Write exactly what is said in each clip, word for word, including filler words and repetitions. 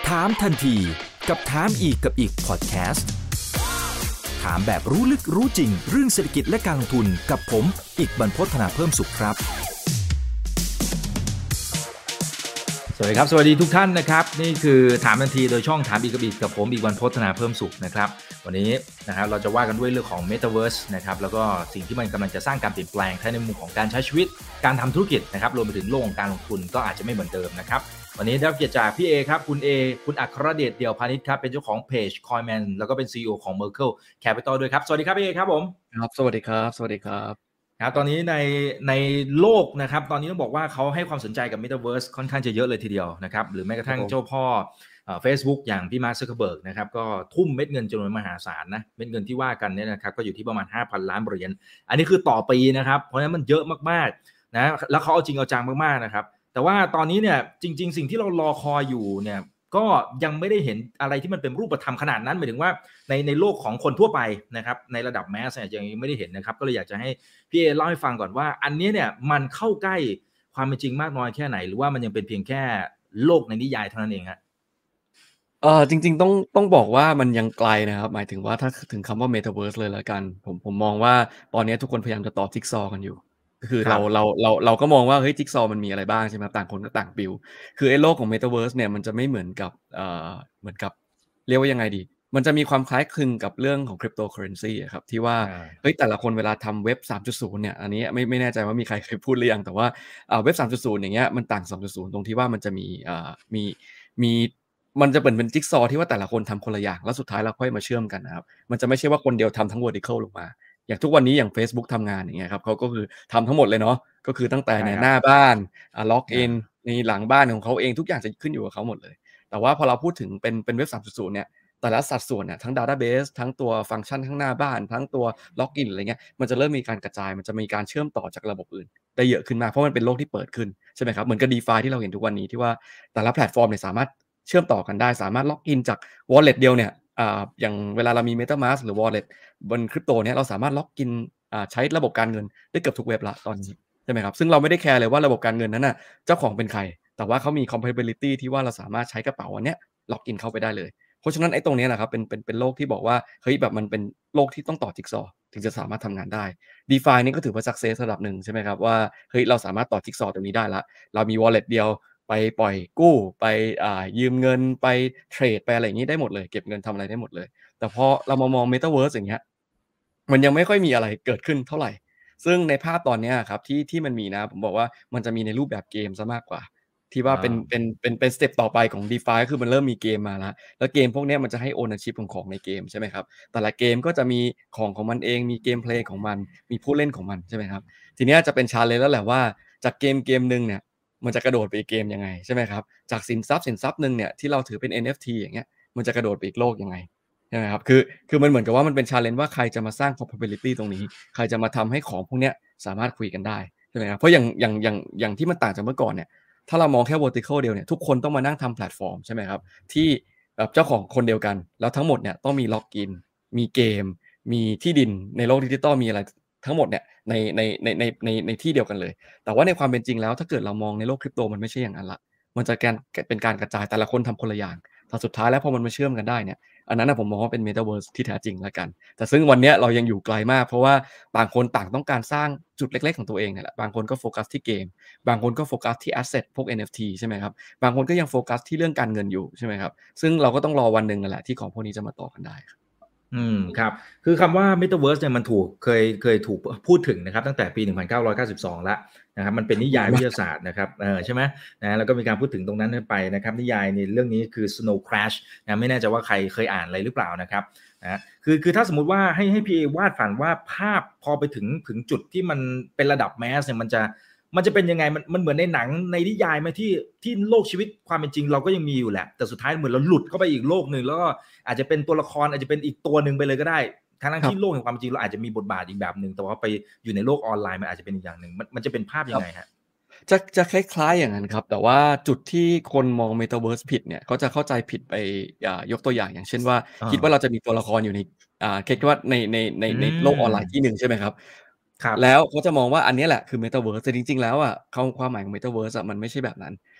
ถามทันทีกับถามอีกกับอีกพอดแคสต์ถามแบบรู้ลึกรู้จริงเรื่องเศรษฐกิจและการลงทุนกับผมอีกบรรพต ธนาเพิ่มสุขครับสวัสดีครับสวัสดีทุกท่านนะครับนี่คือถามทันทีโดยช่องถามอีกกับอีกกับผมอีกบรรพต ธนาเพิ่มสุขนะครับวันนี้นะครับเราจะว่ากันด้วยเรื่องของ Metaverse นะครับแล้วก็สิ่งที่มันกำลังจะสร้างการเปลี่ยนแปลงทั้งในมุมของการใช้ชีวิตการทำธุรกิจนะครับรวมไปถึงโลกของการลงทุนก็อาจจะไม่เหมือนเดิมนะครับวันนี้ได้รับเกียรติจากพี่เอครับคุณเอคุณอัครเดชเดี่ยวพานิชครับเป็นเจ้าของเพจ Coinman แล้วก็เป็น ซี อี โอ ของ Merkle Capital ด้วยครับสวัสดีครับพี่เอครับผมครับสวัสดีครับสวัสดีครับครับตอนนี้ในในโลกนะครับตอนนี้ต้องบอกว่าเขาให้ความสนใจกับ Metaverse ค่อนข้างจะเยอะเลยทีเดียวนะครับหรือแม้กระทั่งเจ้าพ่อเอ่อ Facebook อย่างพี่มาร์ค ซักเคอร์เบิร์กนะครับก็ทุ่มเม็ดเงินจำนวนมหาศาลนะเม็ดเงินที่ว่ากันเนี่ยนะครับก็อยู่ที่ประมาณ ห้าพัน ล้านเหรียญอันนี้คือต่อปีนะครับเพราะฉะนั้นมันเยอะมากๆนะแล้วเขาเอาจริงเอาจังมากๆนะครับแต่ว่าตอนนี้เนี่ยจริงๆสิ่งที่เรารอคอยอยู่เนี่ยก็ยังไม่ได้เห็นอะไรที่มันเป็นรูปธรรมขนาดนั้นหมายถึงว่าในในโลกของคนทั่วไปนะครับในระดับแมสเนี่ยยังไม่ได้เห็นนะครับก็เลยอยากจะให้พี่เอเล่าให้ฟังก่อนว่าอันนี้เนี่ยมันเข้าใกล้ความเป็นจริงมากน้อยแค่ไหนหรือว่ามันยังเป็นเพียงแค่โลกในนิยายเท่านั้นเองฮะเอ่อจริงๆต้องต้องบอกว่ามันยังไกลนะครับหมายถึงว่าถ้าถึงคำว่า Metaverse เลยแล้วกันผมผมมองว่าตอนนี้ทุกคนพยายามจะต่อจิ๊กซอว์กันอยู่ก็คือเราเราเราเราก็มองว่าเฮ้ยจิ๊กซอว์มันมีอะไรบ้างใช่ไหมต่างคนก็ต่างบิลด์คือไอ้โลกของ Metaverse เนี่ยมันจะไม่เหมือนกับเอ่อเหมือนกับเรียกว่ายังไงดีมันจะมีความคล้ายคลึงกับเรื่องของ Cryptocurrency อะครับที่ว่าเฮ้ยแต่ละคนเวลาทำเว็บ สามจุดศูนย์ เนี่ยอันนี้ไม่ไม่แน่ใจว่ามีใครเคยพูดหรือยังแต่ว่าอ่าเว็บ สามจุดศูนย์ อย่างเงี้ยมันต่าง สองจุดศูนย์ ตรงที่ว่ามันจะมีอ่ามีมีมันจะเหมือนเป็นจิ๊กซอว์ที่ว่าแต่ละคนทำคนละอย่างแล้วสุดท้ายเราค่อยมาเชื่อมกันนะครับมันจะไม่ใช่ว่าคนเดียวทำทั้ง vertical ลงมาอย่างทุกวันนี้อย่าง Facebook ทำงานอย่างเงี้ยครับเขาก็คือทำทั้งหมดเลยเนาะก็คือตั้งแต่ในหน้าบ้านอ่าล็อกอินในหลังบ้านของเขาเองทุกอย่างจะขึ้นอยู่กับเขาหมดเลยแต่ว่าพอเราพูดถึงเป็นเป็นเว็บ สามจุดศูนย์ เนี่ยแต่ละสัดส่วนเนี่ยทั้ง database ทั้งตัวฟังก์ชันข้างหน้าบ้านทั้งตัวล็อกอินอะไรเงี้ยมันจะเริ่มมีการกระจายมันจะมีการเชื่อมต่อจากระบบอื่นได้เยอะขึ้นมากเพราะมันเป็นโลกที่เปิดขึ้นใช่ไหมครับเหมือนกับ DeFi ที่เราเห็นทุกวันนี้ที่ว่าแต่ละแพลตฟอร์มเนี่ยสามารถเชื่อมต่อกันได้สามารถล็อกอินจาก wallet เดียวเนี่ยอ่าอย่างเวลาเรามี MetaMask หรือ wallet บนคริปโตเนี่ยเราสามารถล็อกอินอ่าใช้ระบบการเงินได้เกือบทุกเว็บละตอนนี้ใช่ไหมครับซึ่งเราไม่ได้แคร์เลยว่าระบบการเงินนั้นน่ะเจ้าของเป็นใครแต่ว่าเขามี compatibility ที่ว่าเราสามารถใช้กระเป๋าอันเนี้ยล็อกอินเข้าไปได้เลยเพราะฉะนั้นไอ้ตรงนี้แหละครับเป็นเป็นเป็นโลกที่บอกว่าเฮ้ยแบบมันเป็นโลกที่ต้องต่อจิ๊กซอว์ถึงจะสามารถทำงานได้ DeFi นี่ก็ถือว่า success ระดับหนึ่งใช่ไหมครับว่าเฮ้ยเราสามารถต่อจิ๊กซอว์ตรงนี้ได้แล้วเรามี wallet เดียวไปปล่อยกู้ไปอ่ายืมเงินไปเทรดไปอะไรอย่างงี้ได้หมดเลยเก็บเงินทำอะไรได้หมดเลยแต่พอเรามามอง Metaverse อย่างเงี้ยมันยังไม่ค่อยมีอะไรเกิดขึ้นเท่าไรซึ่งในภาพตอนเนี้ยอะครับที่ที่มันมีนะผมบอกว่ามันจะมีในรูปแบบเกมเสียมากกว่าที่ว่าเป็นเป็นเป็นเป็นสเต็ปต่อไปของ DeFi ก็คือมันเริ่มมีเกมมาแล้วแล้วเกมพวกเนี้ยมันจะให้ ownership ของของในเกมใช่ไหมครับแต่ละเกมก็จะมีของของมันเองมีเกมเพลย์ของมันมีผู้เล่นของมันใช่ไหมครับทีเนี้ยจะเป็น challenge แล้วแหละว่าจากเกมเกมหนึ่งเนี่ยมันจะกระโดดไปอีกเกมยังไงใช่ไหมครับจากสินทรัพย์สินทรัพย์หนึ่งเนี่ยที่เราถือเป็น เอ็น เอฟ ที อย่างเงี้ยมันจะกระโดดไปอีกโลกยังไงใช่ไหมครับคือคือมันเหมือนกับว่ามันเป็น challenge ว่าใครจะมาสร้าง probability ตรงนี้ใครจะมาทำให้ของพวกเนี้ยสามารถคุยกันได้ใช่ไหมครับเพราะอย่างอย่างอย่างอย่างที่มันต่างจากเมื่อก่อนเนี่ยถ้าเรามองแค่ vertical เดียวเนี่ยทุกคนต้องมานั่งทำแพลตฟอร์มใช่ไหมครับที่แบบเจ้าของคนเดียวกันแล้วทั้งหมดเนี่ยต้องมีล็อกอินมีเกมมีที่ดินในโลกดิจิตอลมีอะไรทั้งหมดเนี่ยในในในในในในที่เดียวกันเลยแต่ว่าในความเป็นจริงแล้วถ้าเกิดเรามองในโลกคริปโตมันไม่ใช่อย่างนั้นละมันจะการเป็นการกระจายแต่ละคนทำคนละอย่างแต่สุดท้ายแล้วพอมันมาเชื่อมกันได้เนี่ยอันนั้นนะผมมองว่าเป็น Metaverse ที่แท้จริงแล้วกันแต่ซึ่งวันนี้เรายังอยู่ไกลมากเพราะว่าต่างคนต่างต้องการสร้างจุดเล็กๆของตัวเองเนี่ยแหละบางคนก็โฟกัสที่เกมบางคนก็โฟกัสที่ asset พวก เอ็น เอฟ ที ใช่ไหมครับบางคนก็ยังโฟกัสที่เรื่องการเงินอยู่ใช่ไหมครับซึ่งเราก็ต้องรอวันหนึ่งนั่นแหละที่ของพวกนี้จะมาต่อกันได้ครับอืมครับคือคำว่า Metaverse เนี่ยมันถูกเคยเคยถูกพูดถึงนะครับตั้งแต่ปีหนึ่งพันเก้าร้อยเก้าสิบสองแล้วนะครับมันเป็นนิยายวิทยาศาสตร์นะครับเออใช่ไหมนะแล้วก็มีการพูดถึงตรงนั้นไปนะครับนิยายในเรื่องนี้คือ Snow Crash นะไม่แน่ใจว่าใครเคยอ่านอะไรหรือเปล่านะครับนะคือคือถ้าสมมุติว่าให้ให้พี่วาดฝันว่าภาพพอไปถึงถึงจุดที่มันเป็นระดับแมสเนี่ยมันจะมันจะเป็นยังไงมันมันเหมือนในหนังในนิยายไหมที่ที่โลกชีวิตความเป็นจริงเราก็ยังมีอยู่แหละแต่สุดท้ายเหมือนเราหลุดเข้าไปอีกโลกนึงแล้วก็อาจจะเป็นตัวละครอาจจะเป็นอีกตัวนึงไปเลยก็ได้ทั้งที่โลกแห่งความจริงเราอาจจะมีบทบาทอีกแบบนึงแต่ว่าไปอยู่ในโลกออนไลน์มันอาจจะเป็นอีกอย่างนึงมันมันจะเป็นภาพยังไงฮะจะจะคล้ายๆอย่างนั้นครับแต่ว่าจุดที่คนมอง Metaverse ผิดเนี่ยเขาจะเข้าใจผิดไปอ่ายกตัวอย่างอย่างเช่นว่าคิดว่าเราจะมีตัวละครอยู่ในอ่าคิดว่าในในในในโลกออนไลน์ที่หนึ่งใช่ไหมครับครับแล้วเขาจะมองว่าอันนี้แหละคือ Metaverse แต่จริงๆแล้วอะคำความหมายของ Metaverse อะมันไม่ใช่แบบนั้น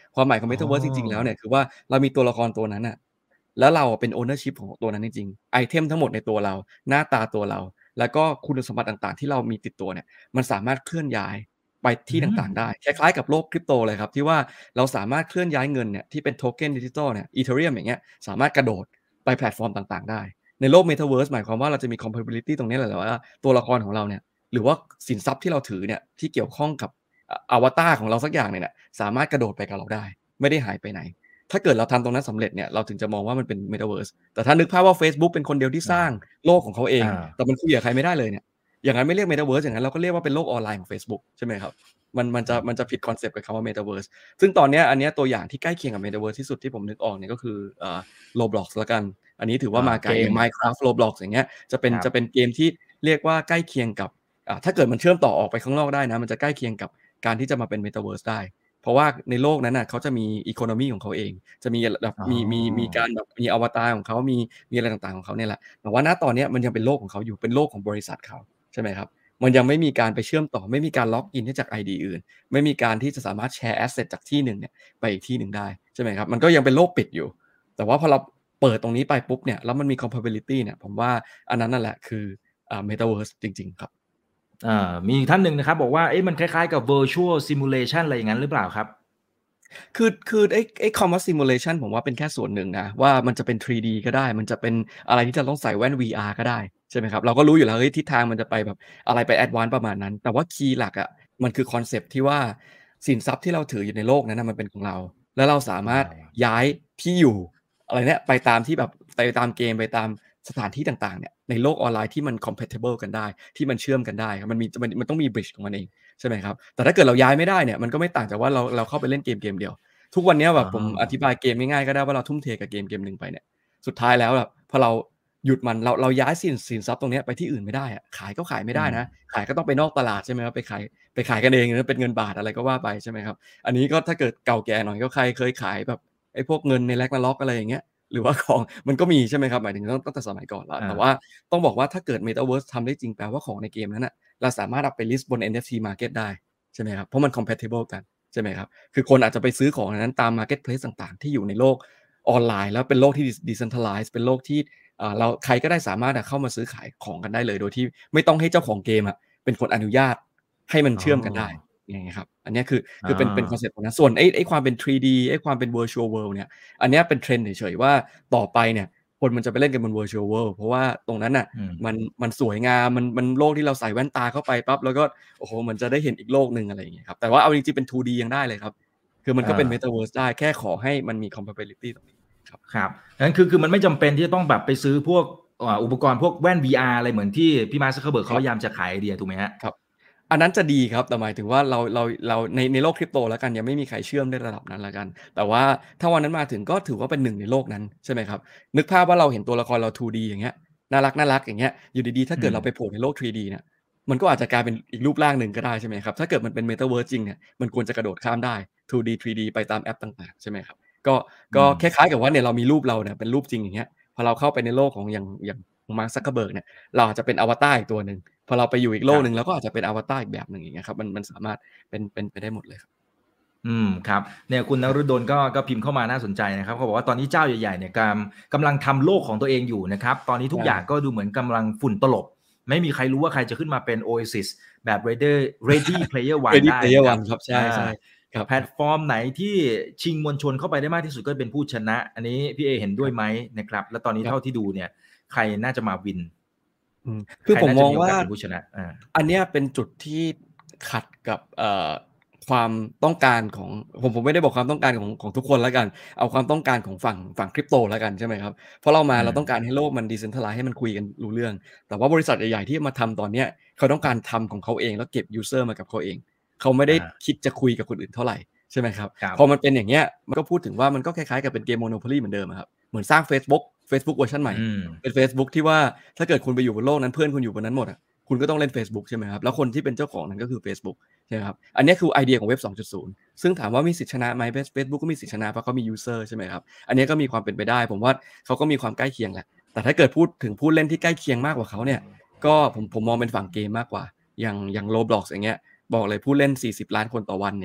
ความหมายของอ๋อ Metaverse จริงๆแล้วเนี่ยคือว่าเรามีตัวละครตัวนั้นน่ะแล้วเราเป็น ownership ของตัวนั้นจริงๆไอเทมทั้งหมดในตัวเราหน้าตาตัวเราแล้วก็คุณสมบัติต่างๆที่เรามีติดตัวเนี่ยมันสามารถเคลื่อนย้ายไปอืที่มต่างๆได้คล้ายๆกับโลกคริปโตเลยครับที่ว่าเราสามารถเคลื่อนย้ายเงินเนี่ยที่เป็นโทเค็นดิจิทัลเนี่ย Ethereum อย่างเงี้ยสามารถกระโดดไปแพลตฟอร์มต่างๆได้ในโลก Metaverse หมายความว่าเราจะมี compatibility ตรงนี้แหละว่าตัวละครของเราเนี่ยหรือว่าสินทรัพย์ที่เราถือเนี่ยที่เกี่ยวข้องกับอวตารของเราสักอย่างเนี่ยสามารถกระโดดไปกับเราได้ไม่ได้หายไปไหนถ้าเกิดเราทำตรงนั้นสำเร็จเนี่ยเราถึงจะมองว่ามันเป็น Metaverse แต่ถ้านึกภาพว่า Facebook เป็นคนเดียวที่สร้างโลกของเขาเองอาแต่มันคุยกับใครไม่ได้เลยเนี่ยอย่างนั้นไม่เรียก Metaverse อย่างนั้นเราก็เรียกว่าเป็นโลกออนไลน์ของ Facebook ใช่ไหมครับมันมันจะมันจะผิดคอนเซปต์กับคำว่า Metaverse ซึ่งตอนนี้อันนี้ตัวอย่างที่ใกล้เคียงกับ Metaverse ที่สุดที่ผมนึกออกเนี่ยก็คือเอ่อ Roblox ละกันอันนี้ถือว่ามาไกลอย่างเกม Minecraft Roblox อย่างเงี้ยจะเป็นครับจะเป็นเกมที่เรียกว่าใกล้เคียงกับอ่าถ้าเกิดมันเชื่อมต่อออกไปข้างนอกได้นะมันจะใกล้เคียงกับการที่จะมาเป็น Metaverse ได้เพราะว่าในโลกนั้นน่ะเขาจะมี economy ของเขาเองจะมีแบบอ๋มีมีมีอการแบบมีอวตารของเขามีมีอะไรต่างๆของเขาเนี่ยแหละแต่ว่าณตอนเนี้ยมันยังเป็นโลกของเขาอยู่เป็นโลกของบริษัทเขาใช่ไหมครับมันยังไม่มีการไปเชื่อมต่อไม่มีการล็อกอินให้จาก ไอ ดี อื่นไม่มีการที่จะสามารถแชร์แอสเซทจากที่หนึ่งเนี่ยไปอีกที่หนึ่งได้ใช่ไหมครับมันก็ยังเป็นโลกปิดอยู่แต่ว่าพอเราเปิดตรงนี้ไปปุ๊บเนี่ยแล้วมันมี compatibility เนี่ยผมว่าอันนั้นนั่นแหละคืออ่า Metaverse จริงๆครับอ่ามีอีกท่านหนึ่งนะครับบอกว่าเอ๊ะมันคล้ายๆกับ virtual simulation อะไรอย่างงั้นหรือเปล่าครับคือคือไอ้ไอ้คำว่า simulation ผมว่าเป็นแค่ส่วนหนึ่งนะว่ามันจะเป็น ทรี ดี ก็ได้มันจะเป็นอะไรที่จะต้องใส่แว่น วี อาร์ ก็ได้ใช่ไหมครับเราก็รู้อยู่แล้วเฮ้ยทิศทางมันจะไปแบบอะไรไป advance ประมาณนั้นแต่ว่าคีย์หลักอะมันคือคอนเซปต์ที่ว่าสินทรัพย์ที่เราถืออยู่ในโลกนั้นน่ะมันเป็นของเราแล้วเราสาอ๋อมารถย้ายที่อยู่อะไรเนี่ยไปตามที่แบบไปตามเกมไปตามสถานที่ต่างๆเนี่ยในโลกออนไลน์ที่มัน compatible กันได้ที่มันเชื่อมกันได้ครับมันมีมันมันต้องมี bridge ของมันเองใช่ไหมครับแต่ถ้าเกิดเราย้ายไม่ได้เนี่ยมันก็ไม่ต่างจากว่าเราเราเข้าไปเล่นเกมเกมเดียว ทุกวันนี้อ๋แบบผมอธิอบายเกมง่ายๆก็ได้ว่าเราทุ่มเทกับเกมเกมหนึ่งไปเนี่ยสุดท้ายแล้วแบบพอเราหยุดมันเราเราย้ายสินสินทรัพย์ตรงเนี้ยไปที่อื่นไม่ได้อะขายก็ขายไม่อืมได้นะขายก็ต้องไปนอกตลาดใช่ไหมครับไปขายไปขายกันเองนะเป็นเงินบาทอะไรก็ว่าไปใช่ไหมครับอันนี้ก็ถ้าเกิดเก่าแก่หน่อยก็ใครเคยขายแบบไอ้พวกเงินใน Ragnarok อะไรอย่างเงี้ยหรือว่าของมันก็มีใช่ไหมครับหมายถึงตั้งตั้งแต่สมัยก่อนแล้วอาแต่ว่าต้องบอกว่าถ้าเกิด Metaverse ทำได้จริงแปลว่าของในเกมนั้นน่ะเราสามารถเอาไปลิสต์บน เอ็น เอฟ ที Market ได้ใช่ไหมครับเพราะมัน compatible กัน ใช่ไหมครับคือคนอาจจะไปซื้อของอันนั้นตาม Marketplace ต่างๆที่อยู่ในโลกออนไลน์แล้วเป็นโลกที่ decentralized เป็นโลกที่อ่าเราใครก็ได้สามารถอะเข้ามาซื้อขายของกันได้เลยโดยที่ไม่ต้องให้เจ้าของเกมอะเป็นคนอนุญาตให้มันอ๋อเชื่อมกันได้อย่างเงี้ยครับอันเนี้ยคืออาคือเป็นเป็นคอนเซปต์ตรงนั้นส่วนไอ้ไอ้ความเป็น ทรี ดี ไอ้ความเป็น virtual world เนี่ยอันเนี้ยเป็น trend เฉยๆว่าต่อไปเนี่ยคนมันจะไปเล่นกันบน virtual world เพราะว่าตรงนั้นน่ะอืมมันมันสวยงามมันมันโลกที่เราใส่แว่นตาเข้าไปปั๊บแล้วก็โอ้โฮเหมือนจะได้เห็นอีกโลกหนึ่งอะไรอย่างเงี้ยครับแต่ว่าเอาจริงๆเป็น ทู ดี ยังได้เลยครับ คือมันก็เป็นอา Metaverse ได้แค่ขอให้มันมี compatibility ตรงนี้ครับครับงั้นคือคือมันไม่จำเป็นที่จะต้องแบบไปซื้อพวกอ่าอุปกรณ์พวกแว่น วี อาร์ อะไรเหมือนที่พี่ Mark Zuckerberg ครับเขาพยายามจะขายไอเดียถูกไหมครับครับอันนั้นจะดีครับแต่หมายถึงว่าเราเราเราในในโลก Crypto แล้วกันยังไม่มีใครเชื่อมได้ระดับนั้นแล้วกันแต่ว่าถ้าวันนั้นมาถึงก็ถือว่าเป็นหนึ่งในโลกนั้นใช่ไหมครับนึกภาพว่าเราเห็นตัวละครเรา ทู ดี อย่างเงี้ยน่ารักๆอย่างเงี้ยอยู่ดีๆถ้าอืมเกิดเราไปโผล่ในโลก ทรี ดี เนี่ยมันก็อาจจะกลายเป็นอีกรูปร่างหนึ่งก็ได้ใช่ไหมครับถ้าเกิดมันเป็น Metaverse จริงเนี่ยมันควรจะกระโดดข้ามได้ ทู ดี ทรี ดี ไปตามแอปต่างๆใช่ไหมครับก็ก็อืมคล้ายๆกับว่าเนี่ยเรามีรูปเราเนี่ยเป็นรูปจริงอย่างเงี้ย พอเราเข้าไปในโลกของอย่างอย่างของ Mark Zuckerberg เนี่ยเราอาจจะเป็นอวตารอีกตัวหนึ่งพอเราไปอยู่อีกโลครับกหนึ่งเราก็อาจจะเป็นอวตารอีกแบบหนึ่งอย่างเงี้ยครับมันมันสามารถเป็นเป็นไปได้หมดเลยครับอืมครับเนี่ยคุณนฤดลก็ก็พิมพ์เข้ามาน่าสนใจนะครับเขาบอกว่าตอนนี้เจ้าใหญ่ๆเนี่ยกำกำลังทำโลกของตัวเองอยู่นะครับตอนนี้ทุกอย่างใช่ก็ดูเหมือนกำลังฝุ่นตลบไม่มีใครรู้ว่าใครจะขึ้นมาเป็น Oasis แบบ Ready Ready Player One Ready ได้ Player นะครับ One ครับใอาช่ๆครับแพลตฟอร์มไหนที่ชิงมวลชนเข้าไปได้มากที่สุดก็เป็นผู้ชนะอันนี้พี่เอเห็นด้วยไหมครับนะครับแล้วตอนนี้เท่าครับที่ดูเนี่ยใครน่าจะมาวินอืมคือใครผมมองว่าน่าจะมีโอกาสเป็นผู้ชนะอาอันเนี้ยเป็นจุดที่ขัดกับเอ่อความต้องการของผมผมไม่ได้บอกความต้องการของของทุกคนแล้วกันเอาความต้องการของฝั่งฝั่ง Crypto แล้วกันใช่ไหมครับเพราะเรามาอืมเราต้องการให้โลกมัน Decentralize ให้มันคุยกันรู้เรื่องแต่ว่าบริษัทใหญ่ๆที่มาทำตอนเนี้ยเขาต้องการทำของเขาเองแล้วเก็บ user มากับเขาเองเขาไม่ได้อาคิดจะคุยกับคนอื่นเท่าไรใช่ไหมครับครับพอมันเป็นอย่างเงี้ยมันก็พูดถึงว่ามันก็คล้ายๆกับเป็นเกม Monopoly เหมือนเดิมอะครับเหมือนสร้างเฟซบุ๊กเฟซบุ๊กเวอร์ชันใหม่อืมเป็นเฟซบุ๊กที่ว่าถ้าเกิดคุณไปอยู่บนโลกนั้นเพื่อนคุณอยู่บนนั้นหมดอะ คุณก็ต้องเล่นเฟซบุ๊กใช่ไหมครับแล้วคนที่เป็นเจ้าของนั้นก็คือเฟซบุ๊กใช่ไหมครับอันนี้คือไอเดียของเว็บ สองจุดศูนย์ ซึ่งถามว่ามีสิทธิชนะไหมเฟซบุ๊กก็มีสิทธิชนะเพราะเขามียูเซอร์ใช่ไหมครับอันนี้ก็มีความเป็นไปได้ผมว่าเขาก็มีความใกล้เคียงแหละแต่ถ้าเกิดพูดถึงผู้เล่นที่ใกล้เคียงมากกว่าเขาเนี่ยก็ผมผมมองเป็นฝั่งเกมมากกว่าอย่างอย่าง Roblox อย่างเงี้ยบอกเลยผู้เล่นสี่สิบล้านคนต่อวันอย่างเงี้ย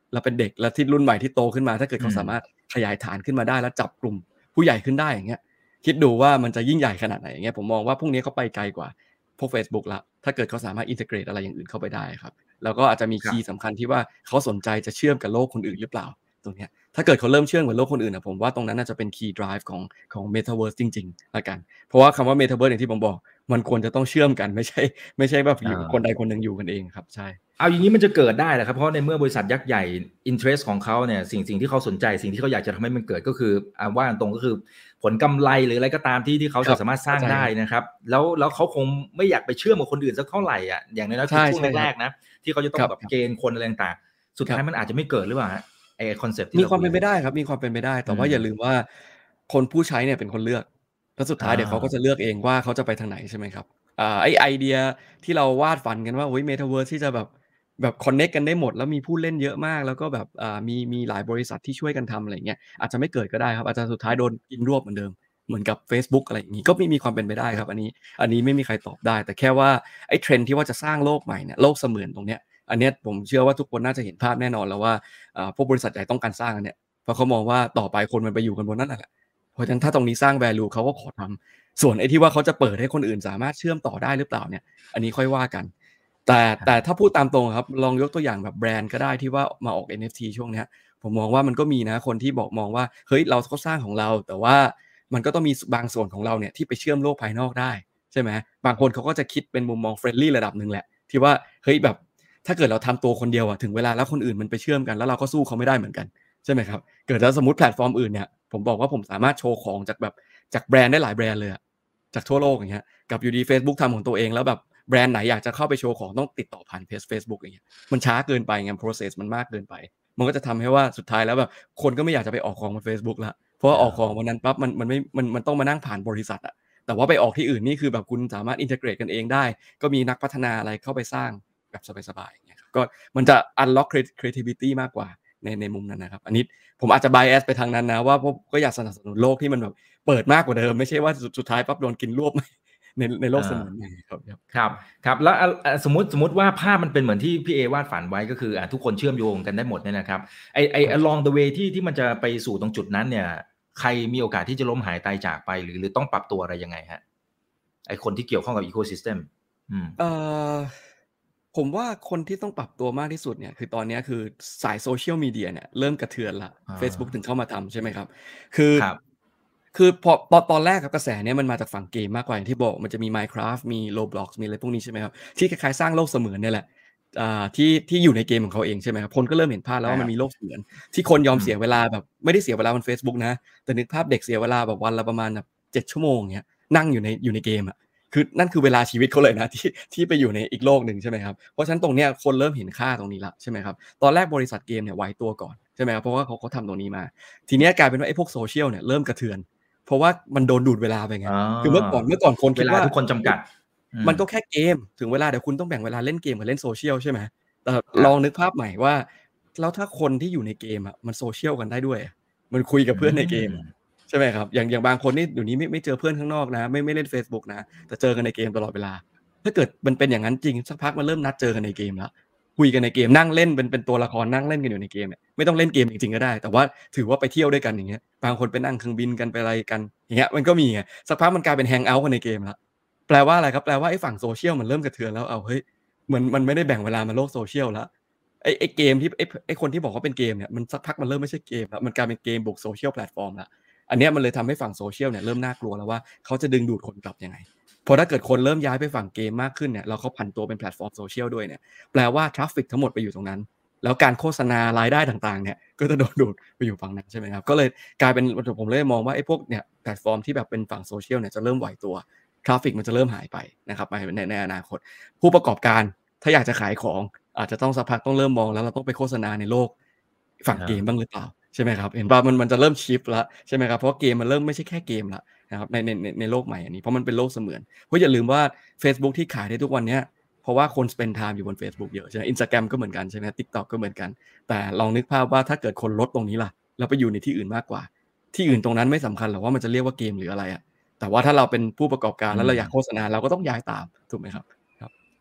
แล้วเป็นเด็กแล้วที่รุ่นใหม่ที่โตขึ้นมาถ้าเกิดเขาสามารถขยายฐานขึ้นมาได้แล้วจับกลุ่มผู้ใหญ่ขึ้นได้อย่างเงี้ยคิดดูว่ามันจะยิ่งใหญ่ขนาดไหนอย่างเงี้ยผมมองว่าพวกนี้เขาไปไกลกว่าพวก Facebook ละถ้าเกิดเขาสามารถอินทิเกรตอะไรอย่างอื่นเข้าไปได้ครับแล้วก็อาจจะมีคีย์สำคัญที่ว่าเขาสนใจจะเชื่อมกับโลกคนอื่นหรือเปล่าตรงเนี้ยถ้าเกิดเขาเริ่มเชื่อมกับโลกคนอื่นนะผมว่าตรงนั้นน่าจะเป็น key drive ของของ Metaverse จริงๆละกันเพราะว่าคำว่า Metaverse อย่างที่ผมบอกมันควรจะต้องเชื่อมกันไม่ใช่ไม่ใช่แบบอยู่คนใดคนหนึ่งอยู่กันเองครับใช่เอาอย่างนี้มันจะเกิดได้เหรอครับเพราะในเมื่อบริษัทยักษ์ใหญ่ interest ของเขาเนี่ยสิ่งสิ่งที่เขาสนใจสิ่งที่เขาอยากจะทำให้มันเกิดก็คืออ่าว่าตรงก็คือผลกำไรหรืออะไรก็ตามที่ที่เขาจะสามารถสร้างได้นะครับแล้วแล้วเขาคงไม่อยากไปเชื่อมกับคนอื่นสักเท่าไหร่อ่ะอย่างน้อยๆคือช่วงแรกๆนะที่เขาจะต้องแบบเกณฑ์คนอะไรต่างๆสุดท้ายมันอาจจะไม่เกิดหรือเปล่าไอ้คอนเซ็ปต์ที่มีความเป็นไปได้ครับมีความเป็นไปได้แต่ว่าอย่าลืมว่าคนผู้ใช้เนี่ยเป็นคนเลือกแล้วสุดท้ายเดี๋ยวเขาก็จะเลือกเองว่าเขาจะไปทางไหนใช่ไหมครับอ่าไอ้ไอเดียที่เราวาดฝันกันว่าโอ้ย Metaverse ที่จะแบบแบบคอนเนคกันได้หมดแล้วมีผู้เล่นเยอะมากแล้วก็แบบอ่ามีมีหลายบริษัทที่ช่วยกันทำอะไรเงี้ยอาจจะไม่เกิดก็ได้ครับอาจจะสุดท้ายโดนกินรวบเหมือนเดิมเหมือนกับ Facebook อะไรอย่างงี้ก็ไม่มีความเป็นไปได้ครับอันนี้อันนี้ไม่มีใครตอบได้แต่แค่ว่าไอ้เทรนด์ที่ว่าจะสร้างโลกใหม่เนี่ยโลกเสมือนตรงเนี้ยอันเนี้ยผมเชื่อว่าทุกคนน่าจะเห็นภาพแน่นอนแล้วว่าอ่าพวกบริษัทใหญ่ต้องการสร้างอันเนี้ยเพราะเขามองว่าต่อไปคนมันไปอยู่กันบนนั้นแหละเพราะฉะนั้นถ้าตรงนี้สร้าง value เขาก็ขอทำส่วนไอ้ที่ว่าเขาจะเปิดให้คนอื่นสามารถเชื่อมต่อได้หรือเปล่าเนี่ยอันนี้ค่อยว่ากันแต่แต่ถ้าพูดตามตรงครับลองยกตัวอย่างแบบแบรนด์ก็ได้ที่ว่ามาออก เอ็น เอฟ ที ช่วงเนี้ยผมมองว่ามันก็มีนะคนที่บอกมองว่าเฮ้ยเราก็สร้างของเราแต่ว่ามันก็ต้องมีบางส่วนของเราเนี่ยที่ไปเชื่อมโลกภายนอกได้ใช่ไหมบางคนเขาก็จะคิดเป็นมุมมอง friendly ระดับหนึ่งแหละที่ว่าเฮ้ยแบบถ้าเกิดเราทำตัวคนเดียวอะถึงเวลาแล้วคนอื่นมันไปเชื่อมกันแล้วเราก็สู้เขาไม่ได้เหมือนกันใช่ไหมครับเกิดแล้วสมมติแพลตฟอร์มอื่นเนี่ยผมบอกว่าผมสามารถโชว์ของจากแบบจากแบรนด์ได้หลายแบรนด์เลยอะจากทั่วโลกอย่างเงี้ยกับอยู่ดี Facebook ทำของตัวเองแล้วแบบแบรนด์ไหนอยากจะเข้าไปโชว์ของต้องติดต่อผ่านเพจ Facebook อย่างเงี้ยมันช้าเกินไปไง process มันมากเกินไปมันก็จะทำให้ว่าสุดท้ายแล้วแบบคนก็ไม่อยากจะไปออกของบน Facebook แล้วเพราะว่าออกของวันนั้นปั๊บมันมันไม่มันมันต้องมานั่งผ่านบริษัทอะแต่ว่าไปออกที่อื่นนี่คือแบบคุณสามารถอินทิเกรตกันเองได้ก็มีนักพัฒนาอะไรเข้าไปสร้างแบบสบายๆอย่างเงี้ยครับก็มันจะ unlock creativity มากกว่าในในมุมนั้นนะครับอันนี้ผมอาจจะ bias ไปทางนั้นนะว่าผมก็อยากสนับสนุนโลกที่มันแบบเปิดมากกว่าเดิมไม่ใช่ว่าสุดสุดท้ายปั๊บโดนกินรวบในในโลกเสมือนครับครับครับแล้วสมมติสมมติว่าภาพมันเป็นเหมือนที่พี่เอวาดฝันไว้ก็คืออ่ะทุกคนเชื่อมโยงกันได้หมดเนี่ยนะครับไอไอ along the way ที่ที่มันจะไปสู่ตรงจุดนั้นเนี่ยใครมีโอกาสที่จะล้มหายตายจากไปหรือหรือต้องปรับตัวอะไรยังไงฮะไอคนที่เกี่ยวข้องกับ ecosystem อืมเอ่อผมว่าคนที่ต้องปรับตัวมากที่สุดเนี่ยคือตอนนี้คือสายโซเชียลมีเดียเนี่ยเริ่มกระเทือนละ Facebook ถึงเข้ามาทำใช่ไหมครับคือคือพอตอนตอนแรกกับกระแสเนี่ยมันมาจากฝั่งเกมมากกว่าอย่างที่บอกมันจะมี Minecraft มี Roblox มีอะไรพวกนี้ใช่ไหมครับที่คล้ายๆสร้างโลกเสมือนเนี่ยแหละอ่าที่ที่อยู่ในเกมของเขาเองใช่ไหมครับคนก็เริ่มเห็นภาพแล้วว่ามันมีโลกเสมือนที่คนยอมเสียเวลาแบบไม่ได้เสียเวลาบน Facebook นะแต่นึกภาพเด็กเสียเวลาแบบวันละประมาณแบบเจ็ดชั่วโมงเงี้ยนั่งอยู่ในอยู่ในเกมอะ คือนั่นคือเวลาชีวิตเขาเลยนะที่ที่ไปอยู่ในอีกโลกหนึ่งใช่ไหมครับเพราะฉะนั้นตรงเนี้ยคนเริ่มเห็นค่าตรงนี้ละใช่ไหมครับตอนแรกบริษัทเกมเนี่ยไหวตัวก่อนใช่ไหมครับเพราะว่าเขาเขาทำตรงนี้มาทีเนี้ยกลายเป็นว่าไอ้พวกโซเชียลเนี่ยเริ่มกระเทือนเพราะว่ามันโดนดูดเวลาไปไงคือเมื่อก่อนเมื่อก่อนคนคิดว่าทุกคนจำกัดมันก็แค่เกมถึงเวลาเดี๋ยวคุณต้องแบ่งเวลาเล่นเกมกับเล่นโซเชียลใช่ไหมแต่ลองนึกภาพใหม่ว่าแล้วถ้าคนที่อยู่ในเกมอ่ะมันโซเชียลกันได้ด้วยมันคุยกับเพื่อนในเกมใช่ไหมครับอย่างอย่างบางคนนี่เดี๋ยวนี้ไม่ไม่เจอเพื่อนข้างนอกนะไม่ไม่เล่น Facebook นะแต่เจอกันในเกมตลอดเวลาถ้าเกิดมันเป็นอย่างนั้นจริงสักพักมันเริ่มนัดเจอกันในเกมแล้วคุยกันในเกมนั่งเล่นเป็นเป็นตัวละครนั่งเล่นกันอยู่ในเกมเนี่ยไม่ต้องเล่นเกมจริงๆก็ได้แต่ว่าถือว่าไปเที่ยวด้วยกันอย่างเงี้ยบางคนไปนั่งเครื่องบินกันไปอะไรกันอย่างเงี้ยมันก็มีไงสักพักมันกลายเป็นแฮงเอาท์กันในเกมแล้วแปลว่าอะไรครับแปลว่าไอ้ฝั่งโซเชียลมันเริ่มกระเทือนแล้วเอาเฮ้ยมันมันไม่ได้แบ่งเวลามาโลกโซเชียลแล้วไอ้ไอ้เกมที่ไอ้ไอ้คนที่บอกว่าเป็นเกมเนี่ยมันสักพักมันเริ่มไม่ใช่เกมแล้วมันกลายเป็นเกมบวกโซเชียลแพลตฟอร์มแล้วอันนี้มันเลยทำให้ฝั่งโซเชียลเนี่ยเริ่มน่ากลัวแล้วว่าเขาจะดึงดูดคนกลับยังไงพอถ้าเกิดคนเริ่มย้ายไปฝั่งเกมมากขึ้นเนี่ยแล้วเขาผันตัวเป็นแพลตฟอร์มโซเชียลด้วยเนี่ยแปลว่าทราฟฟิกทั้งหมดไปอยู่ตรงนั้นแล้วการโฆษณารายได้ต่างๆเนี่ยก็จะโดนดูดไปอยู่ฝั่งนั้นใช่ไหมครับก็เลยกลายเป็นผมเลยมองว่าไอ้พวกเนี่ยแพลตฟอร์มที่แบบเป็นฝั่งโซเชียลเนี่ยจะเริ่มไหวตัวทราฟฟิกมันจะเริ่มหายไปนะครับในในอนาคตผู้ประกอบการถ้าอยากจะขายของอาจจะต้องสักพักต้องเริ่มมองแล้วเราต้องไปโฆษณาในโลกฝั่งเกมบ้างหรือเปล่าใช่ไหมครับเห็นป่ะมันมันจะเริ่มชิฟแล้วใช่ไหมครับเพราะเกมมันเริ่มไม่ใช่แค่เกมละนะครับในในในโลกใหม่อันนี้เพราะมันเป็นโลกเสมือนเพราะอย่าลืมว่า Facebook ที่ขายได้ทุกวันนี้เพราะว่าคน spend time อยู่บน Facebook เยอะใช่ไหม Instagram ก็เหมือนกันใช่ไหม TikTok ก็เหมือนกันแต่ลองนึกภาพว่าถ้าเกิดคนลดตรงนี้ล่ะแล้วไปอยู่ในที่อื่นมากกว่าที่อื่นตรงนั้นไม่สำคัญหรอกว่ามันจะเรียกว่าเกมหรืออะไรอะแต่ว่าถ้าเราเป็นผู้ประกอบการแล้วเราอยากโฆษณาเราก็ต้องย้ายตามถูกไหมครับครับ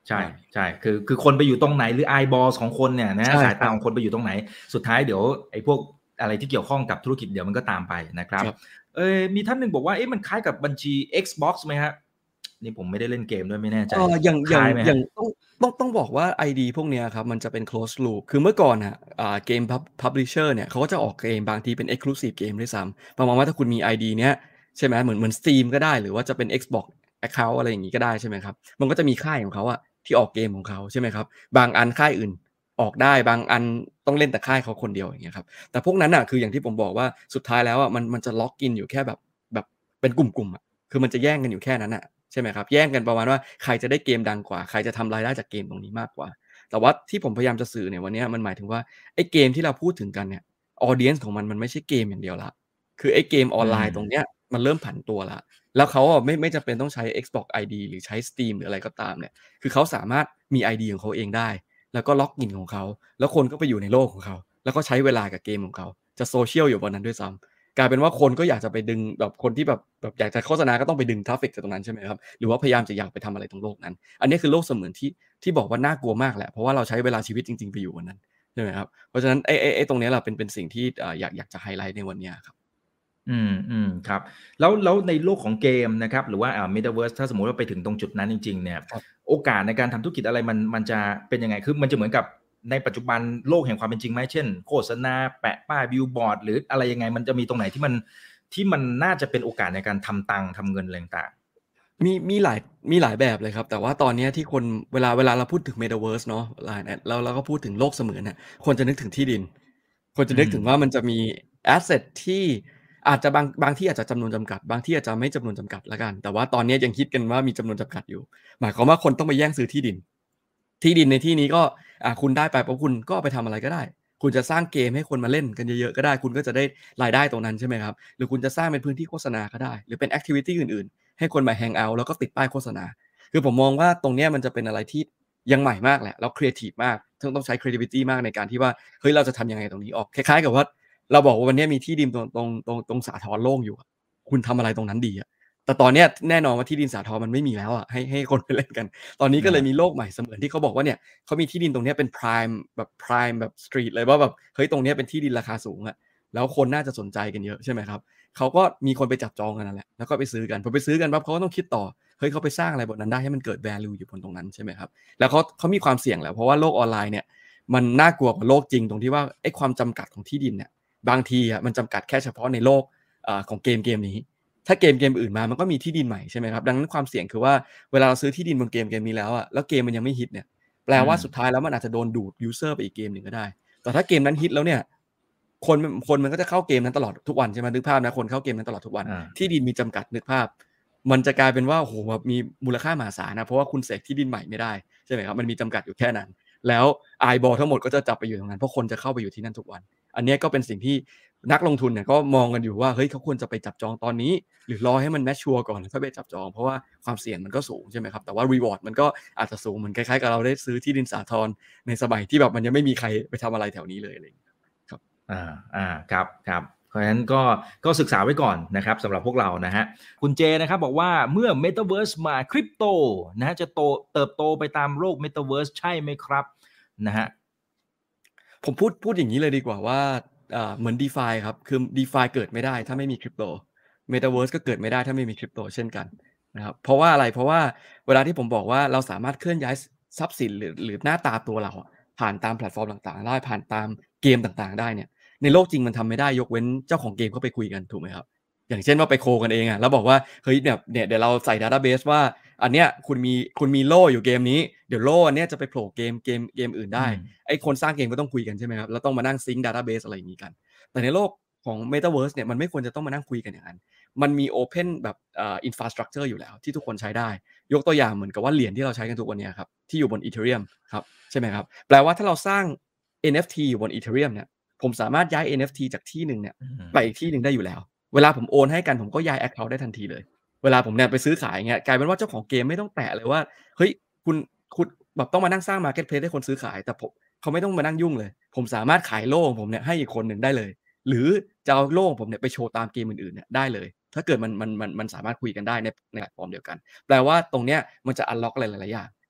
ใช่ใช่คือคือคนไปอยู่ตรงไหนหรือ eyeball ของคนเนี่ยนะสายตาของคนไปอยู่ตรงไหนสุดท้ายเดี๋ยวไอ้พวกอะไรที่เกี่ยวข้องกับธุรกิจเดี๋ยวมันก็ตามไปนะครับเออมีท่านหนึ่งบอกว่าเอ๊ะมันคล้ายกับบัญชี Xbox ไหมครับนี่ผมไม่ได้เล่นเกมด้วยไม่แน่ใจเอออย่างคอย่างล้ายไหมครับอย่างต้องต้องต้องบอกว่า ไอ ดี พวกเนี้ยครับมันจะเป็น closed loop คือเมื่อก่อนน่ะอ่าเกม pub publisher เนี่ยเขาก็จะออกเกมบางทีเป็น exclusive เกมด้วยซ้ำประมาณว่าถ้าคุณมี ไอ ดี เนี้ยใช่ไหมเหมือนเหมือน Steam ก็ได้หรือว่าจะเป็น Xbox account อะไรอย่างงี้ก็ได้ใช่ไหมครับมันก็จะมีค่ายของเขาอะที่ออกเกมของเขาใช่ไหมครับบางอันค่ายอื่นออกได้บางอันต้องเล่นแต่ค่ายเขาคนเดียวอย่างเงี้ยครับแต่พวกนั้นน่ะคืออย่างที่ผมบอกว่าสุดท้ายแล้วอะมันมันจะล็อกอินอยู่แค่แบบแบบเป็นกลุ่มๆอะคือมันจะแย่งกันอยู่แค่นั้นน่ะ ใช่ไหมครับแย่งกันประมาณว่าใครจะได้เกมดังกว่าใครจะทำรายได้จากเกมตรงนี้มากกว่าแต่ว่าที่ผมพยายามจะสื่อเนี่ยวันนี้มันหมายถึงว่าไอ้เกมที่เราพูดถึงกันเนี่ยออเดียนส์ของมันมันไม่ใช่เกมอย่างเดียวละคือไอ้เกมออนไลน์ตรงเนี้ยมันเริ่มผันตัวละแล้วเขาอ่ะไม่ไม่จำเป็นต้องใช้ Xbox ไอ ดี หรือใช้ Steam หรืออะไรก็ตามเนี่ยคือเขาสามารถมี ไอ ดี ของเขาเองได้แล้วก็ล็อกอินของเขาแล้วคนก็ไปอยู่ในโลกของเขาแล้วก็ใช้เวลากับเกมของเขาจะโซเชียลอยู่บนนั้นด้วยซ้ำ กลายเป็นว่าคนก็อยากจะไปดึงแบบคนที่แบบแบบอยากจะโฆษณาก็ต้องไปดึงทราฟฟิกจากตรงนั้นใช่ไหมครับหรือว่าพยายามจะอยากไปทำอะไรตรงโลกนั้นอันนี้คือโลกเสมือนที่ที่บอกว่าน่ากลัวมากแหละเพราะว่าเราใช้เวลาชีวิตจริงๆไปอยู่บนนั้นใช่ไหมครับเพราะฉะนั้นไอ้ไอ้ไอ้ตรงนี้แหละเป็นเป็นสิ่งที่อ่าอยากอยากจะไฮไลท์ในวันนี้ครับอืมอืมครับแล้วแล้วในโลกของเกมนะครับหรือว่าอ่า Metaverse ถ้าสมมุติว่าไปถึงตรงจุดนั้นจริงๆเนี่ยครับโอกาสในการทำธุรกิจอะไรมันมันจะเป็นยังไงคือมันจะเหมือนกับในปัจจุบันโลกแห่งความเป็นจริงไหมเช่นโฆษณาแปะป้ายบิลบอร์ดหรืออะไรยังไงมันจะมีตรงไหนที่มันที่มันน่าจะเป็นโอกาสในการทำตังค์ทำเงินอะไรต่างมีมีหลายมีหลายแบบเลยครับแต่ว่าตอนนี้ที่คนเวลาเวลาเราพูดถึง Metaverse เนาะลายแล้วเราก็พูดถึงโลกเสมือนน่ะคนจะนึกถึงที่ดินคนๆอืมจะนึกถึงว่ามันจะมีแอสเซทที่อาจจะบางบางที่อาจจะจำนวนจำกัดบางที่อาจจะไม่จำนวนจำกัดแล้วกันแต่ว่าตอนนี้ยังคิดกันว่ามีจำนวนจำกัดอยู่หมายความว่าคนต้องไปแย่งซื้อที่ดินที่ดินในที่นี้ก็อ่าคุณได้ไปปุ๊บคุณก็เอาไปทำอะไรก็ได้คุณจะสร้างเกมให้คนมาเล่นกันเยอะๆก็ได้คุณก็จะได้รายได้ตรงนั้นใช่ไหมครับหรือคุณจะสร้างเป็นพื้นที่โฆษณาก็ได้หรือเป็นแอกทิวิตีอื่นๆ ให้คนมาแฮงเอาท์แล้วก็ติดป้ายโฆษณา คือผมมองว่าตรงเนี้ยมันจะเป็นอะไรที่ยังใหม่มากแหละแล้วครีเอทีฟมากซึ่งต้องใช้ creativity มากในการที่ว่าเฮ้ยเราจะทำยังไงตรงนี้ออกคล้ายๆกับว่าเราบอกว่าวันนี้มีที่ดินตรงตรงตรงตรงสาทรโล่งอยู่อะคุณทำอะไรตรงนั้นดีอะแต่ตอนเนี้ยแน่นอนว่าที่ดินสาทรมันไม่มีแล้วอะให้ให้คนไปเล่นกันตอนนี้ก็เลยอามีโลกใหม่เสมือนที่เขาบอกว่าเนี่ยเขามีที่ดินตรงเนี้ยเป็น prime แบบ prime แบบสตรีทเลยว่าแบบเฮ้ยตรงเนี้ยเป็นที่ดินราคาสูงอะแล้วคนน่าจะสนใจกันเยอะใช่ไหมครับเขาก็มีคนไปจับจองกันนั่นแหละแล้วก็ไปซื้อกันพอไปซื้อกันปั๊บเขาก็ต้องคิดต่อ เฮ้ยเขาไปสร้างอะไรบนนั้นได้ให้มันเกิด value อยู่บนตรงนั้นใช่ไหมครับแล้วเขาเขามีความเสี่ยงแหละเพราะว่าโลกออนไลน์เนี่ยมันน่ากลัวกว่าโลกจริงตรงที่ว่าไอ้ความจำกัดของที่ดินเนี่ยบางทีอ่ะมันจำกัดแค่เฉพาะในโลกเอ่อของเกมเกมนี้ถ้าเกมเกมอื่นมามันก็มีที่ดินใหม่ใช่ไหมครับดังนั้นความเสี่ยงคือว่าเวลาเราซื้อที่ดินบนเกมเกมนี้แล้วอ่ะแล้วเกมมันยังไม่ฮิตเนี่ยแปลอืมว่าสุดท้ายแล้วมันอาจจะโดนดูด user ไปอีกเกมหนึ่งก็ได้แต่ถ้าเกมนั้นฮิตแล้วเนี่ยคนคนมันก็จะเข้าเกมนั้นตลอดทุกวันใช่ไหมนึกภาพนะคนเข้าเกมนั้นตลอดทุกวันอาที่ดินมีจำกัดนึกภาพ มันจะกลายเป็นว่าโอ้โฮแบบมีมูลค่ามหาศาลนะเพราะว่าคุณเสกที่ดินใหม่ไม่ได้ใช่ไหมครับมันมีจำกัดอยู่แค่นั้นแล้ว eyeball ทั้งหมดก็จะจับไปอยู่ตรงนั้นเพราะคนจะเข้าไปอยู่ที่นั่นทุกวันอันเนี้ยก็เป็นสิ่งที่นักลงทุนเนี่ยก็มองกันอยู่ว่าเฮ้ยเขาควรจะไปจับจองตอนนี้หรือรอให้มัน mature ก่อนแล้วค่อยไปจับจองเพราะว่าความเสี่ยงมันก็สูงใช่ไหมครับแต่ว่า reward มันก็อาจจะสูงเหมือนคล้ายๆกับเราได้ซื้อที่ดินสาทรในสมัยที่แบบมันยังไม่มีใครไปทำอะไรแถวนี้เลยอะไรอย่างงี้ครับอาอาครับครับเพราะฉะนั้นก็ก็ศึกษาไว้ก่อนนะครับสำหรับพวกเรานะฮะคุณเจนะครับบอกว่าเมื่อ Metaverse มา Crypto นะฮะจะโตเติบโตไปตามโลก Metaverse ใช่ไหมครับนะฮะผมพูดพูดอย่างงี้เลยดีกว่าว่าอ่าเหมือน DeFi ครับคือ DeFi เกิดไม่ได้ถ้าไม่มี Crypto Metaverse ก็เกิดไม่ได้ถ้าไม่มี Crypto เช่นกันนะครับเพราะว่าอะไรเพราะว่าเวลาที่ผมบอกว่าเราสามารถเคลื่อนย้ายสทรัพย์สินหรือหรือหน้าตาตัวเราอะผ่านตามแพลตฟอร์มต่างๆได้ผ่านตามเกมต่างๆได้เนี่ยในโลกจริงมันทำไม่ได้ยกเว้นเจ้าของเกมเข้าไปคุยกันถูกไหมครับอย่างเช่นว่าไปโคกันเองอะแล้วบอกว่าเฮ้ยเนี่ยเนี่ยเดี๋ยวเราใส่ database ว่าอันเนี้ยคุณมีคุณมีโล่อยู่เกมนี้เดี๋ยวโล่อันเนี้ยจะไปโผล่เกมเกมเกมอื่นได้อืมไอ้คนสร้างเกมก็ต้องคุยกันใช่ไหมครับแล้วต้องมานั่งซิงค์ database อะไรอย่างงี้กันแต่ในโลกของ Metaverse เนี่ยมันไม่ควรจะต้องมานั่งคุยกันอย่างนั้นมันมี Open แบบเอ่อ infrastructure อยู่แล้วที่ทุกคนใช้ได้ยกตัวอย่างเหมือนกับว่าเหรียญที่เราใช้กันทุกวันเนี้ยครับที่อยู่บน Ethereum ครับใช่ไหมครับแปลว่าถ้าเราสร้าง เอ็น เอฟ ที อยู่บน Ethereum เนี่ยผมสามารถย้าย เอ็น เอฟ ที จากที่หนึ่งเนี่ยอืมไปอีกที่หนึ่งได้อยู่แล้วเวลาผมโอนให้กันผมก็ย้าย account ได้ทันทีเลยเวลาผมเนี่ยไปซื้อขายอย่างเงี้ยกลายเป็นว่าเจ้าของเกมไม่ต้องแตะเลยว่าเฮ้ยคุณคุณแบบต้องมานั่งสร้าง marketplace ให้คนซื้อขายแต่ผม เขาไม่ต้องมานั่งยุ่งเลย ผมสามารถขายโล่ของผมเนี่ยให้อีกคนหนึ่งได้เลย หรือจะเอาโล่ของผมเนี่ยไปโชว์ตามเกมอื่นๆเนี่ยได้เลย ถ้าเกิดมันมันมันมันสามารถคุยกันได้ในในแพลตฟอร์มเดียวกัน แปลว่าตรงเนี้ยมันจะ unlock อะไรหลายๆอย่าง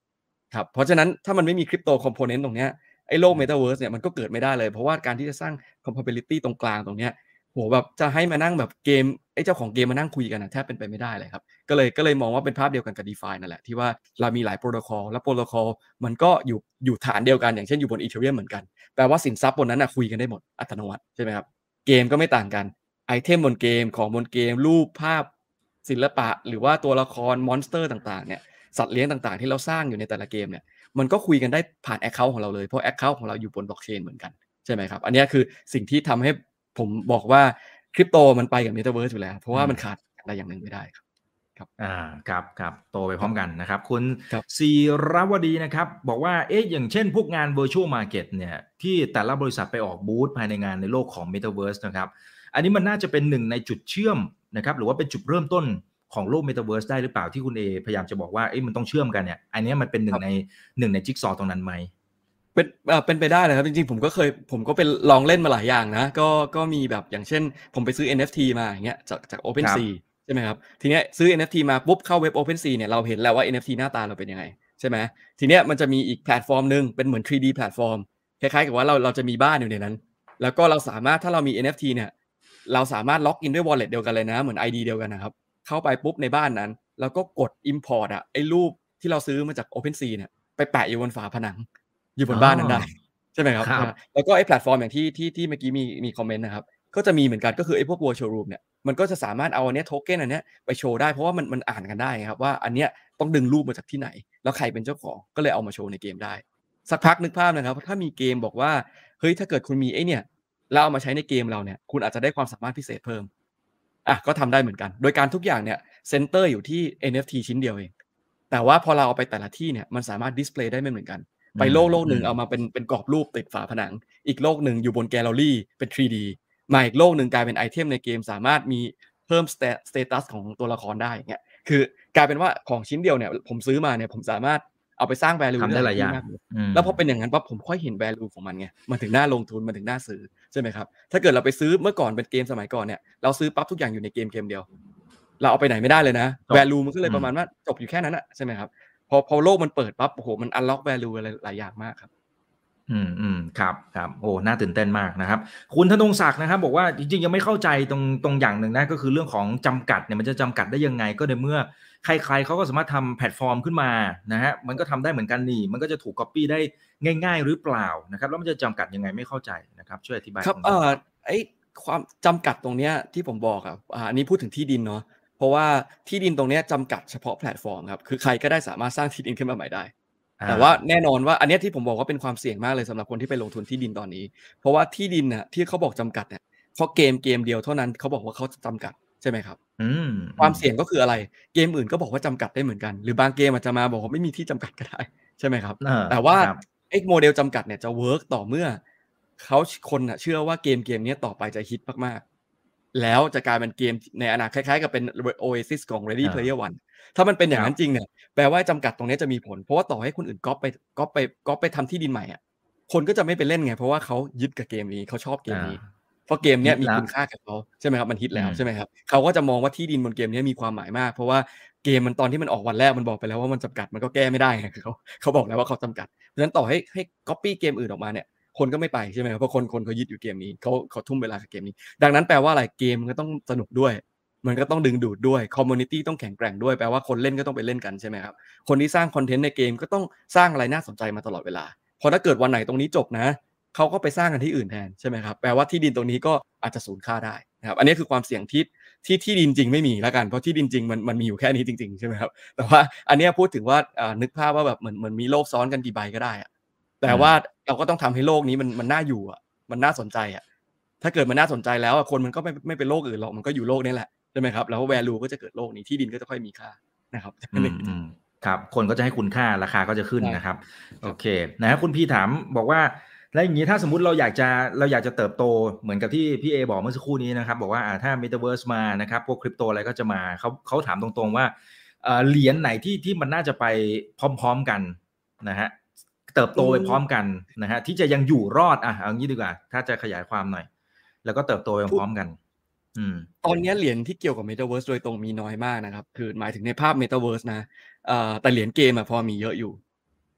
ครับเพราะฉะนั้นถ้ามันไม่มีคริปโตคอมโพเนนต์ตรงเนี้ยไอ้โลกอืม Metaverse เนี่ยมันก็เกิดไม่ได้เลยเพราะว่าการที่จะสร้าง compatibility ตรงกลางตรงเนี้ยโอ้โฮแบบจะให้มานั่งแบบเกมไอ้เจ้าของเกมมานั่งคุยกันน่ะแทบเป็นไปไม่ได้เลยครับก็เลยก็เลยมองว่าเป็นภาพเดียวกันกับ DeFi นั่นแหละที่ว่าเรามีหลาย protocol แล้ว protocol มันก็อยู่อยู่ฐานเดียวกันอย่างเช่นอยู่บน Ethereum เหมือนกันแปลว่าสินทรัพย์บนนั้นน่ะคุยกันได้หมดอัตโนมัติใช่ไหมครับเกมก็ไม่ต่างกันไอเทมบนเกมของบนเกมรูปภาพศิลปะหรือว่าตัวละครมอนสเตอร์ต่างๆเนี่ยสัตว์เลี้ยงต่างๆที่เราสร้างอยู่ในแต่ละเกมเนี่ย มันก็คุยกันได้ผ่านแอคเคาท์ของเราเลยเพราะแอคเคาท์ของเราอยู่บน Blockchain เหมือนกันใช่ไหมครับอันนี้คือสิ่งที่ทำให้ผมบอกว่าคริปโตมันไปกับ Metaverse อยู่แล้วเพราะว่ามันขาดอะไรอย่างหนึ่งไม่ได้ครับครับอ่าครับครับโตไปพครับร้อมกันนะครับคุณครับศิรวดีนะครับบอกว่าเอ๊ะอย่างเช่นพวกงาน Virtual Market เนี่ยที่แต่ละบริษัทไปออกบูธภายในงานในโลกของ Metaverse นะครับอันนี้มันน่าจะเป็นหนึ่งในจุดเชื่อมนะครับหรือว่าเป็นจุดเริ่มต้นของโลก Metaverse ได้หรือเปล่าที่คุณเอพยายามจะบอกว่าเอ๊ะมันต้องเชื่อมกันเนี่ยอันนี้มันเป็นหนึ่งในครับหนึ่งในจิ๊กซอว์ตรงนั้นไหมเป็นเอ่อเป็นไปได้เลยครับจริงๆผมก็เคยผมก็เป็นลองเล่นมาหลายอย่างนะก็ก็มีแบบอย่างเช่นผมไปซื้อ เอ็น เอฟ ที มาอย่างเงี้ยจากจากครับ OpenSea ใช่ไหมครับทีเนี้ยซื้อ เอ็น เอฟ ที มาปุ๊บเข้าเว็บ OpenSea เนี่ยเราเห็นแล้วว่า เอ็น เอฟ ที หน้าตาเราเป็นยังไงใช่ไหมทีเนี้ยมันจะมีอีกแพลตฟอร์มหนึ่งเป็นเหมือน ทรี ดี แพลตฟอร์มคล้ายๆกับว่าเราเราจะมีบ้านอยู่ในนั้นแล้วก็เราสามารถถ้าเรามี เอ็น เอฟ ที เนี่ยเราสามารถล็อกอินด้วย wallet เดียวกันเลยนะเหมือน ไอ ดี เดียวกันนะครับเข้าไปปุ๊บในบ้านนั้นแล้วก็กด import อะไอ้รูปที่เราซื้อมาจาก OpenSea เนี่ยไปแปะอยู่บนฝาผนังอยู่บอ๋อนบ้านนั้นได้ ใช่ไหมครับครับอาแล้วก็ไอ้แพลตฟอร์มอย่างที่ที่ที่เมื่อกี้มีมีคอมเมนต์นะครับก็จะมีเหมือนกันก็คือไอ้พวก Virtual Room เนี่ยมันก็จะสามารถเอาอันเนี้ย token อันเนี้ยไปโชว์ได้เพราะว่ามันมันอ่านกันได้ไงครับว่าอันเนี้ยต้องดึงรูปมาจากที่ไหนแล้วใครเป็นเจ้าของก็เลยเอามาโชว์ในเกมได้สักพักนึกภาพนะครับถ้ามีเกมบอกว่าเฮ้ยถ้าเกิดคุณมีไอ้เนี่ยแล้วเอามาใช้ในเกมเราเนี่ยคุณอาจจะได้ความสามารถพิเศษเพิ่มอะก็ทำได้เหมือนกันโดยการทุกอย่างเนี่ยเซ็นเตอร์อยู่ที่ เอ็น เอฟ ที ชิ้นเดียวเองแต่ว่าพอเราเอาไปแต่ละที่เนี่ยมันสามารถดิสเพลย์ได้ไม่เหมือนกันอืไปโลกโลกหนึ่งเอามมาเป็นเป็นกรอบรูปติดฝาผนังอีกโลกหนึ่งอยู่บนแกลเลอรี่เป็น ทรี ดี มาอีกโลกหนึ่งกลายเป็นไอเทมในเกมสามารถมีเพิ่มสเตสเตตัสของตัวละครได้อย่างเงี้ยคือกลายเป็นว่าของชิ้นเดียวเนี่ยผมซื้อมาเนี่ยผมสามารถเอาไปสร้างๆ value ได้ทำได้หลายอย่างหลายที่มากเลยอืมแล้วพอเป็นอย่างนั้นปั๊บผมค่อยเห็น value ของมันไงมันถึงน่าลงทุนมันถึงน่าซื้อใช่ไหมครับถ้าเกิดเราไปซื้อเมื่อก่อนเป็นเกมสมัยก่อนเนี่ยเราซื้อปั๊บทุกอย่างอยู่ในเกมเกมเดียวเราเอาไปไหนไม่ได้เลยนะจบ value มันก็เลอืมยประมาณว่าจบอยู่แค่นั้นน่ะใช่ไหมครับพอพอโลกมันเปิดปั๊บโอ้โฮมัน unlock value อะไรหลายอย่างมากครับอืมอืมครับครับโอ้น่าตื่นเต้นมากนะครับคุณธนงศักดิ์นะครับบอกว่าจริงๆยังไม่เข้าใจตรงตรงอย่างหนึ่งนะก็คือเรื่องของจำกัดเนี่ยมันจะจำกัดได้ยังไงก็ในเมื่อใครๆเขาก็สามารถทำแพลตฟอร์มขึ้นมานะฮะมันก็ทำได้เหมือนกันนี่มันก็จะถูก copy ได้ง่ายๆหรือเปล่านะครับแล้วมันจะจำกัดยังไงไม่เข้าใจนะครับช่วยอธิบายครับเอ่อตรงนี้หน่อยไอ้ความจำกัดตรงเนี้ยที่ผมบอกอะอ่าอันนี้พูดถึงที่ดินเนาะเพราะว่าที่ดินตรงเนี้ยจำกัดเฉพาะแพลตฟอร์มครับคือใครก็ได้สามารถสร้างที่ดินขึ้นมาใหม่ได้อาแต่ว่าแน่นอนว่าอันเนี้ยที่ผมบอกว่าเป็นความเสี่ยงมากเลยสำหรับคนที่ไปลงทุนที่ดินตอนนี้เพราะว่าที่ดินน่ะที่เขาบอกจำกัดเนี่ยเพราะเกมเกมเดียวเท่านั้นเขาบอกว่าเขาจำกัดใช่ไหมครับอืมอืมความเสี่ยงก็คืออะไรเกมอื่นก็บอกว่าจำกัดได้เหมือนกันหรือบางเกมอาจจะมาบอกว่าไม่มีที่จำกัดก็ได้ใช่ไหมครับเออแต่ว่าครับไอ้โมเดลจำกัดเนี่ยจะเวิร์กต่อเมื่อ เขาคนน่ะเชื่อว่าเกมเกมเนี้ยต่อไปจะฮิตมากๆแล้วจะกลายเป็นเกมในอนาคตคล้ายๆกับเป็น Oasis ของ Ready อา Player One ถ้ามันเป็นอคย่างรับนั้นจริงเนี่ยแปลว่าจำกัดตรงเนี้ยจะมีผลเพราะว่าต่อให้คนอื่นก๊อบไปก๊อบไปก๊อบไปทำที่ดินใหม่อะคนก็จะไม่ไปเล่นไงเพราะว่าเขายึดกับเกมนี้เขาชอบเกมอานี้เพราะเกมเนี้ฮิตแล้วยมีคุณค่ากับเขาใช่ไหมครับมันฮิตอืมแล้วใช่ไหมครับเขาก็จะมองว่าที่ดินบนเกมเนี้ยมีความหมายมากเพราะว่าเกมมันตอนที่มันออกวันแรกมันบอกไปแล้วว่ามันจำกัดมันก็แก้ไม่ได้ไงคือเขาเขาบอกแล้วว่าเขาจำกัดเพราะฉะนั้นต่อให้ให้ก๊อบปี้เกมอื่นออกมาเนี่ย คนก็ไม่ไปใช่ไหมครับเพราะคนคนเขายึดอยู่เกมนี้เขาเขาทุ่มเวลากับเกมนี้ดังนั้นแปลว่าอะไรเกมมันก็ต้องสนุกด้วยมันก็ต้องดึงดูดด้วยคอมมิวนิตีต้องแข็งแกร่งด้วยแปลว่าคนเล่นก็ต้องไปเล่นกันใช่ไหมครับคนที่สร้างคอนเทนต์ในเกมก็ต้องสร้างอะไรน่าสนใจมาตลอดเวลาพอถ้าเกิดวันไหนตรงนี้จบนะเขาก็ไปสร้างกันที่อื่นแทนใช่ไหมครับแปลว่าที่ดินตรงนี้ก็อาจจะสูญค่าได้นะครับอันนี้คือความเสี่ยงที่ที่ที่ดินจริงไม่มีแล้วกันเพราะที่ดินจริงมันมันมีอยู่แค่นี้จริงๆใช่ไหมครับแต่ว่าอันนี้พูดถึงว่าอ่านึกภาพว่าแบบเหมือนเหมือนมีโลกซ้อนกันกี่ใบก็ได้อะ แต่อืมว่าเราก็ต้องทำให้โลกนี้มันมันน่าอยู่อะมันน่าสนใจอะถ้าเกิดมันน่าสนใจแล้วอะคนมันก็ไม่ไม่ไปโลกอื่นหรอกมันก็อยู่โลกนี้แหละใช่ไหมครับแล้ว value ก็จะเกิดโลกนี้ที่ดินก็จะค่อยมีค่านะครับอืมอืมครับคนก็จะให้คุณค่าราคาก็จะขึ้นใช่นะครับครับโอเคนะครับคุณพี่ถามบอกว่าแล้วอย่างนี้ถ้าสมมุติเราอยากจะเราอยากจะเติบโตเหมือนกับที่พี่เอบอกเมื่อสักครู่นี้นะครับบอกว่าอ่าถ้า Metaverse มานะครับพวกคริปโตอะไรก็จะมาเขาเขาถามตรงๆว่าเอ่อเหรียญไหนที่ที่มันน่าจะไปพร้อมๆกันนะฮะเติบโตอืไปพร้อมมกันนะฮะที่จะยังอยู่รอดอ่ะเอางี้ดีกว่าถ้าจะขยายความหน่อยแล้วก็เติบโตไปพูดพร้อมกันอืมตอนเนี้ยเหรียญที่เกี่ยวกับ Metaverse โดยตรงมีน้อยมากนะครับคือหมายถึงในภาพ Metaverse นะเอ่อแต่เหรียญเกมอะพอมีเยอะอยู่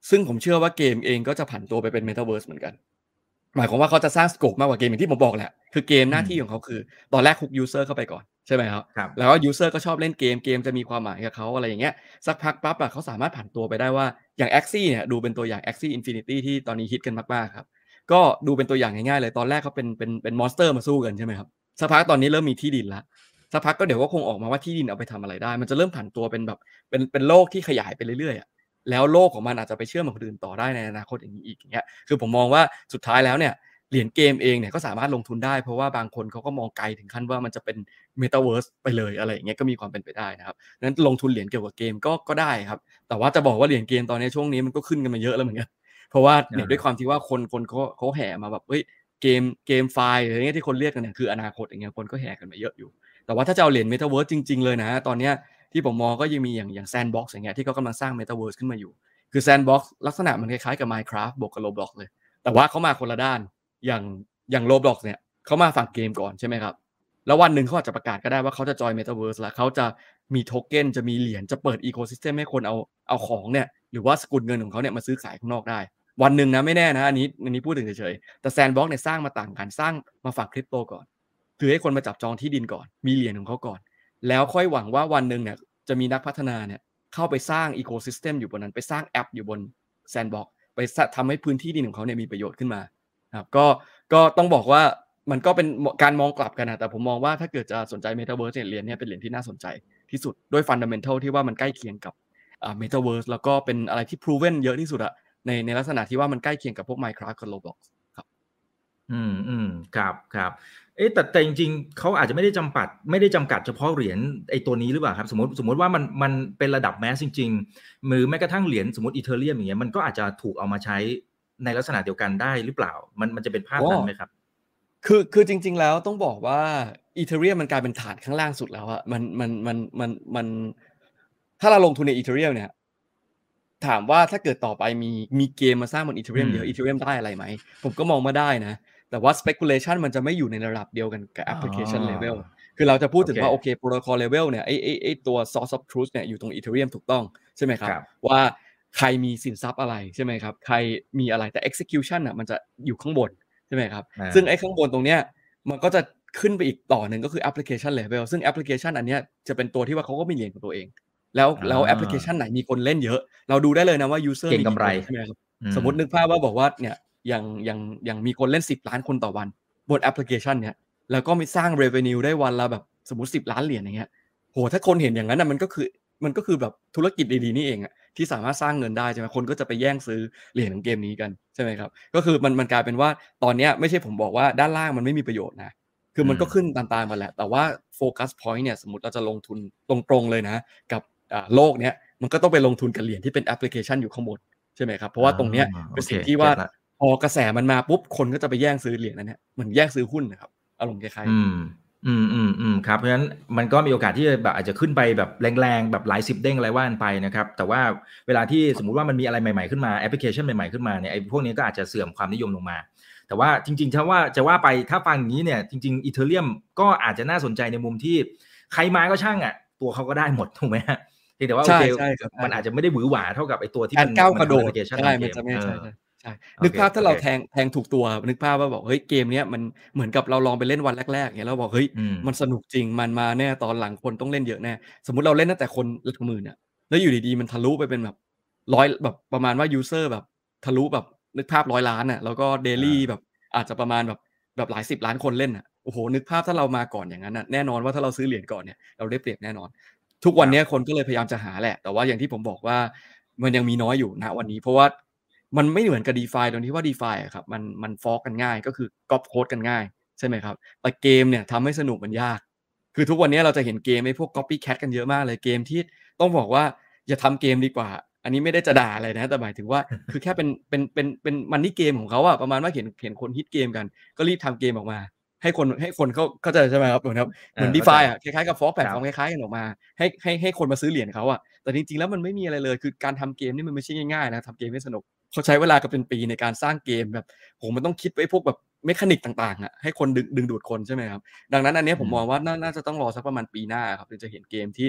ซึ่งผมเชื่อว่าเกมเองก็จะผันตัวไปเป็น Metaverse เหมือนกันหมายความว่าเขาจะสร้างสโกปมากกว่าเกมอย่างที่ผมบอกแหละคือเกมหน้าที่ของเขาคือตอนแรก hook user เข้าไปก่อนใช่ไหมครับแล้วก็ user ก็ชอบเล่นเกมเกมจะมีความหมายกับเขาอะไรอย่างเงี้ยสักพักปั๊บอะเขาสามารถผันตัวไปได้ว่าอย่าง Axie เนี่ยดูเป็นตัวอย่าง Axie Infinity ที่ตอนนี้ฮิตกันมากๆครับก็ดูเป็นตัวอย่างง่ายๆเลยตอนแรกเขาเป็นเป็นเป็นมอนสเตอร์มาสู้กันใช่ไหมครับสักพักตอนนี้เริ่มมีที่ดินแล้วสักพักก็เดี๋ยวก็คงออกมาว่าที่ดินเอาไปทำอะไรได้มันจะเริ่มผันตัวเป็นแบบเป็นเป็นโลกที่ขยายไปเรื่อยๆอะแล้วโลกของมันอาจจะไปเชื่อมกับคนอื่นต่อได้ในอนาคตอย่างนี้อีกอย่างเงี้ยคือผมมองว่าสุดท้ายแล้วเนี่ยเหรียญเกมเองเนี่ยก็สามารถลงทุนได้เพราะว่าบางคนเขาก็มองไกลถึงขั้นว่ามันจะเป็น Metaverse ไปเลยอะไรอย่างเงี้ยก็มีความเป็นไปได้นะครับนั้นลงทุนเหรียญเกี่ยวกับเกมก็ก็ได้ครับแต่ว่าจะบอกว่าเหรียญเกมตอนนี้ช่วงนี้มันก็ขึ้นกันมาเยอะแล้วเหมือนกันเพราะว่าเนี่ยด้วยความที่ว่าคนคนเขาเขาแห่มาแบบเฮ้ยเกมเกมไฟล์อะไรเงี้ยที่คนเรียกกันเนี่ยคืออนาคตอย่างเงี้ยคนก็แห่กันมาเยอะอยู่แต่ว่าถ้าจะเอาเหรียญ Metaverse จริงๆเลยนะตอนเนี้ยที่ผมมองก็ยังมีอย่างอย่าง Sandbox อย่างเงี้ยที่เขากำลังสร้าง Metaverse ขึ้นมาอยู่คือ Sandbox ลักษณะมันคล้ายๆกับ Minecraft บวกกับ Roblox เลยแต่ว่าเขามาคนละด้านอย่างอย่าง Roblox เนี่ยเขามาฝั่งเกมก่อนใช่ไหมครับแล้ววันหนึ่งเขาอาจจะประกาศก็ได้ว่าเขาจะจอย Metaverse แล้วเขาจะมีโทเค็นจะมีเหรียญจะเปิด Ecosystem ให้คนเอาเอาของเนี่ยหรือว่าสกุลเงินของเขาเนี่ยมาซื้อขายข้างนอกได้วันหนึ่งนะไม่แน่นะอันนี้อันนี้พูดถึงเฉยๆแต่ Sandbox เนี่ยสร้างมาต่างกันสร้างมาฝั่งคริปโตก่อนคือให้คนมาจับจองที่ดินก่อนมีเหรียญของเขาก่อนแล้วค่อยหวังว่าวันหนึ่งเนี่ยจะมีนักพัฒนาเนี่ยเข้าไปสร้าง Ecosystem อยู่บนนั้นไปสร้างแอปอยู่บน Sandbox ไปทำให้พื้นที่ดินของเขาเนี่ยมีประโยชน์ขึ้นมาครับก็ก็ต้องบอกว่ามันก็เป็นการมองกลับกันนะแต่ผมมองว่าถ้าเกิดจะสนใจ Metaverse เนี่ยเหรียญเนี่ยเป็นเหรียญที่น่าสนใจที่สุดด้วย Fundamental ที่ว่ามันใกล้เคียงกับอ่า Metaverse แล้วก็เป็นอะไรที่ proven เยอะที่สุดอะในในลักษณะที่ว่ามันใกล้เคียงกับพวก Minecraft กับ Roblox ครับอืมอืมครับครับเอ๊ะแต่แต่จริงๆเขาอาจจะไม่ได้จำกัดไม่ได้จำกัดเฉพาะเหรียญไอ้ตัวนี้หรือเปล่าครับสมมติสมมติว่ามันมันเป็นระดับแมสจริงๆหรือแม้กระทั่งเหรียญสมมติอีเธอเรียมอย่างเงี้ยมันก็อาจจะถูกเอามาใช้ในลักษณะเดียวกันได้หรือเปล่ามันมันจะเป็นภาพก็นั้นไหมครับคือคือจริงๆแล้วต้องบอกว่า Ethereum มันกลายเป็นฐานข้างล่างสุดแล้วอะมันมันมันมันมันถ้าเราลงทุนใน Ethereum เนี่ย ถามว่าถ้าเกิดต่อไปมีมีเกมมาสร้างบนอื Ethereum มเยอะ Ethereum ได้อะไรไหมผมก็มองว่าได้นะแต่ว่า speculation มันจะไม่อยู่ในระดับเดียวกันกับอ๋ application อ level คือเราจะพูดโอเคถึงว่าโอเค protocol level เนี่ยไอ้ไอ้ไอ้ตัว source of truth เนี่ยอยู่ตรง Ethereum ถูกต้องใช่ไหมครับครับว่าใครมีสินทรัพย์อะไรใช่ไหมครับใครมีอะไรแต่ execution น่ะมันจะอยู่ข้างบนใช่ไหมครับอาซึ่งไอ้ข้างบนตรงเนี้ยมันก็จะขึ้นไปอีกต่อหนึ่งก็คือ application level ซึ่ง application อันเนี้ยจะเป็นตัวที่ว่าเขาก็มีเหรียญของตัวเองแล้วอ๋อแล้วแอปพลิเคชันไหนมีคนเล่นเยอะ เราดูได้เลยนะว่ายูสเซอร์เก็งกำไรมีกี่คนใช่ไหมครับอืมสมมุตินึกภาพว่าบอกว่าเนี่ยอย่างอย่างอย่างมีคนเล่นสิบล้านคนต่อวันบนแอปพลิเคชันเนี้ยแล้วก็มีสร้าง revenue ได้วันละแบบสมมุติสิบล้านเหรียญอย่างเงี้ยโอ้โฮถ้าคนเห็นอย่างนั้นน่ะมันก็คือมันก็คือแบบธุรกิจดีๆนี่เองอะที่สามารถสร้างเงินได้ใช่ไหมคนก็จะไปแย่งซื้อเหรียญของเกมนี้กันใช่ไหมครับก็คือมันมันกลายเป็นว่าตอนเนี้ยไม่ใช่ผมบอกว่าด้านล่างมันไม่มีประโยชน์นะคืออืมมันก็ขึ้นตามๆกันแหละแต่ว่าโฟกัสพอยต์เนี่ยสมมุติเราจะลงทุนตรงๆเลยนะกับอ่าโลกเนี้ย มันก็ต้องไปลงทุนกับเหรียญที่เป็นแอปพลิเคชันอยู่ข้างบนใช่ไหมครับเพราะอ๋อว่าตรงเนี้ยเป็นโอเคสิ่งที่ว่าเก็ตแล้วพอกระแสมันมาปุ๊บคนก็จะไปแย่งซื้อเหรียญนั้นเนี่ยเหมือนแย่งซื้อหุ้นน่ะครับอารมณ์คล้ายๆอย่างงั้นอืมอืมอืมอืมครับเพราะฉะนั้นมันก็มีโอกาสที่จะแบบอาจจะขึ้นไปแบบแรงๆแบบหลายสิบเด้งอะไรว่ากันไปนะครับแต่ว่าเวลาที่สมมุติว่ามันมีอะไรใหม่ๆขึ้นมาแอปพลิเคชันใหม่ๆขึ้นมาเนี่ยไอ้พวกนี้ก็อาจจะเสื่อมความนิยมลงมาแต่ว่าจริงๆถ้าว่าจะว่าไปถ้าฟังอย่างนี้เนี่ยจริงๆ Ethereum ก็อาจจะน่าสนใจในมุมที่ใครมาก็ช่างอะตัวเขาก็ได้หมดถูกไหมครับเพียงแต่ว่าโอใช่เคใช่ครับใช่ครับมันอาจจะไม่ได้หวือหวาเท่ากับไอ้ตัวที่การมันก้าวกระโดดมันทำแอปพลิเคชันใช่ทำเกมมันจะไม่เออใช่ๆใช่โอเคนึกภาพโอเคถ้าเราแทงแทงถูกตัวนึกภาพว่าบอกเฮ้ยเกมเนี้ยมันเหมือนกับเราลองไปเล่นวันแรกๆอย่างเงี้ยแล้วบอกเฮ้ยอืมมันสนุกจริงมันมาแน่ตอนหลังคนต้องเล่นเยอะแน่สมมุติเราเล่นตั้งแต่คนหลักหมื่นอะแล้วอยู่ดีๆมันทะลุไปเป็นแบบร้อยแบบประมาณว่ายูสเซอร์แบบทะลุแบบนึกภาพร้อยล้านอะแล้วก็เดลีอาแบบอาจจะประมาณแบบแบบหลายสิบล้านคนเล่นอะโอ้โฮนึกภาพถ้าเรามาก่อนอย่างงั้นน่ะแน่นอนว่าถ้าเราซื้อเหรียญก่อนเนี่ยเราได้เปรียบแน่นอนทุกครับวันเนี้ยคนก็เลยพยายามจะหาแหละแต่ว่าอย่างที่ผมบอกว่า มันยังมีน้อยอยู่ณวันนี้เพราะว่ามันไม่เหมือนกับ DeFi ตรงที่ว่า DeFi อะครับมันมัน fork กันง่ายก็คือก๊อบโคดกันง่ายใช่ไหมครับแต่เกมเนี่ยทำให้สนุกมันยากคือทุกวันนี้เราจะเห็นเกมไอ้พวก copycat กันเยอะมากเลยเกมที่ต้องบอกว่าอย่าทำเกมดีกว่าอันนี้ไม่ได้จะด่าอะไรนะแต่หมายถึงว่าคือแค่เป็นเป็นเป็นเป็น money game ของเขาอะประมาณว่าเห็นเห็นคนฮิตเกมกันก็รีบทำเกมออกมาให้คนให้คนเข้าเข้าใจใช่ไหมครับเหมือนครับเหมือนเออเข้าใจ DeFi อะคล้ายๆกับ fork แพลครับตฟอร์มคล้ายๆกันออกมาให้ให้ให้คนมาซื้อเหรียญเขาอะ แต่จริงๆแล้วมันไม่มีอะไรเลยคือการทำเกมนี่มันไม่ใช่ง่ายๆนะทำเกมให้สนุกเขาใช้เวลากันเป็นปีในการสร้างเกมแบบโอ้โฮมันต้องคิดไว้พวกแบบ mechanic ต่างๆอะให้คนดึงดึงดูดคนใช่ไหมครับดังนั้นอันเนี้ยผมอืมมองว่าน่าน่าจะต้องรอสักประมาณปีหน้าอะครับถึงจะเห็นเกมที่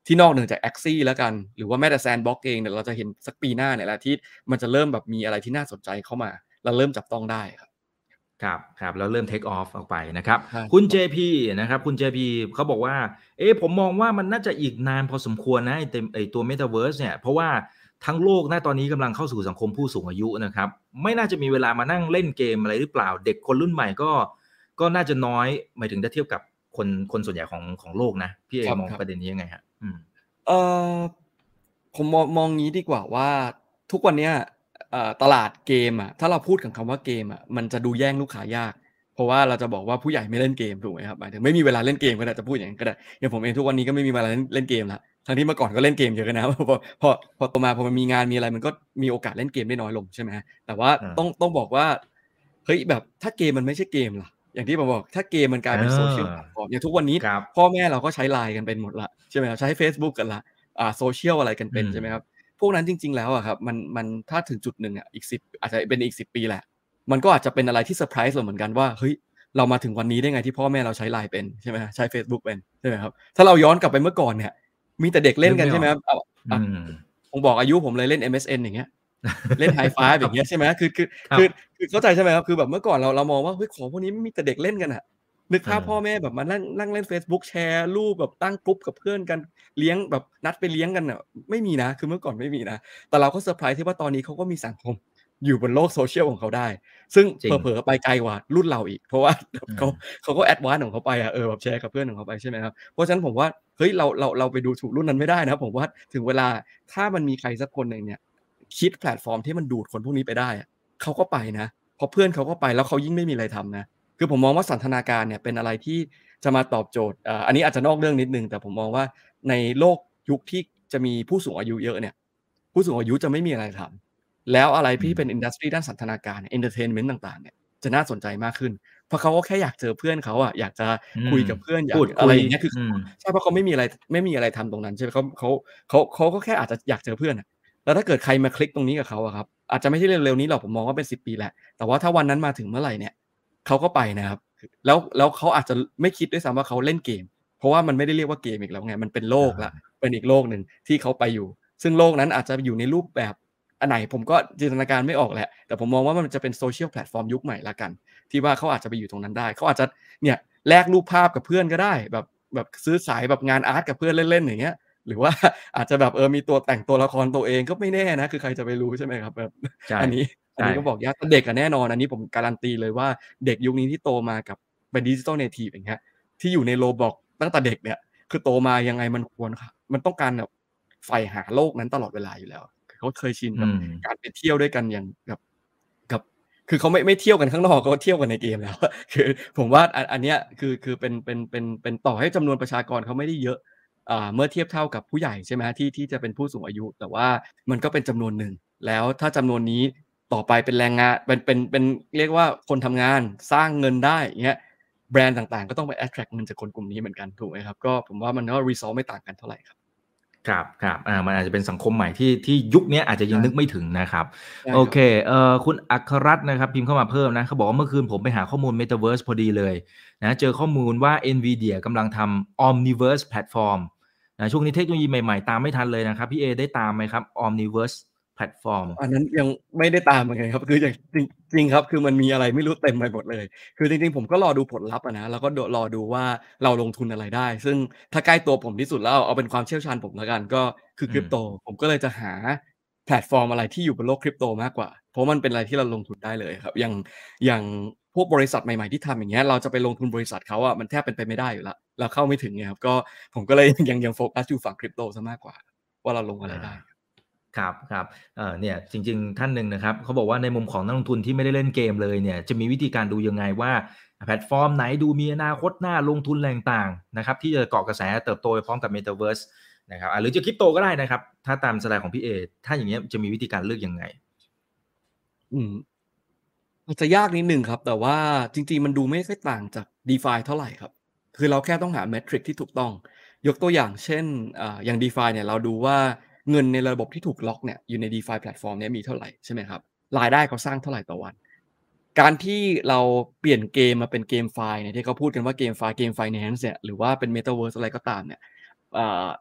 ที่นอกเหนือจาก Axie แล้วกันหรือว่าแม้แต่ Sandbox เองเนี่ยเราจะเห็นสักปีหน้าเนี่ยแหละที่มันจะเริ่มแบบมีอะไรที่น่าสนใจเข้ามาแล้วเริ่มจับต้องได้ครับครับครับแล้วเริ่ม take off ออกไปนะครับใช่คุณครับเจ พี นะครับคุณ เจ พี เขาบอกว่าเอ๊ะผมมองว่ามันน่าจะอีกนานพอสมควรนะไอ้เต็มไอ้ตัว Metaverse เนี่ยเพราะว่าทั้งโลกณตอนนี้กำลังเข้าสู่สังคมผู้สูงอายุนะครับไม่น่าจะมีเวลามานั่งเล่นเกมอะไรหรือเปล่าเด็กคนรุ่นใหม่ก็ก็น่าจะน้อยหมายถึงถ้าเทียบกับคนคนส่วนใหญ่ของของโลกนะพี่เอครับมองครับประเด็นนี้ยังไงครับอืมเอ่อผมมองมองงี้ดีกว่าว่าทุกวันเนี้ยเอ่อตลาดเกมอะถ้าเราพูดถึงคำว่าเกมอะมันจะดูแย่งลูกค้ายากเพราะว่าเราจะบอกว่าผู้ใหญ่ไม่เล่นเกมถูกไหมครับหมายถึงไม่มีเวลาเล่นเกมก็ได้จะพูดอย่างนั้นก็ได้อย่างผมเองทุกวันนี้ก็ไม่มีเวลาเล่นเล่นเกมแล้วทั้งที่เมื่อก่อนก็เล่นเกมเยอะนะพอพอพอโตมาพอมันมีงานมีอะไรมันก็มีโอกาสเล่นเกมได้น้อยลงใช่ไหมแต่ว่าอาต้องต้องบอกว่าเฮ้ยแบบถ้าเกมมันไม่ใช่เกมล่ะอย่างที่ผมบอกถ้าเกมมันกลายเอเป็น social อ platform อย่างทุกวันนี้ครับพ่อแม่เราก็ใช้ ไลน์ กันเป็นหมดแล้วใช่ไหมครับใช้เฟซบุ๊กกันแล้ว อ่า social อะไรกันอืมเป็นใช่ไหมครับพวกนั้นจริงๆแล้วอะครับมันมันถ้าถึงจุดหนึ่งอะอีกสิบอาจจะเป็นอีกสิบปีแหละมันก็อาจจะเป็นอะไรที่เซอร์ไพรส์เราเหมือนกันว่าเฮ้ยเรามาถึงวันนี้ได้ไงที่พ่อแม่เราใช้ ไลน์ เป็นใช่ไหมครับใช้เฟซบุ๊กเป็นใช่ไหมครับถ้าเราย้อนกลับไปเมื่อก่อนเนี่ยมีแต่เด็กเล่นกันนึกไม่ออกใช่ไหมครับอ้าวอือะมผมบอกอายุผมเลยเล่น เอ็ม เอส เอ็น อย่างเงี้ยเล่น High Five ครับอย่างเงี้ยใช่ไหมคือคือครับคือคือเข้าใจใช่ไหมครับคือแบบเมื่อก่อนเราเรามองว่าเฮ้ยของพวกนี้มีแต่เด็กเล่นกันอะนึกเอภาพพ่ออแม่แบบมานั่งนั่งเล่นเฟซบุ๊กแชร์รูปแบบตั้งกรุ๊ปกับเพื่อนกัน เลี้ยงแบบนัดไปเลี้ยงกันน่ะไม่มีนะคือเมื่อก่อนไม่มีนะแต่เราก็เซอร์ไพรส์ที่ว่าตอนนี้เขาก็มีสังคมอยู่บนโลก social ของเขาได้ซึ่งจริงเผลอๆไปไกลกว่ารุ่นเราอีกเพราะว่าแบบเขาอืมเขาก็ แอดวานซ์ ของเขาไปอะเออแบบแชร์กับเพื่อนของเขาไปใช่ไหมครับเพราะฉะนั้นผมว่าเฮ้ยเราเราเราไปดูถูกรุ่นนั้นไม่ได้นะผมว่าถึงเวลาถ้ามันมีใครสักคนหนึ่งเนี่ยคิดแพลตฟอร์มที่มันดูดคนพวกนี้ไปได้อะเขาก็ไปนะเพราะเพื่อนเขาก็ไปแล้วเขายิ่งไม่มีอะไรทำนะคือผมมองว่าสันทนาการเนี่ยเป็นอะไรที่จะมาตอบโจทย์อ่าอันนี้อาจจะนอกเรื่องนิดหนึ่งแต่ผมมองว่า ในโลกยุคที่จะมีผู้สูงอายุเยอะเนี่ยผู้สูงอายุจะไม่มีอะไรทำแล้วอะไรอืมที่เป็นอินดัสทรีด้านสันทนาการเอนเทอร์เทนเมนต์ต่างๆเนี่ยจะน่าสนใจมากขึ้นเพราะเขาก็แค่อยากเจอเพื่อนเขาอะอยากจะอืมคุยกับเพื่อนอยากพูดคุยอะไรอย่างเงี้ยคืออืมใช่เพราะเขาไม่มีอะไรไม่มีอะไรทำตรงนั้นใช่ไหมเขาเขาเขาเขาก็แค่อาจจะอยากเจอเพื่อนอะแล้วถ้าเกิดใครมาคลิกตรงนี้กับเขาอะครับอาจจะไม่ใช่เร็วๆนี้หรอกผมมองว่าเป็นสิบปีแหละแต่ว่าถ้าวันนั้นมาถึงเมื่อไหร่เนี่ยเขาก็ไปนะครับแล้วแล้วเขาอาจจะไม่คิดด้วยซ้ำว่าเขาเล่นเกมเพราะว่ามันไม่ได้เรียกว่าเกมอีกแล้วไงมันเป็นโลกแล้วอาเป็นอีกโลกหนึ่งที่เขาไปอยู่ ซึ่งโลกนั้นอาจจะอยู่ในรูปแบบอันไหนผมก็จินตนาการไม่ออกแหละ แต่ผมมองว่ามันจะเป็น social platform ยุคใหม่แล้วกันที่ว่าเขาอาจจะไปอยู่ตรงนั้นได้เขาอาจจะเนี่ยแลกรูปภาพกับเพื่อนก็ได้แบบแบบซื้อสายแบบงานอาร์ตกับเพื่อนเล่นๆอย่างเงี้ยหรือว่าอาจจะแบบเออมีตัวแต่งตัวละครตัวเองก็ไม่แน่นะคือใครจะไปรู้ใช่ไหมครับแบบใช่อันนี้อันใช่นี้ก็บอกยากแต่เด็กอะแน่นอนอันนี้ผมการันตีเลยว่าเด็กยุคนี้ที่โตมากับเป็น Digital Native อย่างเงี้ยที่อยู่ใน Roblox ตั้งแต่เด็กเนี่ยคือโตมายังไงมันควรค่ะมันต้องการแบบใฝ่หาโลกนั้นตลอดเวลาอยู่แล้วเขาเคยชินกับอืมการไปเที่ยวด้วยกันอย่างกับกับคือเขาไม่ไม่เที่ยวกันข้างนอกเขาเที่ยวกันในเกมแล้วคือผมว่าอันอันเนี้ยคือคือเป็นเป็นเป็นเป็นต่อให้จำนวนประชากรเขาไม่ได้เยอะอ่าเมื่อเทียบเท่ากับผู้ใหญ่ใช่ไหมที่ที่จะเป็นผู้สูงอายุแต่ว่ามันก็เป็นจำนวนหนึ่ง แล้วถ้าจำนวนนี้ต่อไปเป็นแรงงานเป็นเป็นเป็นเรียกว่าคนทำงานสร้างเงินได้อย่างเงี้ยแบรนด์ต่างๆก็ต้องไป attract เงินจากคนกลุ่มนี้เหมือนกันถูกไหมครับก็ผมว่ามันก็ result ไม่ต่างกันเท่าไรครับครับครับอามันอาจจะเป็นสังคมใหม่ที่ที่ยุคเนี้ยอาจจะยังนึกใช่ไม่ถึงนะครับใช่ครับโอเคเอ่อคุณอัครรัตน์นะครับพิมพ์เข้ามาเพิ่มนะเขาบอกว่าเมื่อคืนผมไปหาข้อมูล Metaverse พอดีเลยนะเจอข้อมูลว่า NVIDIA กำลังทำ Omniverse แพลตฟอร์มนะช่วงนี้เทคโนโลยีใหม่ๆตามไม่ทันเลยนะครับพี่เอได้ตามไหมครับ Omniverse แพลตฟอร์มอันนั้นยังไม่ได้ตามเหมือนกันครับคืออย่างจริงจริงครับคือมันมีอะไรไม่รู้เต็มไปหมดเลยคือจริงๆผมก็รอดูผลลัพธ์อะนะแล้วก็ดรอดูว่าเราลงทุนอะไรได้ซึ่งถ้าใกล้ตัวผมที่สุดแล้วเอาเป็นความเชี่ยวชาญผมแล้วกันก็คืออืม Crypto ผมก็เลยจะหาแพลตฟอร์มอะไรที่อยู่บนโลก Crypto มากกว่าเพราะมันเป็นอะไรที่เราลงทุนได้เลยครับอย่างอย่างพวกบริษัทใหม่ๆที่ทำอย่างเงี้ยเราจะไปลงทุนบริษัทเขาอะมันแทบเป็นไปไม่ได้อยู่แล้วเราเข้าไม่ถึงไงครับก็ผมก็เลยยังยังโฟกัสอยู่ฝั่ง Crypto เสียมากกว่าว่าเราลงอะไรอาได้ครับครับเอ่อเนี่ยจริงๆท่านหนึ่งนะครับเขาบอกว่าในมุมของนักลงทุนที่ไม่ได้เล่นเกมเลยเนี่ยจะมีวิธีการดูยังไงว่าแพลตฟอร์มไหนดูมีอนาคตน่าลงทุนไรต่างๆนะครับที่จะเกาะกระแสเติบโตไปพร้อมกับ Metaverse นะครับอ่าหรือจะ Crypto ก็ได้นะครับถ้าตามสไตล์ของพี่เอถ้าอย่างเงี้ยจะมีวิธีการเลือกยังไงอืม อาจจะยากนิดหนึ่งครับแต่ว่าจริงๆมันดูไม่ค่อยต่างจาก ดีฟาย เท่าไรครับคือเราแค่ต้องหาเมทริกที่ถูกต้องยกตัวอย่างเช่นอ่าอย่าง ดีฟาย เนี่ยเราดูว่าเงินในระบบที่ถูกล็อกเนี่ยอยู่ใน ดีฟาย แพลตฟอร์มเนี้ยมีเท่าไรใช่ไหมครับรายได้เขาสร้างเท่าไรต่อวันการที่เราเปลี่ยนเกมมาเป็น GameFi เนี่ยที่เขาพูดกันว่า GameFi Game Finance เนี่ยหรือว่าเป็น Metaverse อะไรก็ตามเนี่ยอ่า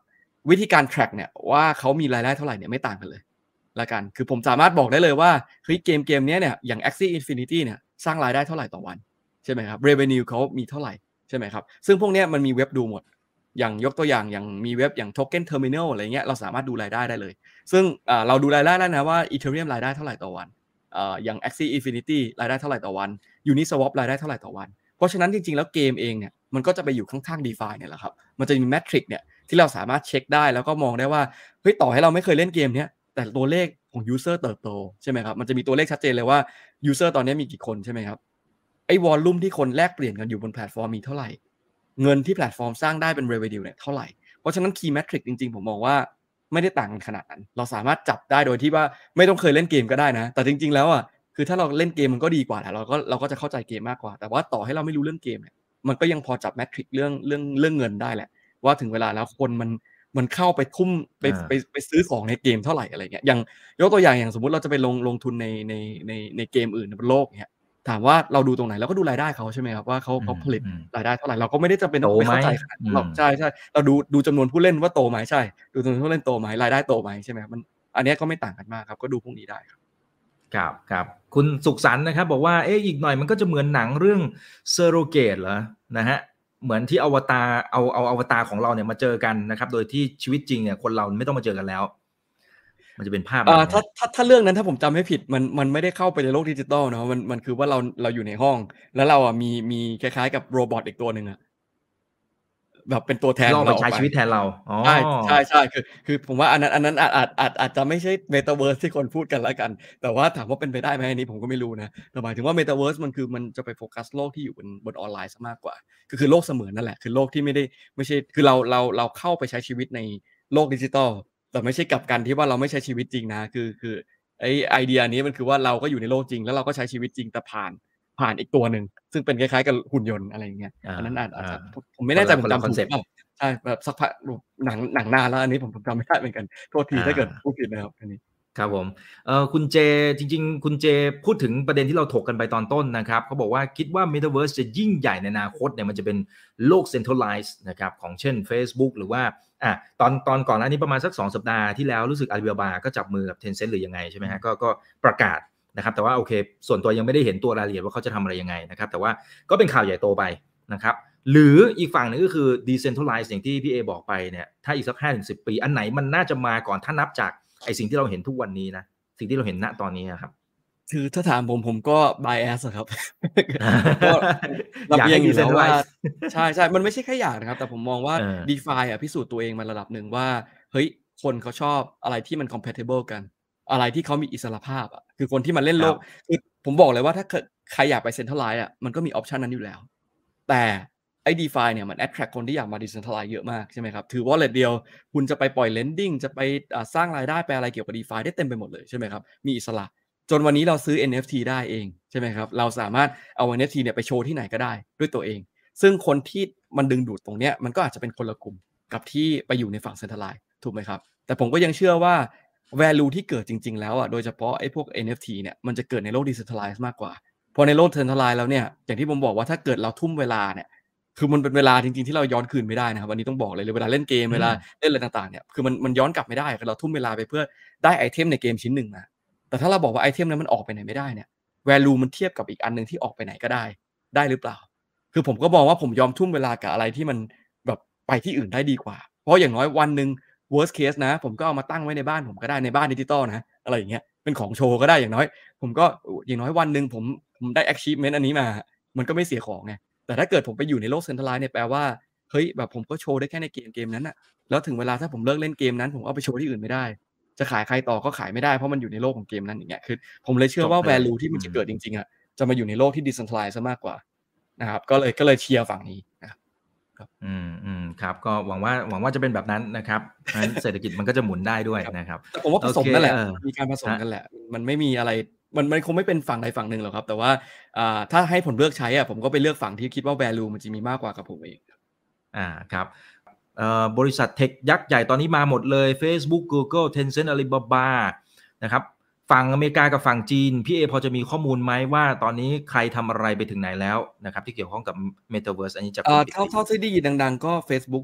วิธีการ track เนี่ยว่าเขามีรายได้เท่าไหร่เนี่ยไม่ต่างกันเลยละกันคือผมสามารถบอกได้เลยว่าเฮ้ยเกมเกมนี้เนี่ยอย่าง Axie Infinity เนี่ยสร้างรายได้เท่าไหร่ต่อวันใช่ไหมครับ revenue เขามีเท่าไหร่ใช่ไหมครับซึ่งพวกนี้มันมีเว็บดูหมดอย่างยกตัวอย่างอย่างมีเว็บอย่าง Token Terminal อะไรเงี้ยเราสามารถดูรายได้ได้เลยซึ่งเราดูรายได้ได้นะว่า Ethereum รายได้เท่าไหร่ต่อวันอย่าง Axie Infinity รายได้เท่าไหร่ต่อวัน Uniswap รายได้เท่าไหร่ต่อวันเพราะฉะนั้นจริงๆแล้วเกมเองเนี่ยมันก็จะไปอยู่ข้างๆ DeFi เนี่ยแหละครับมันจะมี metric เนี่ยที่เราสามารถเช็คได้แล้วก็มองได้ว่าเฮ้ยต่อให้เราไม่เคยเล่นเกมเนี้ยแต่ตัวเลขของ user เติบโตใช่ไหมครับมันจะมีตัวเลขชัดเจนเลยว่า user ตอนนี้มีกี่คนใช่ไหมครับไอ้วอลลุ่มที่คนแลกเปลี่ยนกันอยู่บนแพลตฟอร์มมีเท่าไหร่เงินที่แพลตฟอร์มสร้างได้เป็น revenue เนี่ยเท่าไหร่เพราะฉะนั้น key metric จริงๆผมมองว่าไม่ได้ต่างกันขนาดนั้นเราสามารถจับได้โดยที่ว่าไม่ต้องเคยเล่นเกมก็ได้นะแต่จริงๆแล้วอ่ะคือถ้าเราเล่นเกมมันก็ดีกว่าแหละเราก็เราก็จะเข้าใจเกมมากกว่าแต่ว่าต่อให้เราไม่รู้เรื่องเกมเนี่ยมันก็ยังพอจับ metric เรื่องเรื่องเรื่องเงินได้แหละว่าถึงเวลาแล้วคนมันมันเข้าไปทุ่มไปไปไปซื้อของในเกมเท่าไหร่อะไรเงี้ยอย่างยกตัวอย่างอย่างสมมุติเราจะไปลงลงทุนในในในในเกมอื่นบนโลกเงี้ยถามว่าเราดูตรงไหนเราก็ดูรายได้เขาใช่ไหมครับว่าเขาเขาผลิตรายได้เท่าไหร่เราก็ไม่ได้จำเป็นต้องไปเข้าใจขนาดนั้นหรอกใช่ใช่เราดูดูจำนวนผู้เล่นว่าโตไหมใช่ดูจำนวนผู้เล่นโตไหมรายได้โตไหมใช่ไหมมันอันนี้ก็ไม่ต่างกันมากครับก็ดูพวกนี้ได้ครับครับครับคุณสุขสันต์นะครับบอกว่าเอ๊ะอีกหน่อยมันก็จะเหมือนหนังเรื่องเซโรเกตเหรอนะฮะเหมือนที่อวตารเอาเอาอวตารของเราเนี่ยมาเจอกันนะครับโดยที่ชีวิตจริงเนี่ยคนเราไม่ต้องมาเจอกันแล้วมันจะเป็นภาพแบบนี้ถ้าถ้าถ้าเรื่องนั้นถ้าผมจำไม่ผิดมันมันไม่ได้เข้าไปในโลกดิจิตอลเนาะมันมันคือว่าเราเราอยู่ในห้องแล้วเราอ่ะมีมีคล้ายๆกับโรบอทอีกตัวหนึ่งอะแบบเป็นตัวแทนของเราออกไปใช้ชีวิตแทนเราอ๋อใช่ใช่ใช่คือคือผมว่าอันนั้นอันนั้นอาจอาจอาจอาจจะไม่ใช่เมตาเวิร์สที่คนพูดกันแล้วกันแต่ว่าถามว่าเป็นไปได้ไหมอันนี้ผมก็ไม่รู้นะแต่หมายถึงว่าเมตาเวิร์สมันคือมันจะไปโฟกัสโลกที่อยู่บนบนออนไลน์ซะมากกว่าคือคือโลกเสมือนนั่นแหละคือโลกที่ไม่ได้ไม่ใช่คือเราเราเราเข้าไปใช้ชีวิตในโลกดิจิตอลแต่ไม่ใช่กลับกันที่ว่าเราไม่ใช้ชีวิตจริงนะคือคือไอไอเดียนี้มันคือว่าเราก็อยู่ในโลกจริงแล้วเราก็ใช้ชีวิตจริงแต่ผ่านผ่านอีกตัวหนึ่งซึ่งเป็นคล้ายๆกับหุ่นยนต์อะไรอย่างเงี้ยอันนั้นอาจอาจจะผมไม่แน่ใจผมจำถูกเปล่าใช่แบบสักพักหนังหนังนานแล้วอันนี้ผมผมจำไม่ได้เหมือนกันโทษทีถ้าเกิดพูดผิดนะครับอันนี้ครับผมเอ่อคุณเจจริงๆคุณเจพูดถึงประเด็นที่เราถกกันไปตอนต้นนะครับเขาบอกว่าคิดว่า Metaverse จะยิ่งใหญ่ในอนาคตเนี่ยมันจะเป็นโลก Centralized นะครับของเช่น Facebook หรือว่าอ่ะตอนตอนก่อนหน้านี้ประมาณสักสองสัปดาห์ที่แล้วรู้สึก Alibaba ก็จับมือกับ Tencent หรือยังไงใช่ไหมฮะก็ก็ประกาศนะครับแต่ว่าโอเคส่วนตัวยังไม่ได้เห็นตัวรายละเอียดว่าเขาจะทำอะไรยังไงนะครับแต่ว่าก็เป็นข่าวใหญ่โตไปนะครับหรืออีกฝั่งนึงก็คือ Decentralized อย่างที่พี่เอบอกไปเนี่ยถ้าอีกสัก ห้าถึงสิบ ปีอันไหนมันน่าจะมาก่อนถ้านับจากไอสิ่งที่เราเห็นทุกวันนี้นะสิ่งที่เราเห็นณตอนนี้ครับคือถ้าถามผมผมก็ bias อะครับก็อยากให้ decentralize ใช่ใช่มันไม่ใช่แค่อยากนะครับแต่ผมมองว่า DeFi อ่ะพิสูจน์ตัวเองมาระดับหนึ่งว่าเฮ้ยคนเขาชอบอะไรที่มัน compatible กันอะไรที่เขามีอิสรภาพอ่ะคือคนที่มาเล่นโลกคือผมบอกเลยว่าถ้าใครอยากไป centralize อ่ะมันก็มี option นั้นอยู่แล้วแต่ไอ้ DeFi เนี่ยมัน attract คนที่อยากมา decentralize เยอะมากใช่ไหมครับถือ wallet เดียวคุณจะไปปล่อย lending จะไปสร้างรายได้ไปอะไรเกี่ยวกับ DeFi ได้เต็มไปหมดเลยใช่ไหมครับมีอิสระจนวันนี้เราซื้อ เอ็น เอฟ ที ได้เองใช่ไหมครับเราสามารถเอา เอ็น เอฟ ที เนี่ยไปโชว์ที่ไหนก็ได้ด้วยตัวเองซึ่งคนที่มันดึงดูดตรงเนี้ยมันก็อาจจะเป็นคนละกลุ่มกับที่ไปอยู่ในฝั่ง Centralized ถูกไหมครับแต่ผมก็ยังเชื่อว่า value ที่เกิดจริงๆแล้วอ่ะโดยเฉพาะไอ้พวก เอ็น เอฟ ที เนี่ยมันจะเกิดในโลก Decentralized มากกว่าพอในโลก Centralized แล้วเนี่ยอย่างที่ผมบอกว่าถ้าเกิดเราทุ่มเวลาเนี่ยคือมันเป็นเวลาจริงๆที่เราย้อนคืนไม่ได้นะครับวันนี้ต้องบอกเลยเวลาเล่นเกมเวลาเล่นอะไรต่างๆเนี่ยคือมันมันย้อนกลับไม่ได้คือเราทุ่มเวลาไปเพื่อได้ไอเทมในเกมชิ้นหนึ่งมาแต่ถ้าเราบอกว่าไอเทมนั้นมันออกไปไหนไม่ได้เนี่ย value มันเทียบกับอีกอันนึงที่ออกไปไหนก็ได้ได้หรือเปล่าคือผมก็มองว่าผมยอมทุ่มเวลากับอะไรที่มันแบบไปที่อื่นได้ดีกว่าเพราะอย่างน้อยวันนึง worst case นะผมก็เอามาตั้งไว้ในบ้านผมก็ได้ในบ้านดิจิตอลนะอะไรอย่างเงี้ยเป็นของโชว์ก็ได้อย่างน้อยผมก็อย่างน้อยวันนึงผมผมได้ achievement อันนี้มามันก็ไม่เสียของไงแต่ถ้าเกิดผมไปอยู่ในโลก centralized เนี่ยแปลว่าเฮ้ยแบบผมก็โชว์ได้แค่ในเกมเกมนั้นน่ะแล้วถึงเวลาถ้าผมเลิกเล่นเกมนั้นผมเอาไปโชว์ที่อื่นไม่ได้จะขายใครต่อก็ขายไม่ได้เพราะมันอยู่ในโลกของเกมนั้นอย่างเงี้ยคือผมเลยเชื่อว่า value ที่มันจะเกิดจริงๆอ่ะจะมาอยู่ในโลกที่ decentralized ซะมากกว่านะครับก็เลยก็เลยเชียร์ฝั่งนี้นะครับอืมอืมครับก็หวังว่าหวังว่าจะเป็นแบบนั้นนะครับงั้นเศรษฐกิจมันก็จะหมุนได้ด้วยนะครับแต่ผมว่าผสมนั่นแหละมีการผสมกันแหละมันไม่มีอะไรมันมันคงไม่เป็นฝั่งใดฝั่งหนึ่งหรอกครับแต่ว่าอ่าถ้าให้ผมเลือกใช้อ่ะผมก็ไปเลือกฝั่งที่คิดว่า value มันจะมีมากกว่ากับผมเองอ่าครับเอ่อบริษัทเทคยักษ์ใหญ่ตอนนี้มาหมดเลย Facebook Google Tencent Alibaba นะครับฝั่งอเมริกากับฝั่งจีนพี่เอพอจะมีข้อมูลไหมว่าตอนนี้ใครทำอะไรไปถึงไหนแล้วนะครับที่เกี่ยวข้องกับ Metaverse อันนี้จากเอ่อเท่าเท่าที่ได้ยินดังๆก็ Facebook กับ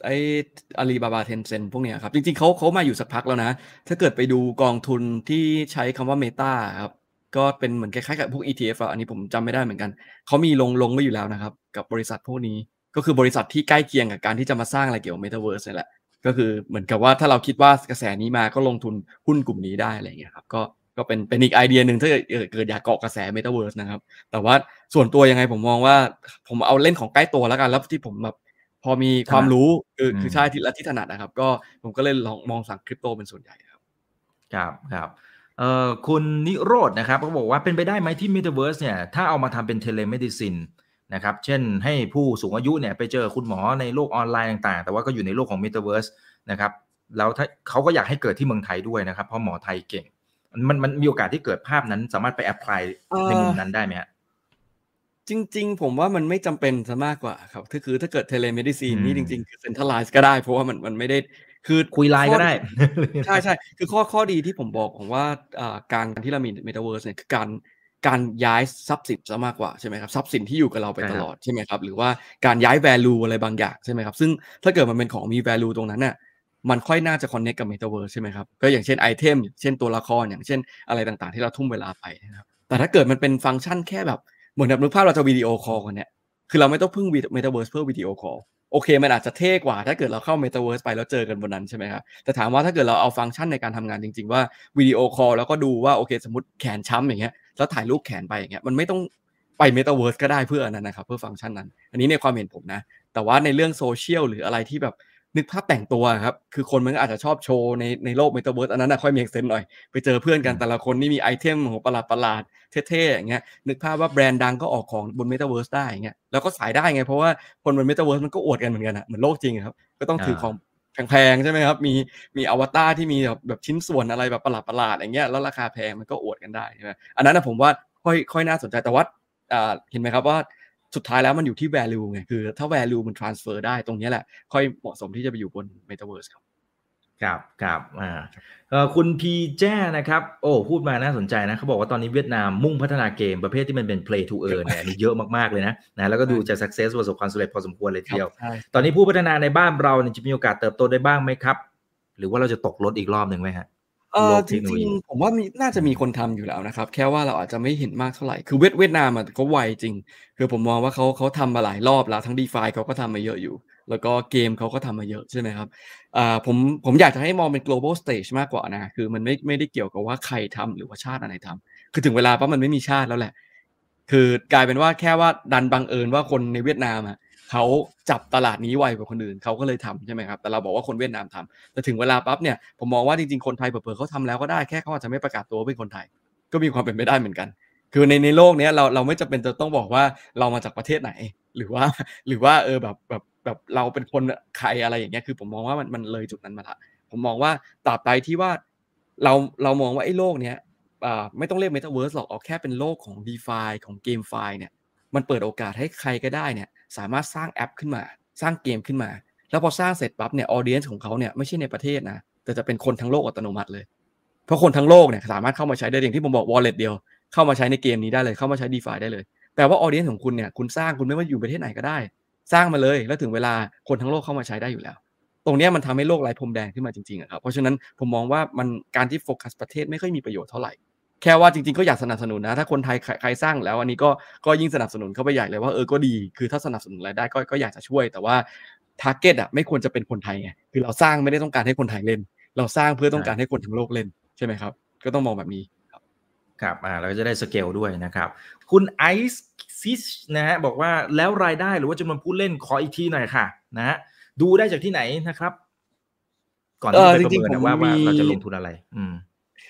ไอ้ Alibaba Tencent พวกเนี้ยครับจริงๆเขาเขามาอยู่สักพักแล้วนะถ้าเกิดไปดูกองทุนที่ใช้คำว่า Meta ครับก็เป็นเหมือนคล้ายๆกับพวก อี ที เอฟ อะอันนี้ผมจำไม่ได้เหมือนกันเขามีลงลงไว้อยู่แล้วนะครับกับบริษัทพวกนี้ก็คือบริษัทที่ใกล้เคียงกับการที่จะมาสร้างอะไรเกี่ยวกับ Metaverse นี่แหละก็คือเหมือนกับว่าถ้าเราคิดว่ากระแสนี้มาก็ลงทุนหุ้นกลุ่มนี้ได้อะไรอย่างเงี้ยครับก็ก็เป็นเป็นอีกไอเดียหนึ่งถ้าเกิดเกิดอยากเกาะกระแส Metaverse นะครับแต่ว่าส่วนตัวยังไงผมมองว่าผมเอาเล่นของใกล้ตัวแล้วกันแล้วที่ผมแบบพอมีความรู้คือคือใช่ที่และที่ถนัดนะครับก็ผมก็เลยลองมองสั่งคริปโตเป็นส่วนใหญ่ครับครับครับเอ่อคุณนิโรธนะครับเขาบอกว่าเป็นไปได้ไหมที่ Metaverse เนี่ยถ้าเอามาทำเป็น Telemedicine นะครับเช่นให้ผู้สูงอายุเนี่ยไปเจอคุณหมอในโลกออนไลน์ต่างๆแต่ว่าก็อยู่ในโลกของ Metaverse นะครับแล้วถ้าเขาก็อยากให้เกิดที่เมืองไทยด้วยนะครับเพราะหมอไทยเก่งมันมันมีโอกาสที่เกิดภาพนั้นสามารถไปแอพพลายในมุมนั้นได้ไหมฮะจริงๆผมว่ามันไม่จำเป็นซะมากกว่าครับก็คือถ้าเกิด Telemedicine นี่จริงๆคือ Centralize ก็ได้เพราะว่ามันมันไม่ได้คือคุยไลน์ข้อก็ได้ใช่ๆคือข้อข้อดีที่ผมบอกผมว่าอ่าการที่เรามี Metaverse เนี่ยคือการการย้ายทรัพย์สินเสียมากกว่าใช่ไหมครับทรัพย์สินที่อยู่กับเราไปตลอดใช่ไหมครับหรือว่าการย้าย value อะไรบางอย่างใช่ไหมครับซึ่งถ้าเกิดมันเป็นของมี value ตรงนั้นน่ะมันค่อยน่าจะ connect กับ Metaverse ใช่ไหมครับก็อย่างเช่นไอเทมเช่นตัวละครอย่างเช่นอะไรต่างๆที่เราทุ่มเวลาไปนะครับแต่ถ้าเกิดมันเป็นฟังก์ชันแค่แบบเหมือนแบบนึกภาพเราจะวิดีโอคอลกันเนี่ยคือเราไม่ต้องพึ่ง Metaverse เพื่อวิดีโอคอลโอเคมันอาจจะเท่กว่าถ้าเกิดเราเข้า Metaverse ไปแล้วเจอกันบนนั้นใช่ไหมครับแต่ถามว่าถ้าเกิดเราเอาฟังก์ชันในการทำงานจริงๆว่าวิดีโอคอลแล้วก็ดูว่าโอเคสมมุติแขนช้ำอย่างเงี้ยแล้วถ่ายรูปแขนไปอย่างเงี้ยมันไม่ต้องไป Metaverse ก็ได้เพื่ออันนั้นนะครับเพื่อฟังก์ชันนั้นอันนี้ในความเห็นผมนะแต่ว่าในเรื่อง Social หรืออะไรที่แบบนึกภาพแต่งตัวอะครับคือคนมันก็อาจจะชอบโชว์ในในโลก Metaverse อันนั้นน่ะค่อย make sense หน่อยไปเจอเพื่อนกันแต่ละคนนี่มีไอเทมโอ้โฮประหลาดๆเท่ๆอย่างเงี้ยนึกภาพว่าแบรนด์ดังก็ออกของบน Metaverse ได้อย่างเงี้ยแล้วก็ขายได้ไงเพราะว่าคนบน Metaverse มันก็อวดกันเหมือนกันน่ะเหมือนโลกจริงอะครับก็ต้องถือของแพงๆใช่ไหมครับมีมีอวตารที่มีแบบแบบชิ้นส่วนอะไรแบบประหลาดๆอย่างเงี้ยแล้วราคาแพงมันก็อวดกันได้ใช่ไหมอันนั้นน่ะผมว่าค่อยค่อยน่าสนใจแต่ว่าอ่าเห็นไหมครับว่าสุดท้ายแล้วมันอยู่ที่ value ไงคือถ้า value มัน transfer ได้ตรงนี้แหละค่อยเหมาะสมที่จะไปอยู่บน Metaverse ครับครับครับอ่าเอ่อคุณพีแจ้นะครับโอ้พูดมาน่าสนใจนะเขาบอกว่าตอนนี้เวียดนามมุ่งพัฒนาเกมประเภทที่มันเป็น play to earn เนี่ยอันนี้เยอะมากๆเลยนะนะแล้วก็ดูจะ success ประสบความสำเร็จพอสมควรเลยทีเดียวใช่ตอนนี้ผู้พัฒนาในบ้านเราเนี่ยจะมีโอกาสเติบโตได้บ้างไหมครับหรือว่าเราจะตกรถอีกรอบหนึ่งไหมฮะเอ่โลอจริงกเทคโนโลยีๆผมว่ามีน่าจะมีคนทำอยู่แล้วนะครับแค่ว่าเราอาจจะไม่เห็นมากเท่าไรคือเวียดเวียดนามอะเขาไวจริงคือผมมองว่าเขาเขาทำมาหลายรอบแล้วทั้ง DeFi เขาก็ทำมาเยอะอยู่แล้วก็เกมเขาก็ทำมาเยอะใช่ไหมครับอ่าผมผมอยากจะให้มองเป็น global stage มากกว่านะคือมันไม่ไม่ได้เกี่ยวกับว่าใครทำหรือว่าชาติอะไรทำคือถึงเวลาปั๊บมันไม่มีชาติแล้วแหละคือกลายเป็นว่าแค่ว่าดันบังเอิญว่าคนในเวียดนามอะเขาจับตลาดนี้ไวกว่าคนอื่นเขาก็เลยทำใช่ไหมครับแต่เราบอกว่าคนเวียดนามทำ แต่ถึงเวลาปั๊บเนี่ยผมมองว่าจริงๆคนไทยเผลอๆเขาทำแล้วก็ได้แค่เขาอาจจะไม่ประกาศตัวว่าเป็นคนไทยก็มีความเป็นไปได้เหมือนกันคือในในโลกเนี้ยเราเราไม่จำเป็นจะต้องบอกว่าเรามาจากประเทศไหนหรือว่าหรือว่าเออแบบแบบแบบเราเป็นคนใครอะไรอย่างเงี้ยคือผมมองว่ามันมันเลยจุดนั้นมาแล้วผมมองว่าตราบใดที่ว่าเราเรามองว่าไอ้โลกเนี้ยอ่าไม่ต้องเรียก Metaverse หรอกเอาแค่เป็นโลกของ DeFi ของ GameFi เนี่ยมันเปิดโอกาสให้ใครก็ได้เนี่ยสามารถสร้างแอปขึ้นมาสร้างเกมขึ้นมา แล้วพอสร้างเสร็จปั๊บเนี่ย audience ของเขาเนี่ยไม่ใช่ในประเทศนะแต่จะเป็นคนทั้งโลกอัตโนมัติเลยเพราะคนทั้งโลกเนี่ยสามารถเข้ามาใช้ได้อย่างที่ผมบอก wallet เดียวเข้ามาใช้ในเกมนี้ได้เลยเข้ามาใช้ DeFi ได้เลยแปลว่า audience ของคุณเนี่ยคุณสร้างคุณไม่ว่าอยู่ประเทศไหนก็ได้สร้างมาเลยแล้วถึงเวลาคนทั้งโลกเข้ามาใช้ได้อยู่แล้วตรงเนี้ยมันทำให้โลกไร้พรมแดนขึ้นมาจริงๆอะครับเพราะฉะนั้นผมมองว่ามันการที่โฟกัสประเทศไม่ค่อยมีประโยชน์เท่าไรแค่ว่าจริงๆก็อยากสนับสนุนนะถ้าคนไทยใครใครสร้างแล้วอันนี้ก็ก็ยิ่งสนับสนุนเข้าไปใหญ่เลยว่าเออก็ดีคือถ้าสนับสนุนรายได้ก็ก็อยากจะช่วยแต่ว่า target อะไม่ควรจะเป็นคนไทยไงคือเราสร้างไม่ได้ต้องการให้คนไทยเล่นเราสร้างเพื่อต้องการให้คนทั้งโลกเล่นใช่ไหมครับก็ต้องมองแบบนี้ครับครับอ่าเราก็จะได้สเกลด้วยนะครับคุณไอซ์ซิชนะฮะบอกว่าแล้วรายได้หรือว่าจำนวนผู้เล่นขออีกทีหน่อยค่ะนะฮะดูได้จากที่ไหนนะครับก่อนเอที่จะไปประอจริงๆผมเมินนะว่าว่ามีเราจะลงทุนอะไรอืม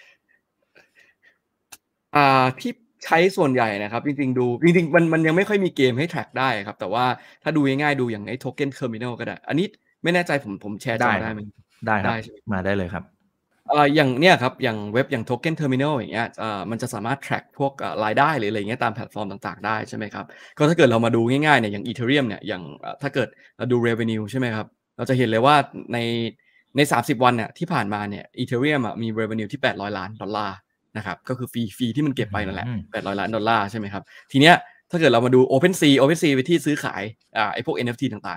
อ่าที่ใช้ส่วนใหญ่นะครับจริงๆดูจริงๆมันมันยังไม่ค่อยมีเกมให้ track ได้ครับแต่ว่าถ้าดูง่ายๆดูอย่างไอ้ Token Terminal ก็ได้อันนี้ไม่แน่ใจผมผมแชร์จได้ครับอได้ไหมได้ครับได้ใช่ไหมมาได้เลยครับเอ่ออย่างเนี่ยครับอย่างเว็บอย่าง Token Terminal อย่างเงี้ยอ่ามันจะสามารถ track พวกอ่ารายได้หรืออะไรอย่างเงี้ยตามแพลตฟอร์มต่างๆได้ใช่ไหมครับก็ถ้าเกิดเรามาดูง่ายๆเนี่ยอย่าง Ethereum เนี่ยอย่างอ่าถ้าเกิดเราดู revenue ใช่ไหมครับเราจะเห็นเลยว่าในในสามสิบวันเนี่ยที่ผ่านมาเนี่ย Ethereum อะมี revenue ที่แปดร้อยล้านดอลลาร์นะครับก็คือฟรีฟรีที่มันเก็บไปนั่นแหละแปดร้อยล้านดอลลาร์ใช่ไหมครับทีเนี้ยถ้าเกิดเรามาดู OpenSea OpenSea เป็นที่ซื้อขายอ่าไอ้พวก เอ็น เอฟ ที ต่างๆ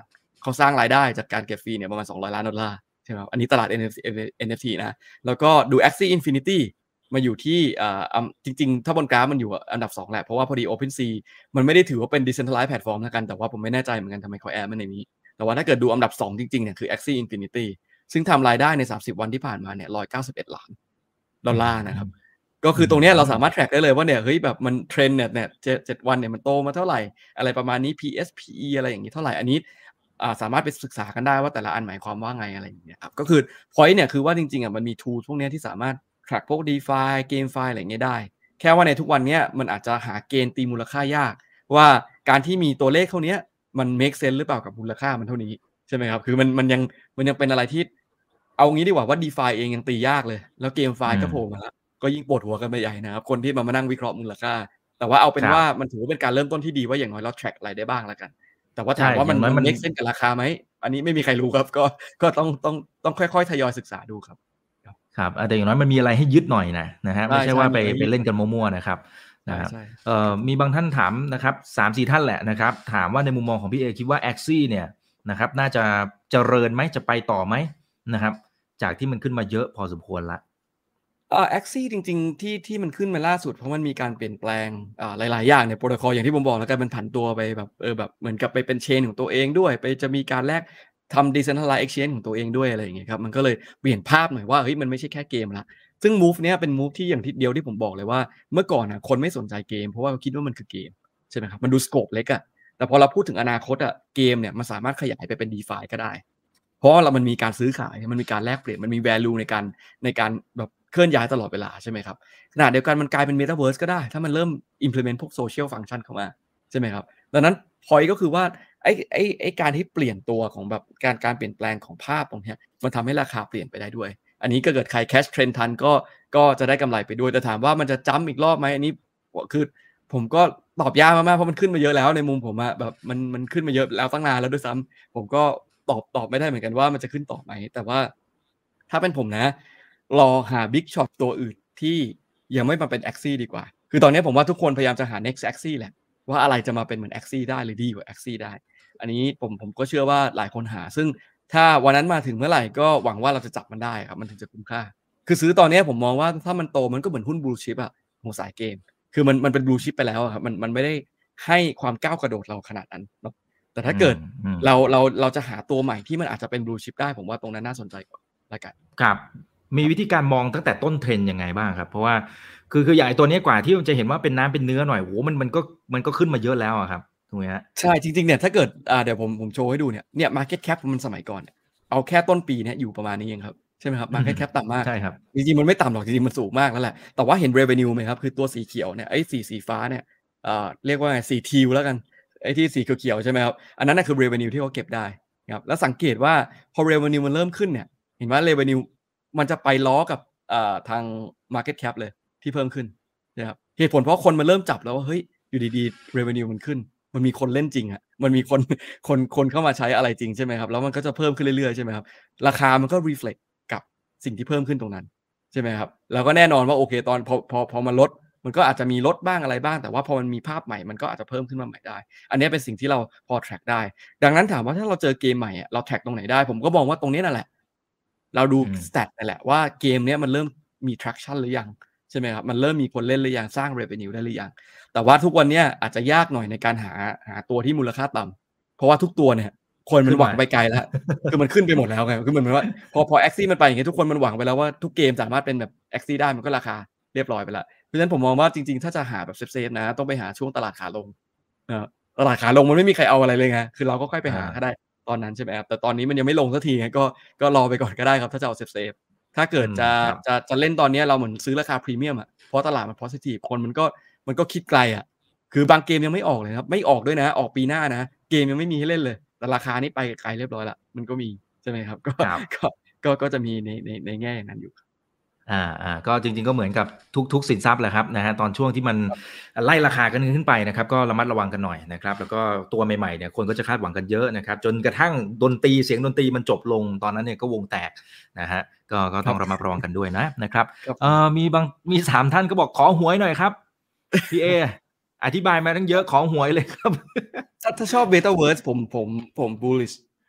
เขาสร้างรายได้จากการเก็บฟรีเนี่ยประมาณสองร้อยล้านดอลลาร์ใช่ไหมครับอันนี้ตลาด เอ็น เอฟ ที เอ็น เอฟ ที นะแล้วก็ดู Axie Infinity มาอยู่ที่อ่าจริงๆถ้าบนกราฟมันอยู่อันดับสองแหละเพราะว่าพอดี OpenSea มันไม่ได้ถือว่าเป็น decentralized platform แล้วกันแต่ว่าผมไม่แน่ใจเหมือนกันทำไมเขาแอดมาในนี้แต่ว่าถ้าเกิดดูอันดับสองจริงๆเนี่ยคือ Axie Infinity ซึ่งทำรายได้ในสามสิบวันที่ผ่านมาเนี่ยหนึ่งร้อยเก้าสิบเอ็ดล้านดอลลาร์นะครับก็คือตรงนี้เราสามารถ track ได้เลยว่าเนี่ยเฮ้ยแบบมันเทรนด์เนี่ยเนี่ยเจ็ด เจ็ดวันเนี่ยมันโตมาเท่าไหร่อะไรประมาณนี้ พี เอส พี อี อะไรอย่างนี้เท่าไหร่อันนี้อ่าสามารถไปศึกษากันได้ว่าแต่ละอันหมายความว่าไงอะไรอย่างเงี้ยครับก็คือ point เนี่ยคือว่าจริงๆอ่ะมันมี tool พวกนี้ที่สามารถ track พวก DeFi GameFi อะไรอย่างเงี้ยได้แค่ว่าในทุกวันนี้มันอาจจะหาเกณฑ์ตีมูลค่ายากว่าการที่มีตัวเลขเท่านี้มัน make sense หรือเปล่ากับมูลค่ามันเท่านี้ใช่ไหมครับคือมันมันยังมันยังเป็นอะไรที่เอางี้ดีกว่าว่า DeFi เองยังตียากเลยแล้ว GameFi ก็โผล่มาแล้วก็ยิ่งปวดหัวกันไปใหญ่นะครับคนที่มามานั่งวิเคราะห์มูลค่าแต่ว่าเอาเป็นว่ามันถือว่าเป็นการเริ่มต้นที่ดีว่าอย่างน้อยเรา track อะไรได้บ้างแล้วกันแต่ว่าถามว่ามันมัน make sense กับราคาไหมอันนี้ไม่มีใครรู้ครับก็ก็ต้องต้องต้องค่อยๆทยอยศึกษาดูครับครับแต่อย่างน้อยมันมีอะไรให้ยึดหน่อยนะนะฮะไม่ใช่ว่าไปไปเล่นกันมั่วๆนะครับนะครับเอ่อมีบางท่านถามนะครับ สามสี่ ท่านแหละนะครับถามว่าในมุมมองของพี่เอคิดว่า Axie เนี่ยนะครับน่าจะเจริญไหมจะไปต่อไหมนะครับจากที่มันขึ้นมาเยอะพอสมควรละอ่า Axie จริงๆที่ที่มันขึ้นมาล่าสุดเพราะมันมีการเปลี่ยนแปลงอ่าหลายๆอย่างในโปรโตคอลอย่างที่ผมบอกแล้วกันมันผันตัวไปแบบเออแบบเหมือนกับไปเป็นเชนของตัวเองด้วยไปจะมีการแลกทำ decentralized exchange ของตัวเองด้วยอะไรอย่างเงี้ยครับมันก็เลยเปลี่ยนภาพหน่อยว่าเฮ้ยมันไม่ใช่แค่เกมละซึ่ง move เนี้ยเป็น move ที่อย่างที่เดียวที่ผมบอกเลยว่าเมื่อก่อนน่ะคนไม่สนใจเกมเพราะว่าคิดว่ามันคือเกมใช่ไหมครับมันดูสโกปเล็กอะแต่พอเราพูดถึงอนาคตอะเกมเนี่ยมันสามารถขยายไปเป็น DeFi ก็ได้เพราะว่าเรามันมีการซื้อขายมันมีการแลกเปลี่ยนมันมี value ในการในการแบบเคลื่อนย้ายตลอดเวลาใช่ไหมครับขณะเดียวกันมันกลายเป็น Metaverse ก็ได้ถ้ามันเริ่ม implement พวก social function เข้ามาใช่ไหมครับดังนั้น point ก็คือว่าไอ้ไอ้ไอ้การที่เปลี่ยนตัวของแบบการการเปลี่ยนแปลงของภาพตรงนี้มันทำให้ราคาเปลี่ยนไปได้ด้วยอันนี้ก็เกิดใคร catch trend ทันก็ก็จะได้กำไรไปด้วยแต่ถามว่ามันจะจ้ำอีกรอบไหมอันนี้คือผมก็ตอบยากมากๆเพราะมันขึ้นมาเยอะแล้วในมุมผมอะแบบมันมันขึ้นมาเยอะแล้วตั้งนานแล้วด้วยซ้ำผมก็ตอบตอบไม่ได้เหมือนกันว่ามันจะขึ้นต่อไหมแต่ว่าถ้าเป็นผมนะรอหา big shot ตัวอื่นที่ยังไม่มาเป็น Axie ดีกว่าคือตอนนี้ผมว่าทุกคนพยายามจะหา next Axie แหละว่าอะไรจะมาเป็นเหมือน Axie ได้หรือดีกว่า Axie ได้อันนี้ผมผมก็เชื่อว่าหลายคนหาซึ่งถ้าวันนั้นมาถึงเมื่อไหร่ก็หวังว่าเราจะจับมันได้ครับมันถึงจะคุ้มค่าคือซื้อตอนนี้ผมมองว่าถ้ามันโตมันก็เหมือนหุ้น blue chip อะของสายเกมคือมันมันเป็น blue chip ไปแล้วครับมันมันไม่ได้ให้ความก้าวกระโดดเราขนาดนั้นเนาะแต่ถ้าเกิดเราเราเราจะหาตัวใหม่ที่มันอาจจะเป็น blue chip ได้ผมว่าตรงนั้นน่าสนใจกว่าละกันครับมีวิธีการมองตั้งแต่ต้นเทรนด์ยังไงบ้างครับเพราะว่าคือคืออย่างไอ้ตัวนี้กว่าที่มันจะเห็นว่าเป็นน้ำเป็นเนื้อหน่อยโหมันมันก็มันก็ขึ้นมาเยอะแล้วอะครับถูกไหมฮะใช่จริงๆเนี่ยถ้าเกิดอ่าเดี๋ยวผมผมโชว์ให้ดูเนี่ยเนี่ย market cap มันสมัยก่อนเนี่ยเอาแค่ต้นปีเนี่ยอยู่ประมาณนี้เองครับใช่ไหมครับ market cap ต่ำมากใช่ครับจริงๆมันไม่ต่ำหรอกจริงๆมันสูงมากแล้วแหละแต่ว่าเห็น revenue ไหมครับคือตัวสีเขียวเนี่ยไอ้สีสีฟ้าเนี่ยเอ่อเรียกว่าไงสีทิวแล้วกันไอ้ที่สีเขียวๆใช่ไหมครับอันนั้นน่ะคือ revenue ที่เขาเก็บได้ครับแล้วสังเกตว่าพอ revenue มันเริ่มขึ้นเนี่ยเห็นว่า revenue มันจะไปล้อกับอ่าทาง market cap เลยที่เพิ่มขึ้นนะครับเหตุผลเพราะคนมันเริ่มจับแล้วว่าเฮ้ยอยู่ดีๆ revenue มันขึ้นมันมีคนเล่นจริงอะมันมีคนคนคนเข้ามาใช้อะไรจริงใช่ไหมครับแล้วมันก็จะเพิ่มขึ้นเรื่อยๆใช่ไหมครับราคามันก็ reflect กับสิ่งที่เพิ่มขึ้นตรงนั้นใช่ไหมครับแล้วก็แน่นอนว่าโอเคตอนพอพอพอมันลดมันก็อาจจะมีลดบ้างอะไรบ้างแต่ว่าพอมันมีภาพใหม่มันก็อาจจะเพิ่มขึ้นมาใหม่ได้อันนี้เป็นสิ่งที่เราพอ track ได้ดังนั้นถามว่าถ้าเราเจอเกมใหม่อะเรา track ตรงไหนได้ผมก็มองว่าตรงนี้นั่นแหละเราดู stat นั่นแหละว่าเกมเนี้ยมันเริ่มมี traction หรือยังใช่ไหมครับมันเริ่มมีคนเล่นหรือยังสร้าง revenue ได้หรือยังแต่ว่าทุกวันนี้อาจจะยากหน่อยในการหาหาตัวที่มูลค่าต่ำเพราะว่าทุกตัวเนี่ยคนมันหวังไปไกลแล้วคือมันขึ้นไปหมดแล้วไงคือเหมือนว่าพอพอ Axie มันไปอย่างเงี้ยทุกคนมันหวังไปแล้วว่าทุกเกมสามารถเป็นแบบ Axie ได้มันก็ราคาเรียบร้อยไปแล้วเพราะฉะนั้นผมมองว่าจริงๆถ้าจะหาแบบเซฟๆนะต้องไปหาช่วงตลาดขาลงนะครับตลาดขาลงมันไม่มีใครเอาอะไรเลยไงคือเราก็ค่อยไปหาก็ได้ตอนนั้นใช่ไหมครับแต่ตอนนี้มันยังไม่ลงสักทีไงก็ก็รอไปก่อนก็ได้ครับถ้าจะเอาเซฟๆถ้าเกิดจะจะจะเล่นตอนนี้เราเหมือนซื้อราคาพรีเมียมอ่ะเพราะตลาดมัน positive คนมันก็มันก็คิดไกลอ่ะคือบางเกมยังไม่ออกเลยครับไม่ออกด้วยนะออกปีหน้านะเกมยังไม่มีให้เล่นเลยแต่ราคานี้ไปไกลเรียบร้อยแล้วมันก็มีใช่ไหมครับก็ก็ก็ก็จะมีในในในแง่อย่างนั้นอยู่อ่าอ่าก็จริงๆก็เหมือนกับทุกๆสินทรัพย์แหละครับนะฮะตอนช่วงที่มันไล่ราคากันขึ้นไปนะครับก็ระมัดระวังกันหน่อยนะครับแล้วก็ตัวใหม่ๆเนี่ยคนก็จะคาดหวังกันเยอะนะครับจนกระทั่งดนตรีเสียงดนตรีมันจบลงตอนนั้นเนี่ยก็วงแตกนะฮะก็ก็ต้องระมัดระวังกันด้วยนะนะครับเอ่อมีบางมีสามท่านก็บอกขอหวยหน่อยครับพี่เออธิบายมาทั้งเยอะขอหวยเลยครับถ้าถ้าชอบ Metaverse ผมผมผม bullish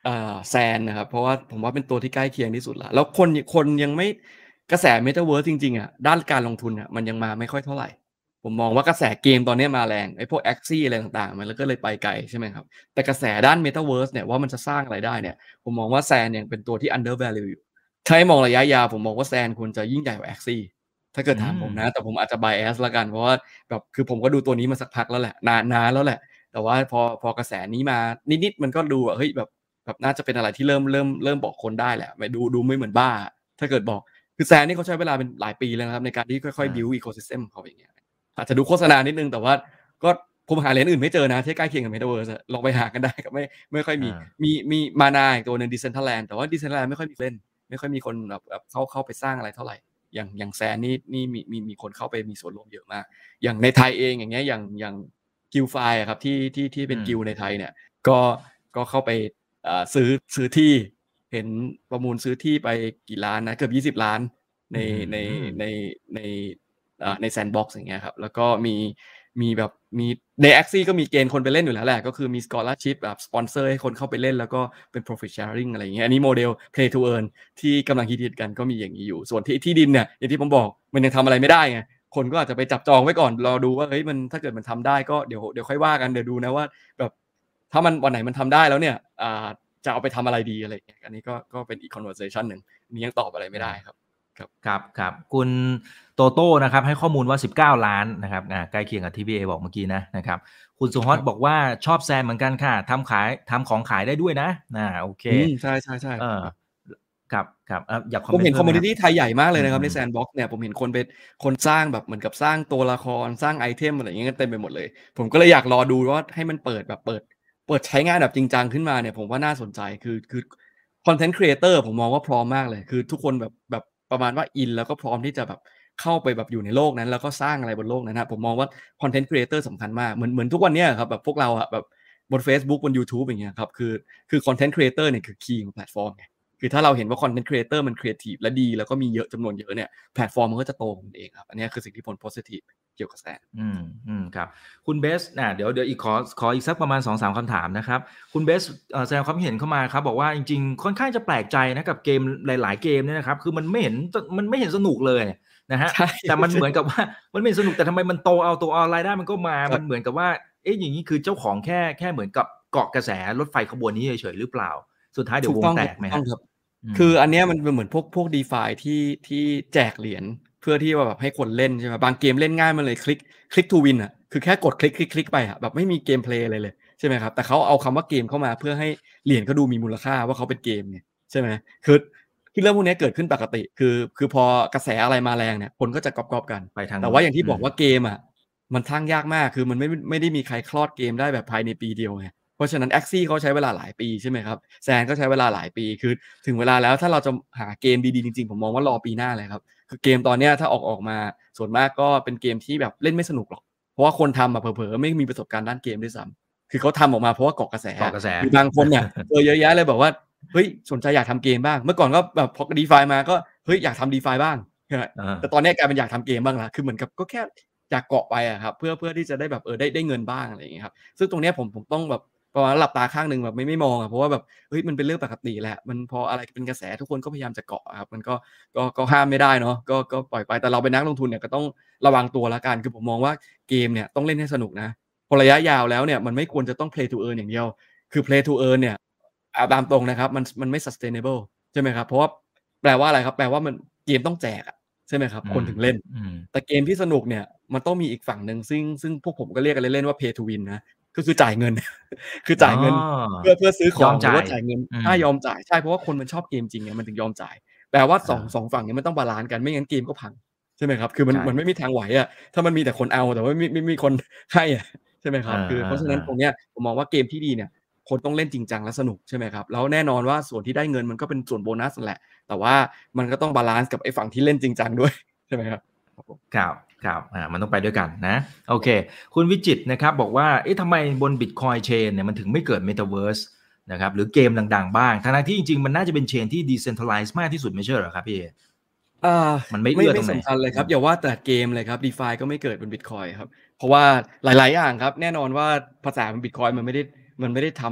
อ่าแซนนะครับเพราะว่าผมว่าเป็นตัวที่ใกล้เคียงที่สุดละแล้วคนคนยังไม่กระแส Metaverse จริงๆอ่ะด้านการลงทุนอ่ะมันยังมาไม่ค่อยเท่าไหร่ผมมองว่ากระแสเกมตอนนี้มาแรงไอ้พวก Axie อะไรต่างๆมันก็เลยไปไกลใช่ไหมครับแต่กระแสด้าน Metaverse เนี่ยว่ามันจะสร้างอะไรได้เนี่ยผมมองว่าแซนยังเป็นตัวที่ under value อยู่ถ้าให้มองระยะยาวผมมองว่าแซนควรจะยิ่งใหญ่กว่า Axie ถ้าเกิดอืถามผมมนะแต่ผมอาจจะ bias ละกันเพราะว่าแบบคือผมก็ดูตัวนี้มาสักพักแล้วแหละนานนานแล้วแหละแต่ว่าพอพอกระแสนี้มานิดๆมันก็ดูว่าเฮ้ยแบบ แบบน่าจะเป็นอะไรที่เริ่มเริ่มเริ่มบอกคนได้แหละไม่ดูดูไม่เหมือนบ้าถ้าเกิดบอกคือแซนนี่เขาใช้เวลาเป็นหลายปีแล้วนะครับในการที่ค่อยๆอา build ecosystem ของเขาอย่างเงี้ยอาจจะดูโฆษณานิดนึงแต่ว่าก็ผมหาเหรียญอื่นไม่เจอนะที่ใกล้เคียงกับ Metaverse อะลองไปหากันได้ครับไม่ไม่ค่อยมีอามีมีมานาอีกตัวหนึ่ง Decentraland แต่ว่า Decentraland ไม่ค่อยมีเล่นไม่ค่อยมีคนแบบแบบเข้าเข้าไปสร้างอะไรเท่าไหร่อย่างอย่างแซนนี่นี่มีมีมีคนเข้าไปมีส่วนร่วมเยอะมากอย่างในไทยเองอย่างเงี้ยอย่างอย่าง Guildfly อะครับที่ที่ที่เป็นอืมกิลด์ในไทยเนี่ยก็ก็เข้าไป อ่าซื้อซื้อที่เห็นประมูลซื้อที่ไปกี่ล้านนะเกือบยี่สิบล้านในอื้อฮืในอในในอ่าในแซนด์บ็อกซ์อย่างเงี้ยครับแล้วก็มีมีแบบมีใน Axie ก็มีเกณฑ์คนไปเล่นอยู่แล้วแหละก็คือมี scholarship แบบสปอนเซอร์ให้คนเข้าไปเล่นแล้วก็เป็น profit sharing อะไรอย่างเงี้ยอันนี้โมเดล play to earn ที่กำลังฮิตๆกันก็มีอย่างนี้อยู่ส่วนที่ที่ดินเนี่ยอย่างที่ผมบอกมันยังทำอะไรไม่ได้ไงคนก็อาจจะไปจับจองไว้ก่อนรอดูว่าเฮ้ยมันถ้าเกิดมันทำได้ก็เดี๋ยวเดี๋ยวค่อยว่ากันเดี๋ยวดูนะว่าแบบถ้ามันวันไหนมันทำได้แล้วเนี่ยอ่า จะเอาไปทำอะไรดีอะไรอย่างเงี้ยอันนี้ก็ก็เป็นอีก conversation หนึ่งอันนี้ยังตอบอะไรไม่ได้อาครับครับครับครับคุณโตโต้นะครับให้ข้อมูลว่าสิบเก้าล้านนะครับอ่าใกล้เคียงกับที่พี่เอบอกเมื่อกี้นะนะครับคุณสุฮอตบอกครับว่าชอบแซมเหมือนกันค่ะทำขายทำของขายได้ด้วยนะอาโอเคอืมใช่เออๆๆครับครับครับเอ่ออยากคอมผมเห็นคอมมิวนิเมนต์เพิ่มไหมครับตีไทยใหญ่มากเลอืยนะครับในมๆ Sandbox เนี่ยผมเห็นคนไปคนสร้างแบบเหมือนกับสร้างตัวละครสร้างไอเทมอะไรอย่างเงี้ยกันเต็มไปหมดเลยผมก็เลยอยากรอดูว่าให้มันเปิดแบบเปิดเปิดใช้งานแบบจริงจังขึ้นมาเนี่ยผมว่าน่าสนใจคือคือคอนเทนต์ครีเอเตอร์ผมมองว่าพร้อมมากเลยคือทุกคนแบบแบบประมาณว่าอินแล้วก็พร้อมที่จะแบบเข้าไปแบบอยู่ในโลกนั้นแล้วก็สร้างอะไรบนโลกนั้นนะผมมองว่าคอนเทนต์ครีเอเตอร์สำคัญมากเหมือนเหมือนทุกวันเนี้ยครับแบบพวกเราอะแบบบนเฟซบุ๊กบนยูทูบอย่างเงี้ยครับคือคือคอนเทนต์ครีเอเตอร์เนี่ยคือคีย์ของแพลตฟอร์มไง คือถ้าเราเห็นว่าคอนเทนต์ครีเอเตอร์มันครีเอทีฟและดีแล้วก็มีเยอะจำนวนเยอะเนี่ยแพลตฟอร์มมันก็จะโตของมันเองครับอันนี้คือสิ่งที่ผลโพซิทีฟเกี่ยวกับแซนอืมอืมครับคุณเบสอ่าเดี๋ยวเดี๋ยวอีกขอขออีกสักประมาณสองสามคำถามนะครับคุณเบสเอ่อแสดงความเห็นเข้ามาครับบอกว่าจริงๆค่อนข้างจะแปลกใจนะกับเกมหลายๆเกมเนี่ยนะครับคือมันไม่เห็นมันไม่เห็นสนุกเลยนะฮะใช่แต่มันเหมือนกับว่ามันไม่เห็นสนุกแต่ทำไมมันโตเอาตัวเอารายได้มันก็มาครับมันเหมือนกับว่าเอ๊ะอย่างนี้คือเจ้าของแค่แค่เหมือนกับเกาะกระแสรถไฟขบวนนี้เฉยๆหรือเปล่าสุดท้ายเดี๋ยววงถูกต้องครับแตกไหมฮะถูกต้องครับอืมคืออันเนี้ยมันเป็นเหมือนพวกพวก DeFi ที่ที่แจกเหรียญเพื่อที่ว่าแบบให้คนเล่นใช่ไหมบางเกมเล่นง่ายมันเลยคลิกคลิก to win อะคือแค่กดคลิกคลิกคลิกไปอะแบบไม่มีเกมเพลย์อะไรเลยใช่ไหมครับแต่เขาเอาคำว่าเกมเข้ามาเพื่อให้เหรียญเขาดูมีมูลค่าว่าเขาเป็นเกมไงใช่ไหมคือคือเรื่องพวกนี้เกิดขึ้นปกติคือคือพอกระแสอะไรมาแรงเนี่ยคนก็จะก๊อปๆกันไปทางแต่นู้นว่าอย่างที่อืมบอกว่าเกมอะมันสร้างยากมากคือมันไม่ไม่ได้มีใครคลอดเกมได้แบบภายในปีเดียวไง เพราะฉะนั้น Axie เขาใช้เวลาหลายปีใช่ไหมครับแซนก็ใช้เวลาหลายปีคือถึงเวลาแล้วถ้าเราจะหาเกมดีๆจริงๆผมมองว่ารอปีหน้าเลยครับคือเกมตอนเนี้ยถ้าออกออกมาส่วนมากก็เป็นเกมที่แบบเล่นไม่สนุกหรอกเพราะว่าคนทำอะเผลอๆไม่มีประสบการณ์ด้านเกมด้วยซ้ำคือเขาทำออกมาเพราะว่าเกาะกระแสเกาะกระแสมีบางคนเนี่ยเจอเยอะแยะเลยบอกว่าเฮ้ยสนใจอยากทำเกมบ้างเมื่อก่อนก็แบบพอ DeFi มาก็เฮ้ยอยากทำ DeFi บ้างอาแต่ตอนนี้กลายเป็นอยากทำเกมบ้างแล้วคือเหมือนกับก็แค่อยากเกาะไปอะครับเพื่อเพื่อที่จะได้แบบเออได้ได้เงินบ้างอะไรอย่างเงี้ยครับซึ่งตรงเนี้ยผมผมต้องแบบ ประมาณหลับตาข้างหนึ่งแบบไม่ไม่มองอะเพราะว่าแบบเฮ้ยมันเป็นเรื่องปกติแหละมันพออะไรเป็นกระแสทุกคนก็พยายามจะเกาะอะครับมันก็ก็ก็ห้ามไม่ได้เนาะก็ก็ปล่อยไปแต่เราเป็นนักลงทุนเนี่ยก็ต้องระวังตัวแล้วกันคือผมมองว่าเกมเนี่ยต้องเล่นให้สนุกนะพอระยะยาวแล้วเนี่ยมันไม่ควรจะต้อง play to earn อย่างเดียวคือ play to earn เนี่ยอ่าตามตรงนะครับมันมันไม่ sustainable ใช่ไหมครับเพราะว่าแปลว่าอะไรครับแปลว่ามันเกมต้องแจกอะใช่ไหมครับอืมคนถึงเล่นอืมแต่เกมที่สนุกเนี่ยมันต้องมีอีกฝั่งหนึ่งซึ่งซึ่งพวกผมก็เรียกกันเล่นๆว่า pay to win นะก็คือจ่ายเงิน คืออ๋อจ่ายเงินเพื่อเพื่อซื้อของหรือยอมจ่ายว่าจ่ายเงินอืมถ้ายอมจ่ายใช่เพราะว่าคนมันชอบเกมจริงไงมันถึงยอมจ่ายแปลว่าสองอาสองฝั่งเนี้ยมันต้องบาลันซ์กันไม่งั้นเกมก็พังใช่ไหมครับคือมันใช่มันไม่มีทางไหวอะถ้ามันมีแต่คนเอาแต่ว่าไม่ไม่ไม่มีคนให้อะใช่ไหมคเอรับคือเพราะฉะนั้นตรงอๆๆเนี้ยผมมองว่าเกมที่ดีเนี่ยคนต้องเล่นจริงจังและสนุกใช่ไหมครับแล้วแน่นอนว่าส่วนที่ได้เงินมันก็เป็นส่วนโบนัสนั่นแหละแต่ว่ามันก็ต้องบาลันซ์กับไอ้ฝั่งที่เล่นจริงจังด้วยใช่ไหมครับครับผมครับครับอ่ามันต้องไปด้วยกันนะโอเคคุณวิจิตรนะครับบอกว่าเอ๊ะทำไมบน Bitcoin Chain เนี่ยมันถึงไม่เกิด Metaverse นะครับหรือเกมดังๆบ้างทั้งๆที่จริงๆมันน่าจะเป็น Chain ที่ Decentralized มากที่สุดไม่ใช่เหรอครับพี่เออ่ามันไม่ไม่ไม่เอื้อตรงไหนสำคัญเลยอืมครับอย่าว่าแต่เกมเลยครับ DeFi ก็ไม่เกิดบนบิตคอยน์ครับเพราะว่าหลายๆอย่างครับแน่นอนว่าภาษาบนบิตคอยน์มันไม่ได้มันไม่ได้ท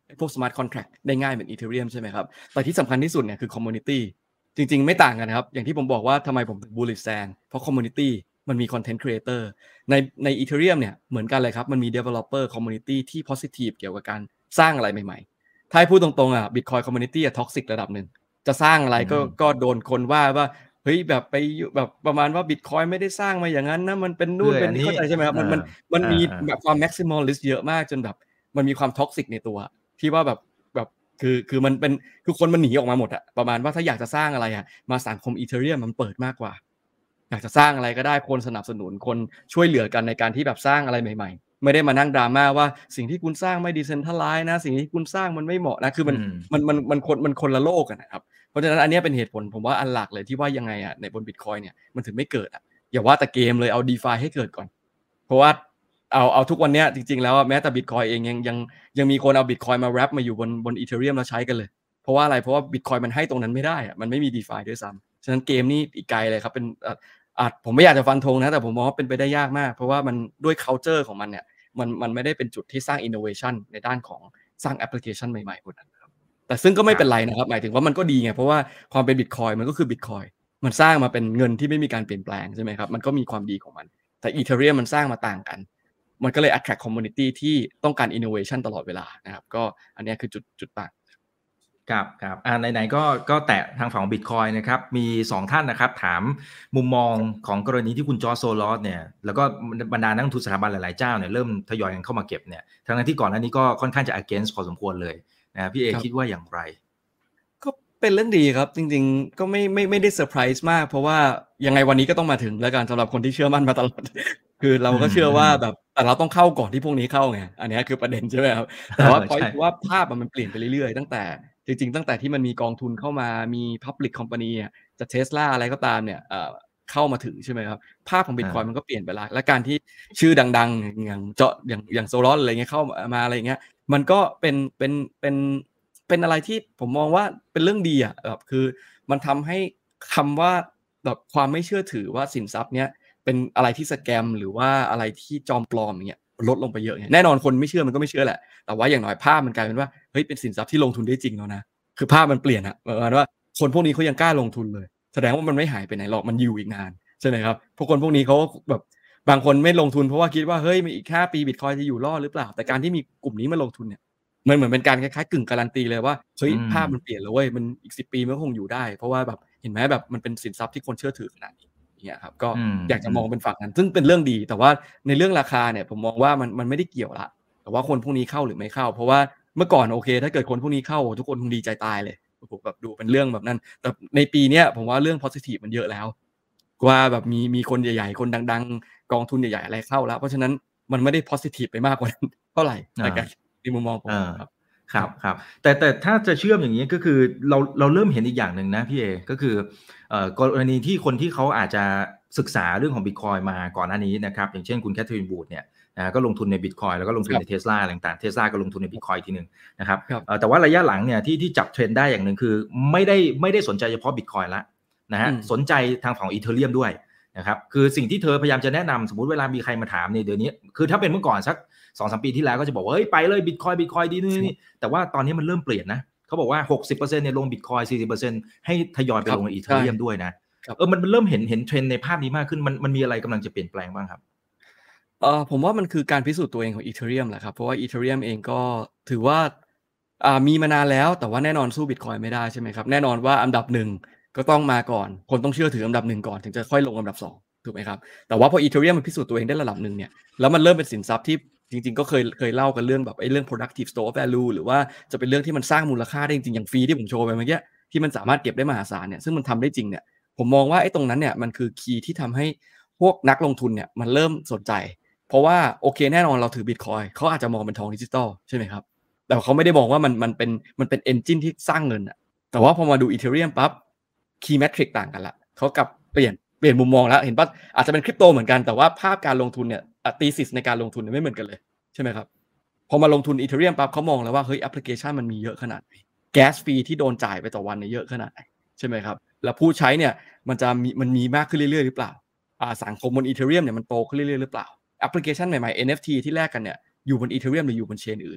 พวก smart contract ได้ง่ายเหมือน Ethereum ใช่ไหมครับแต่ที่สำคัญที่สุดเนี่ยคือ community จริงๆไม่ต่างกันครับอย่างที่ผมบอกว่าทำไมผมถึง bullish Sand เพราะ community มันมี content creator ในใน Ethereum เนี่ยเหมือนกันเลยครับมันมี developer community ที่ positive เกี่ยวกับการสร้างอะไรใหม่ๆถ้าให้พูดตรงๆอ่ะ Bitcoin community อ่ะ toxic ระดับหนึ่งจะสร้างอะไรก็ก็โดนคนว่าว่าเฮ้ยแบบไปแบบประมาณว่า Bitcoin ไม่ได้สร้างมาอย่างนั้นนะมันเป็นนู่นเป็นนี่เข้าใจใช่ไหมครับมันมันมันมีแบบความ maximalist เยอะมากจนแบบมันมีความ toxic ในตัวที่ว่าแบบแบบคือคือมันเป็นคือคนมันหนีออกมาหมดอะประมาณว่าถ้าอยากจะสร้างอะไรอะมาสังคม Ethereum มันเปิดมากกว่าอยากจะสร้างอะไรก็ได้คนสนับสนุนคนช่วยเหลือกันในการที่แบบสร้างอะไรใหม่ๆไม่ได้มานั่งดราม่าว่าสิ่งที่คุณสร้างไม่ decentralize นะสิ่งที่คุณสร้างมันไม่เหมาะนะคือมันมันมันมันคนมันคนละโลกกันนะครับเพราะฉะนั้นอันนี้เป็นเหตุผลผมว่าอันหลักเลยที่ว่ายังไงอะในบน Bitcoin เนี่ยมันถึงไม่เกิดอะอย่าว่าแต่เกมเลยเอา DeFi ให้เกิดก่อนเพราะว่าเอาเอาทุกวันนี้จริงๆแล้วแม้แต่ Bitcoin เองยังยังยังมีคนเอา Bitcoin มา wrap มาอยู่บนบน Ethereum แล้วใช้กันเลยเพราะว่าอะไรเพราะว่า Bitcoin มันให้ตรงนั้นไม่ได้อะมันไม่มี DeFi ด้วยซ้ำฉะนั้นเกมนี้อีกไกลเลยครับเป็นอาจผมไม่อยากจะฟันธงนะแต่ผมมองว่าเป็นไปได้ยากมากเพราะว่ามันด้วย culture ของมันเนี่ยมันมันไม่ได้เป็นจุดที่สร้าง innovation ในด้านของสร้างแอปพลิเคชันใหม่ๆพวกนั้นครับแต่ซึ่งก็ไม่เป็นไรนะครับหมายถึงว่ามันก็ดีไงเพราะว่าความเป็น Bitcoin มันก็คือ Bitcoin มันสร้างมาเป็นเงินที่ไม่มีการเปลี่ยนแปลงใช่ไหมครับมันก็มีความดีของมันแต่ Ethereum มันสร้างมาต่างกันมันก็เลย attract community ที่ต้องการ innovation ตลอดเวลานะครับก็อันนี้คือจุดจุดต่างครับครับอ่าไหนๆก็ก็แตะทางฝั่งของ Bitcoin นะครับมีสองท่านนะครับถามมุมมองของกรณีที่คุณจอร์จโซลอสเนี่ยแล้วก็บรรดานักลงทุนสถาบันหลายๆเจ้าเนี่ยเริ่มทยอยกันเข้ามาเก็บเนี่ยทั้งที่ก่อนหน้านี้ก็ค่อนข้างจะ against พอสมควรเลยนะพี่เอคิดว่าอย่างไรก็เป็นเรื่องดีครับจริงๆก็ไม่ไม่ไม่ได้เซอร์ไพรส์มากเพราะว่ายังไงวันนี้ก็ต้องมาถึงแล้วกันสำหรับคนที่เชื่อมั่นมาตลอดคือเราก็เชื่อว่าแบบแต่เราต้องเข้าก่อนที่พวกนี้เข้าไงอันนี้คือประเด็นใช่ไหมครับแต่ว่าพอยต์ว่าภาพมันเปลี่ยนไปเรื่อยๆตั้งแต่จริงๆตั้งแต่ที่มันมีกองทุนเข้ามามี Public Company อ่ะจะ Tesla อะไรก็ตามเนี่ยเอ่อเข้ามาถึงใช่ไหมครับภาพของ Bitcoin มันก็เปลี่ยนไปแล้วและการที่ชื่อดังๆอย่างเจาะอย่างอย่างโซลอสอะไรเงี้ยเข้ามาอะไรเงี้ยมันก็เป็นเป็นเป็นเป็นอะไรที่ผมมองว่าเป็นเรื่องดีอ่ะแบบคือมันทำให้คำว่าแบบความไม่เชื่อถือว่าสินทรัพย์เนี้ยเป็นอะไรที่สแกมหรือว่าอะไรที่จอมปลอมอย่างเงี้ยลดลงไปเยอะแน่นอนคนไม่เชื่อมันก็ไม่เชื่อแหละแต่ว่าอย่างน้อยภาพมันกลายเป็นว่าเฮ้ยเป็นสินทรัพย์ที่ลงทุนได้จริงแล้วนะคือภาพมันเปลี่ยนอะประมาณว่าคนพวกนี้เขายังกล้าลงทุนเลยแสดงว่ามันไม่หายไปไหนหรอกมันอยู่อีกนานใช่ไหมครับพวกคนพวกนี้เขาแบบบางคนไม่ลงทุนเพราะว่าคิดว่าเฮ้ยอีกห้าปี Bitcoin จะอยู่รอดหรือเปล่าแต่การที่มีกลุ่มนี้มาลงทุนเนี่ยมันเหมือนเป็นการคล้ายๆกึ่งการันตีเลยว่าเฮ้ยภาพมันเปลี่ยนแล้วเว้ยมันอีกสิบปีมันก็คงอยู่ได้เพราะว่าแบบเห็นไหมแบบมันเป็นสินทรัพย์ที่คนเชื่อถือขนาดนี้เนี่ยครับก็อยากจะมองเป็นฝั่งนั้นซึ่งเป็นเรื่องดีแต่ว่าในเรื่องราคาเนี่ยผมมองว่ามันมันไม่ได้เกี่ยวละแต่ว่าคนพวกนี้เข้าหรือไม่เข้าเพราะว่าเมื่อก่อนโอเคถ้าเกิดคนพวกนี้เข้าทุกคนคงดีใจตายเลยผมแบบดูเป็นเรื่องแบบนั้นแต่ในปีนี้ผมว่าเรื่อง positive มันเยอะแล้วว่าแบบมีมีคนใหญ่ๆคนดังๆกองทุนใหญ่ๆอะไรเข้าแล้วเพราะฉะนั้นมันไม่ได้ positive ไปมากกว่านั้นเท่าไหร่ในการในมุมมองผมครับครับครับแต่แต่ถ้าจะเชื่อมอย่างนี้ก็คือเราเราเริ่มเห็นอีกอย่างหนึ่งนะพี่เอก็คือเอ่อกรณีที่คนที่เขาอาจจะศึกษาเรื่องของ Bitcoin มาก่อนหน้านี้นะครับอย่างเช่นคุณแคทเธอรีนบูธเนี่ยนะก็ลงทุนใน Bitcoin แล้วก็ลงทุนใน Tesla ต่างๆ Tesla ก็ลงทุนใน Bitcoin ทีนึงนะครับแต่ว่าระยะหลังเนี่ยที่ที่จับเทรนด์ได้อย่างหนึ่งคือไม่ได้ไม่ได้สนใจเฉพาะ Bitcoin ละนะฮะสนใจทางฝั่ง Ethereum ด้วยนะครับคือสิ่งที่เธอพยายามจะแนะนำสมมุติเวลามีใครมาถามเนี่ยเดี๋ยวนี้คือถ้าเป็นเมื่อก่อนสัก สองสาม ปีที่แล้วก็จะบอกว่าเฮ้ยไปเลย Bitcoin Bitcoin ดีนี่แต่ว่าตอนนี้มันเริ่มเปลี่ยนนะเขาบอกว่า หกสิบเปอร์เซ็นต์ เนี่ยลง Bitcoin สี่สิบเปอร์เซ็นต์ ให้ทยอยไปลงใน Ethereum ด้วยนะเออมันเริ่มเห็นเห็นเทรนด์ในภาพนี้มากขึ้นมันมันมีอะไรกำลังจะเปลี่ยนแปลงบ้างครับเอ่อผมว่ามันคือการพิสูจน์ตัวเองของ Ethereum แหละครับเพราะว่า Ethereum เองก็ถือว่าอ่ามีมานานแล้วแต่ว่าแน่นอนสู้ Bitcoin ไม่ได้ใช่ไหมครับแน่นอนว่าอันดับหนึ่งก็ต้องมาก่อนคนต้องเชื่อถืออันดับหนึ่งก่อนถึงจะค่อยลงอันดับสองถูกไหมครับแต่ว่าพอ Ethereum มันพิสูจน์ตัวเองได้ระดับหนึ่งเนี่ยแล้วมันเริ่มเป็นสินทรัพย์ที่จริงๆก็เคยเคยเล่ากันเรื่องแบบไอ้เรื่อง productive store of value หรือว่าจะเป็นเรื่องที่มันสร้างมูลค่าได้จริงๆอย่างฟรีที่ผมโชว์ไปเมื่อกี้ที่มันสามารถเก็บได้มหาศาลเนี่ยซึ่งมันทำได้จริงเนี่ยผมมองว่าไอ้ตรงนั้นเนี่ยมันคือคีย์ที่ทำให้พวกนักลงทุนเนี่ยมันเริ่มสนใจเพราะว่าโอเคแน่นอนเราถือ Bitcoin เขาอาจจะมองเป็นทองดิจิตอลใช่ไหมครับแต่เขาไม่ได้มองว่ามันมันเป็นมันเป็น engine ที่สร้างเงินอะแต่ว่าพอมาดู Ethereum ปั๊บ key metric ต่างกันละเขากลับเปลี่ยนเปลี่ยนมุมมองแล้วเห็นป่ะอาจจะเป็นคริปโตเหมือนกันแต่ว่าภาพการลงทุนเนี่ย thesis ในการลงทุนเนี่ยไม่เหมือนกันเลยใช่ไหมครับพอมาลงทุน Ethereum ปั๊บเขามองแล้วว่าเฮ้ยแอปพลิเคชันมันมีเยอะขนาดไหนแก๊สฟรีที่โดนจ่ายไปต่อวันเนี่ยเยอะขนาดไหนใช่ไหมครับแล้วผู้ใช้เนี่ยมันจะมีมันมีมากขึ้นเรื่อยๆหรือเปล่าอ่าสังคมบน Ethereum เนี่ยมันโตขึ้นเรื่อยๆหรือเปล่าแอปพลิเคชันใหม่ๆ เอ็น เอฟ ที ที่แลกกันเนี่ยอยู่บน Ethereum หรืออยู่บนเชนอื่น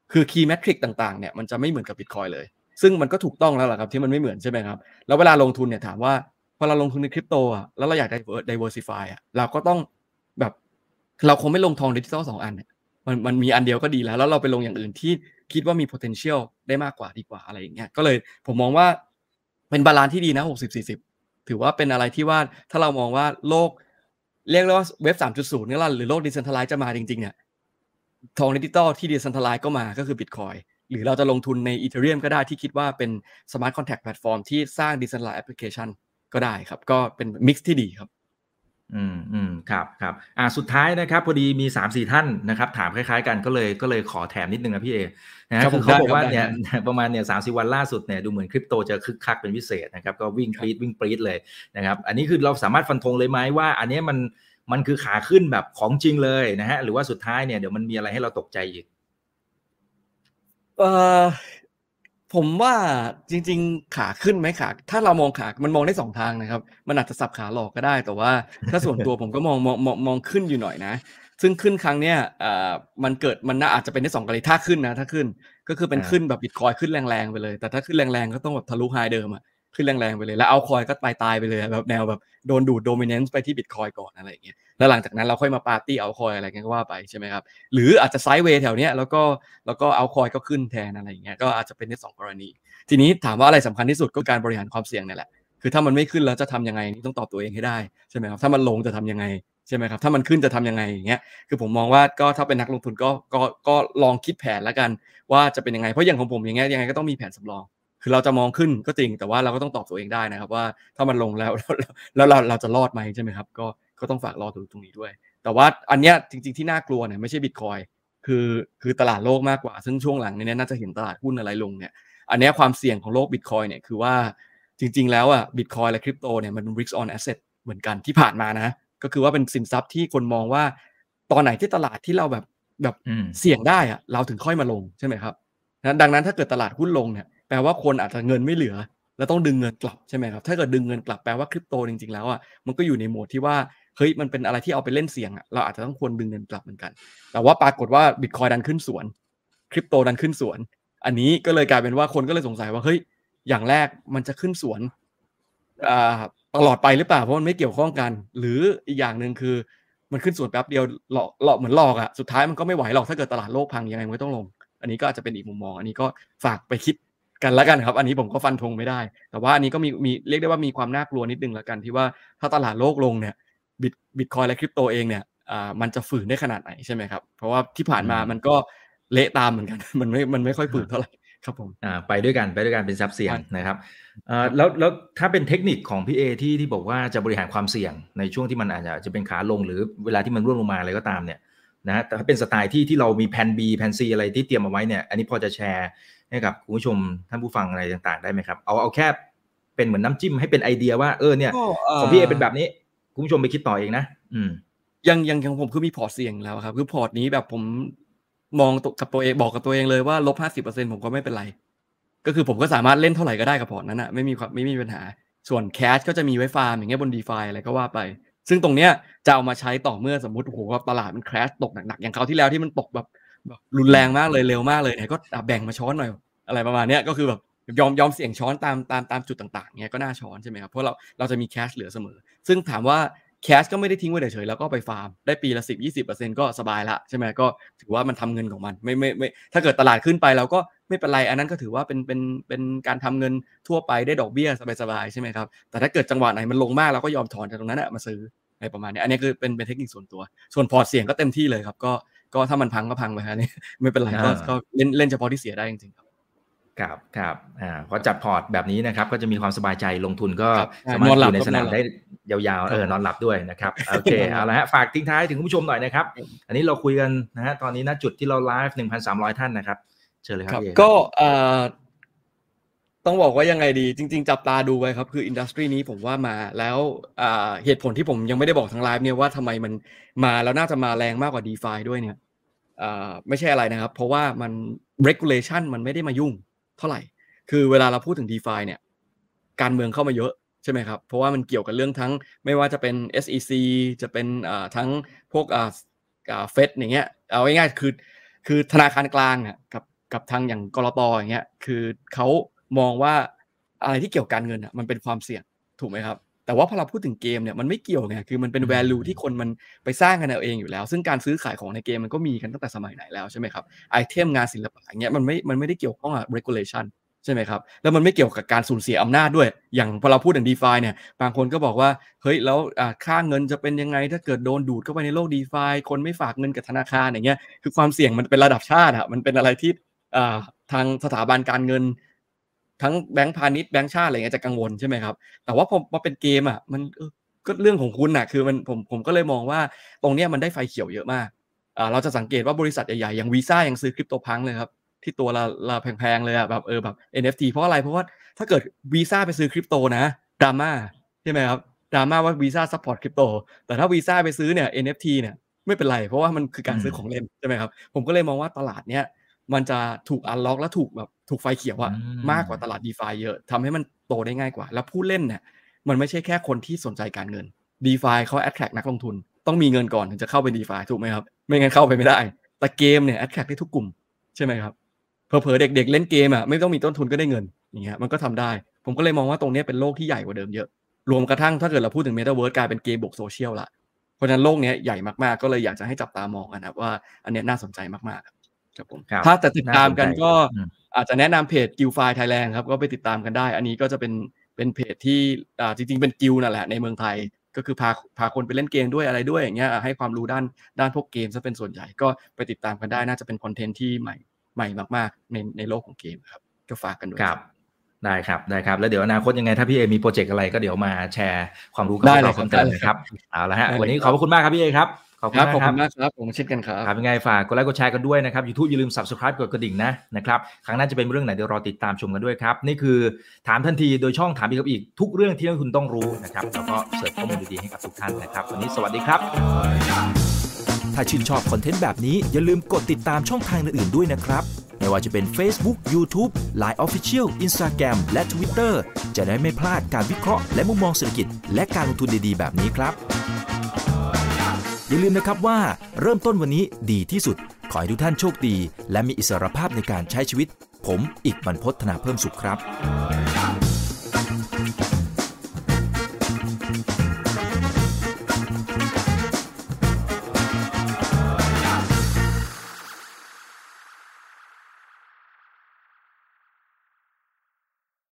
คือ key metric ต่างๆเนี่ยมันจะไม่เหมือนกับ Bitcoin เลยซึ่งมันก็ถูกต้องแล้วล่ะครับที่มันไม่เหมือนใช่ไหมครับแล้วเวลาลงทุนเนี่ยถามว่าพอเราลงทุนในคริปโตอ่ะแล้วเราอยาก diversify อ่ะเราก็ต้องแบบเราคงไม่ลงทองดิจิทัลสองอันเนี่ยมันมันมีอันเดียวก็ดีแล้วแล้วเราไปลงอย่างอื่นที่คิดว่ามี potential ได้มากกว่าดีกว่าอะไรอย่างเงี้ยก็เลยผมมองว่าเป็นบาลานซ์ที่ดีนะหกสิบ สี่สิบถือว่าเป็นอะไรที่ว่าถ้าเรามองว่าโลกเรียกว่าเว็บ สามจุดศูนย์ นี่แหละหรือโลก decentralized จะมาจริงๆเนี่ยทองดิจิตอลที่ decentralized ก็มาก็คือ Bitcoin หรือเราจะลงทุนใน Ethereum ก็ได้ที่คิดว่าเป็น Smart Contract Platform ที่สร้าง decentralized application ก็ได้ครับก็เป็น mix ที่ดีครับอืมอืมครับครับอ่าสุดท้ายนะครับพอดีมี สามสี่ ท่านนะครับถามคล้ายๆกันก็เลยก็เลยขอแถมนิดนึงนะพี่เอนะคือเขาบอกว่าเนี่ยประมาณเนี่ยสามสิบวันล่าสุดเนี่ยดูเหมือนคริปโตจะคึกคักเป็นพิเศษนะครับก็วิ่งปรี๊ดวิ่งปรี๊ดเลยนะครับอันนี้คือเราสามารถฟันธงเลยไหมว่าอันนี้มันมันคือขาขึ้นแบบของจริงเลยนะฮะหรือว่าสุดท้ายเนี่ยเดี๋ยวมันมีอะไรให้เราตกใจอีกเอ่อผมว่าจริงๆขาขึ้นไหมขาถ้าเรามองขามันมองได้สองทางนะครับมันอาจจะสับขาหลอกก็ได้แต่ว่าถ้าส่วนตัวผมก็มองมองมองมองขึ้นอยู่หน่อยนะซึ่งขึ้นครั้งเนี้ยเอ่อมันเกิดมันน่าอาจจะเป็นได้สองกรณีถ้าขึ้นนะถ้าขึ้นก็คือเป็นขึ้นแบบ Bitcoin ขึ้นแรงๆไปเลยแต่ถ้าขึ้นแรงๆก็ต้องแบบทะลุไฮเดิมอะขึ้นแรงๆไปเลยแล้วเอาคอยก็ตายๆไปเลยแบบแนวแบบโดนดูด dominance ไปที่ Bitcoin ก่อนอะไรอย่างเงี้ยแล้วหลังจากนั้นเราค่อยมาปาร์ตี้เอาคอยอะไรกันก็ว่าไปใช่ไหมครับหรืออาจจะไซด์เวย์แถวเนี้ยแล้วก็แล้วก็เอาคอยก็ขึ้นแทนอะไรอย่างเงี้ยก็อาจจะเป็นในสองกรณีทีนี้ถามว่าอะไรสำคัญที่สุดก็การบริหารความเสี่ยงนี่แหละคือถ้ามันไม่ขึ้นแล้วจะทำยังไงนี่ต้องตอบตัวเองให้ได้ใช่ไหมครับถ้ามันลงจะทำยังไงใช่ไหมครับถ้ามันขึ้นจะทำยังไงอย่างเงี้ยคือผมมองว่าก็ถ้าเป็นนักลงทุนก็ก็ก็ลองคิดแผนแล้วกันว่าจะเป็นยังไงเพราะอย่างของผมอย่างเงี้ยยังไงก็ต้องมีแผนสำรองคือเราจะมองขึ้นก็จริงแต่ว่าเราก็ต้องตอบตัวเองได้นะครับว่าถ้ามันลงแล้วแล้วเราเราจะรอดไหมใช่ไหมครับก็ก็ต้องฝากรอตรงตรงนี้ด้วยแต่ว่าอันเนี้ยจริงๆที่น่ากลัวเนี่ยไม่ใช่ Bitcoin คือคือตลาดโลกมากกว่าซึ่งช่วงหลังนี้น่าจะเห็นตลาดหุ้นอะไรลงเนี่ยอันนี้ความเสี่ยงของโลก Bitcoin เนี่ยคือว่าจริงๆแล้วอ่ะ Bitcoin และคริปโตเนี่ยมัน risk on asset เหมือนกันที่ผ่านมานะก็คือว่าเป็นสินทรัพย์ที่คนมองว่าตอนไหนที่ตลาดที่เราแบบแบบเสี่ยงได้อ่ะเราถึงค่อยมาลงใช่ไหมครับดังนั้นถ้าเกิดตลาดหุ้นลงเนี่ยแปลว่าคนอาจจะเงินไม่เหลือแล้วต้องดึงเงินกลับใช่ไหมครับถ้าเกิดดึงเงินกลับแปลว่าคริปโตจริงๆแล้วอ่ะมันก็อยู่ในโหมดที่ว่าเฮ้ยมันเป็นอะไรที่เอาไปเล่นเสี่ยงอ่ะเราอาจจะต้องควรดึงเงินกลับเหมือนกันแต่ว่าปรากฏว่า Bitcoin ดันขึ้นสวนคริปโตดันขึ้นสวนอันนี้ก็เลยกลายเป็นว่าคนก็เลยสงสัยว่าเฮ้ยอย่างแรกมันจะขึ้นสวนอ่าตลอดไปหรือเปล่าเพราะมันไม่เกี่ยวข้องกันหรืออีกอย่างหนึ่งคือมันขึ้นสวนแป๊บเดียวหลอกหลอกเหมือนหลอกอ่ะสุดท้ายมันก็ไม่ไหวหรอกถ้าเกิดตลาดโลกพังยังไงมันก็ต้องลงอันนี้ก็อาจจะเป็นอีกมุมมองอันนี้ก็ฝากไปคิดกันแล้วกันครับอันนี้ผมก็ฟันธงไม่ได้แต่ว่าอันนี้ก็มีมีเรียกได้ว่ามีความน่ากลัวนิดนึงแล้วกันที่ว่าถ้าตลาดโลกลงเนี่ยบิตบิตคอยและคริปโตเองเนี่ยอ่ามันจะฝืนได้ขนาดไหนใช่ไหมครับเพราะว่าที่ผ่านมามันก็เละตามเหมือนกันมันไม่มันไม่ค่อยฝืนเท่าไหร่ครับผมอ่าไปด้วยกันไปด้วยกันเป็นทรัพย์เสี่ยงนะครับเอ่อครับแล้วแล้วถ้าเป็นเทคนิคของพี่เอที่ที่บอกว่าจะบริหารความเสี่ยงในช่วงที่มันอาจจะจะเป็นขาลงหรือเวลาที่มันร่วงลงมาอะไรก็ตามเนี่ยนะฮะแต่ถ้าเป็นสไตล์ที่ที่เรามีแผน B แผน C อะไรที่เตรียมเอาไว้เนี่ยอันนี้พอจะแชร์ให้กับคุณผู้ชมท่านผู้ฟังอะไรต่างๆได้ไหมครับเอาเอาแค่เป็นเหมือนน้ำจิ้มให้เป็นไอเดียว่าเออเนี่ยก็เอ่ของพี่เออเป็นแบบนี้คุณผู้ชมไปคิดต่อเองนะอืมยังยังยังผมคือมีพอร์ตเสี่ยงแล้วครับคือพอร์ตนี้แบบผมมองตัวกับตัวเองบอกกับตัวเองเลยว่าลบ ห้าสิบเปอร์เซ็นต์ ผมก็ไม่เป็นไรก็คือผมก็สามารถเล่นเท่าไหร่ก็ได้กับพอร์ตนั้นน่ะไม่มีความไม่มีปัญหาส่วนแคชก็จะมีไว้ฟาร์มอย่างเงี้ยบน DeFi อะไรก็ว่าไปซึ่งตรงเนี้ยจะเอามาใช้ต่อเมื่อสมมุติโอ้โฮตลาดมัน crash ตกหนักๆอย่างคราวที่แล้วที่มันตกแบบแบบรุนอืมแรงมากเลยเร็วมากเลยเนี่ยก็อ่าแบ่งมาช้อนหน่อยอะไรประมาณเนี้ยก็คือแบบยอมยอมเสี่ยงช้อนตามตามตามจุดต่างๆเงี้ยก็น่าช้อนใช่ไหมครับเพราะเราเราจะมีแคชเหลือเสมอซึ่งถามว่า แคชก็ไม่ได้ทิ้งไว้เฉยๆแล้วก็ไปฟาร์มได้ปีละ สิบถึงยี่สิบเปอร์เซ็นต์ ก็สบายแล้วใช่ไหมก็ถือว่ามันทำเงินของมันไม่ไม่ไม่ถ้าเกิดตลาดขึ้นไปเราก็ไม่เป็นไรอันนั้นก็ถือว่าเป็นเป็นเป็นการทำเงินทั่วไปได้ดอกเบี้ยสบายๆใช่ไหมครับแต่ถ้าเกิดจังหวะไหนมันลงมากเราก็ยอมถอนจากตรงนั้นมาซื้ออะไรประมาณนี้อันนี้คือเป็นเป็นเทคนิคส่วนตัวส่วนพอร์ตเสี่ยงก็เต็มที่เลยครับก็ก็ถ้ามันพังก็พังไปฮะนี่ไม่เป็นไรก็ก็เล่นเล่นเฉพาะที่เสียได้จริงๆครับครับครับอ่าพอจัดพอร์ตแบบนี้นะครับก็จะมีความสบายใจลงทุนก็ครับสามารถอยู่ในสนามได้ยาวๆเอครับอนอนหลับด้วยนะครับโอเคนอนหลับเอาละฮะฝากทิ้งท้ายถึงคุณผู้ชมหน่อยนะครับอันนี้เราคุยกันนะฮะตอนนี้ณจุดที่เราไลฟ์ หนึ่งพันสามร้อย ท่านนะครับเชิญเลยครับพี่เอก็เอ่อ ต้องบอกว่ายังไงดีจริงๆจับตาดูไว้ครับคืออินดัสทรีนี้ผมว่ามาแล้วอ่าเหตุผลที่ผมยังไม่ได้บอกทางไลฟ์เนี่ยว่าทำไมมันมาแล้วน่าจะมาแรงมากกว่า DeFi ด้วยเนี่ยอ่าไม่ใช่อะไรนะครับเพราะว่ามัน regulation มันไม่ได้มายุ่งเท่าไหร่คือเวลาเราพูดถึง DeFi เนี่ยการเมืองเข้ามาเยอะใช่ไหมครับเพราะว่ามันเกี่ยวกับเรื่องทั้งไม่ว่าจะเป็น เอส อี ซี จะเป็นอ่าทั้งพวกอ่าอ่า Fed อย่างเงี้ยเอาง่ายๆคือคือธนาคารกลางอ่ะกับกับทางอย่างกลต.อย่างเงี้ยคือเขามองว่าอะไรที่เกี่ยวกับการเงินอ่ะมันเป็นความเสี่ยงถูกไหมครับแต่ว่าพอเราพูดถึงเกมเนี่ยมันไม่เกี่ยวไงคือมันเป็น value ที่คนมันไปสร้างกันเอาเองอยู่แล้วซึ่งการซื้อขายของในเกมมันก็มีกันตั้งแต่สมัยไหนแล้วใช่ไหมครับไอเทมงานศิลปะอย่างเงี้ยมันไม่มันไม่ได้เกี่ยวข้องกับ regulation ใช่ไหมครับแล้วมันไม่เกี่ยวกับการสูญเสียอำนาจด้วยอย่างพอเราพูดถึง DeFi เนี่ยบางคนก็บอกว่าเฮ้ยแล้วค่าเงินจะเป็นยังไงถ้าเกิดโดนดูดเข้าไปในโลก DeFi คนไม่ฝากเงินกับธนาคารอย่างเงี้ยคือความเสี่ยงมันเป็นระดับชาติอะมันเป็นอะไรที่ทางสถาบันการเงินทั้งแบงก์พาณิชย์แบงก์ชาติอะไรเงี้ยจะกังวลใช่ไหมครับแต่ว่าพอมาเป็นเกมอ่ะมันก็เรื่องของคุณน่ะคือมันผมผมก็เลยมองว่าตรงเนี้ยมันได้ไฟเขียวเยอะมากอ่าเราจะสังเกตว่าบริษัทใหญ่ๆอย่าง Visa ยังซื้อคริปโตพังเลยครับที่ตัวละละแพงๆเลยอ่ะแบบเออแบบ เอ็น เอฟ ที เพราะอะไรเพราะว่าถ้าเกิด Visa ไปซื้อคริปโตนะดราม่าใช่ไหมครับดราม่าว่า Visa support คริปโตแต่ถ้า Visa ไปซื้อเนี่ย เอ็น เอฟ ที เนี่ยไม่เป็นไรเพราะว่ามันคือการซื้อของเล่นใช่ไหมครับผมก็เลยมองว่าตลาดเนี้ยมันจะถูกอันล็อกและถูกแบบถูกไฟเขียวอะมากกว่าตลาด DeFi เยอะทำให้มันโตได้ง่ายกว่าแล้วผู้เล่นเนี่ยมันไม่ใช่แค่คนที่สนใจการเงิน DeFi เขา attract นักลงทุนต้องมีเงินก่อนถึงจะเข้าเป็น DeFi ถูกไหมครับไม่งั้นเข้าไปไม่ได้แต่เกมเนี่ย attract ได้ทุกกลุ่มใช่ไหมครับเผลอๆเด็กๆเล่นเกมอะไม่ต้องมีต้นทุนก็ได้เงินอย่างเงี้ยมันก็ทำได้ผมก็เลยมองว่าตรงนี้เป็นโลกที่ใหญ่กว่าเดิมเยอะรวมกระทั่งถ้าเกิดเราพูดถึง Metaverse กลายเป็นเกมบวกโซเชียลละเพราะฉะนั้นโลกนี้ใหญ่มากๆก็เลยอยากจะให้จับตามองกันครับว่าอันนี้น่าสนใจมากๆครับผมถ้าจะติดตามกันก็อาจจะแนะนำเพจ Guildfy Thailand ครับก็ไปติดตามกันได้อันนี้ก็จะเป็นเป็นเพจที่อ่าจริงๆเป็นกิลด์นั่นแหละในเมืองไทยก็คือพาพาคนไปเล่นเกมด้วยอะไรด้วยอย่างเงี้ยให้ความรู้ด้านด้านพวกเกมซะเป็นส่วนใหญ่ก็ไปติดตามกันได้น่าจะเป็นคอนเทนต์ที่ใหม่ใหม่มากๆในในโลกของเกมครับก็ฝากกันด้วยครับได้ครับได้ครับแล้วเดี๋ยวอนาคตยังไงถ้าพี่เอมีโปรเจกต์อะไรก็เดี๋ยวมาแชร์ความรู้กับเราเพิ่มเติมนะครับเอาละฮะวันนี้ขอบคุณมากครับพี่เอครับขอบคุณมากครับผมเช่นกันครับครับยังไงฝากกดไลค์กดแชร์กันด้วยนะครับ YouTube อย่าลืม Subscribe กดกระดิ่งนะนะครับครั้งหน้าจะเป็นเรื่องไหนเดี๋ยวรอติดตามชมกันด้วยครับนี่คือถามทันทีโดยช่องถามอีกกับอีกทุกเรื่องที่นักลงทุนต้องรู้นะครับแล้วก็เสิร์ฟข้อมูลดีๆให้กับทุกท่านนะครับวันนี้สวัสดีครับถ้าชื่นชอบคอนเทนต์แบบนี้อย่าลืมกดติดตามช่องทางอื่นๆด้วยนะครับไม่ว่าจะเป็น Facebook YouTube ไลน์ Official Instagram และ Twitter จะได้ไม่พลาดการวิเคราะห์และมุมมองเศรษฐกิจและการลงทุนดีๆแบบนี้ครับอย่าลืมนะครับว่าเริ่มต้นวันนี้ดีที่สุดขอให้ทุกท่านโชคดีและมีอิสรภาพในการใช้ชีวิตผมอีกบรรพต ธนาเพิ่มสุขครับ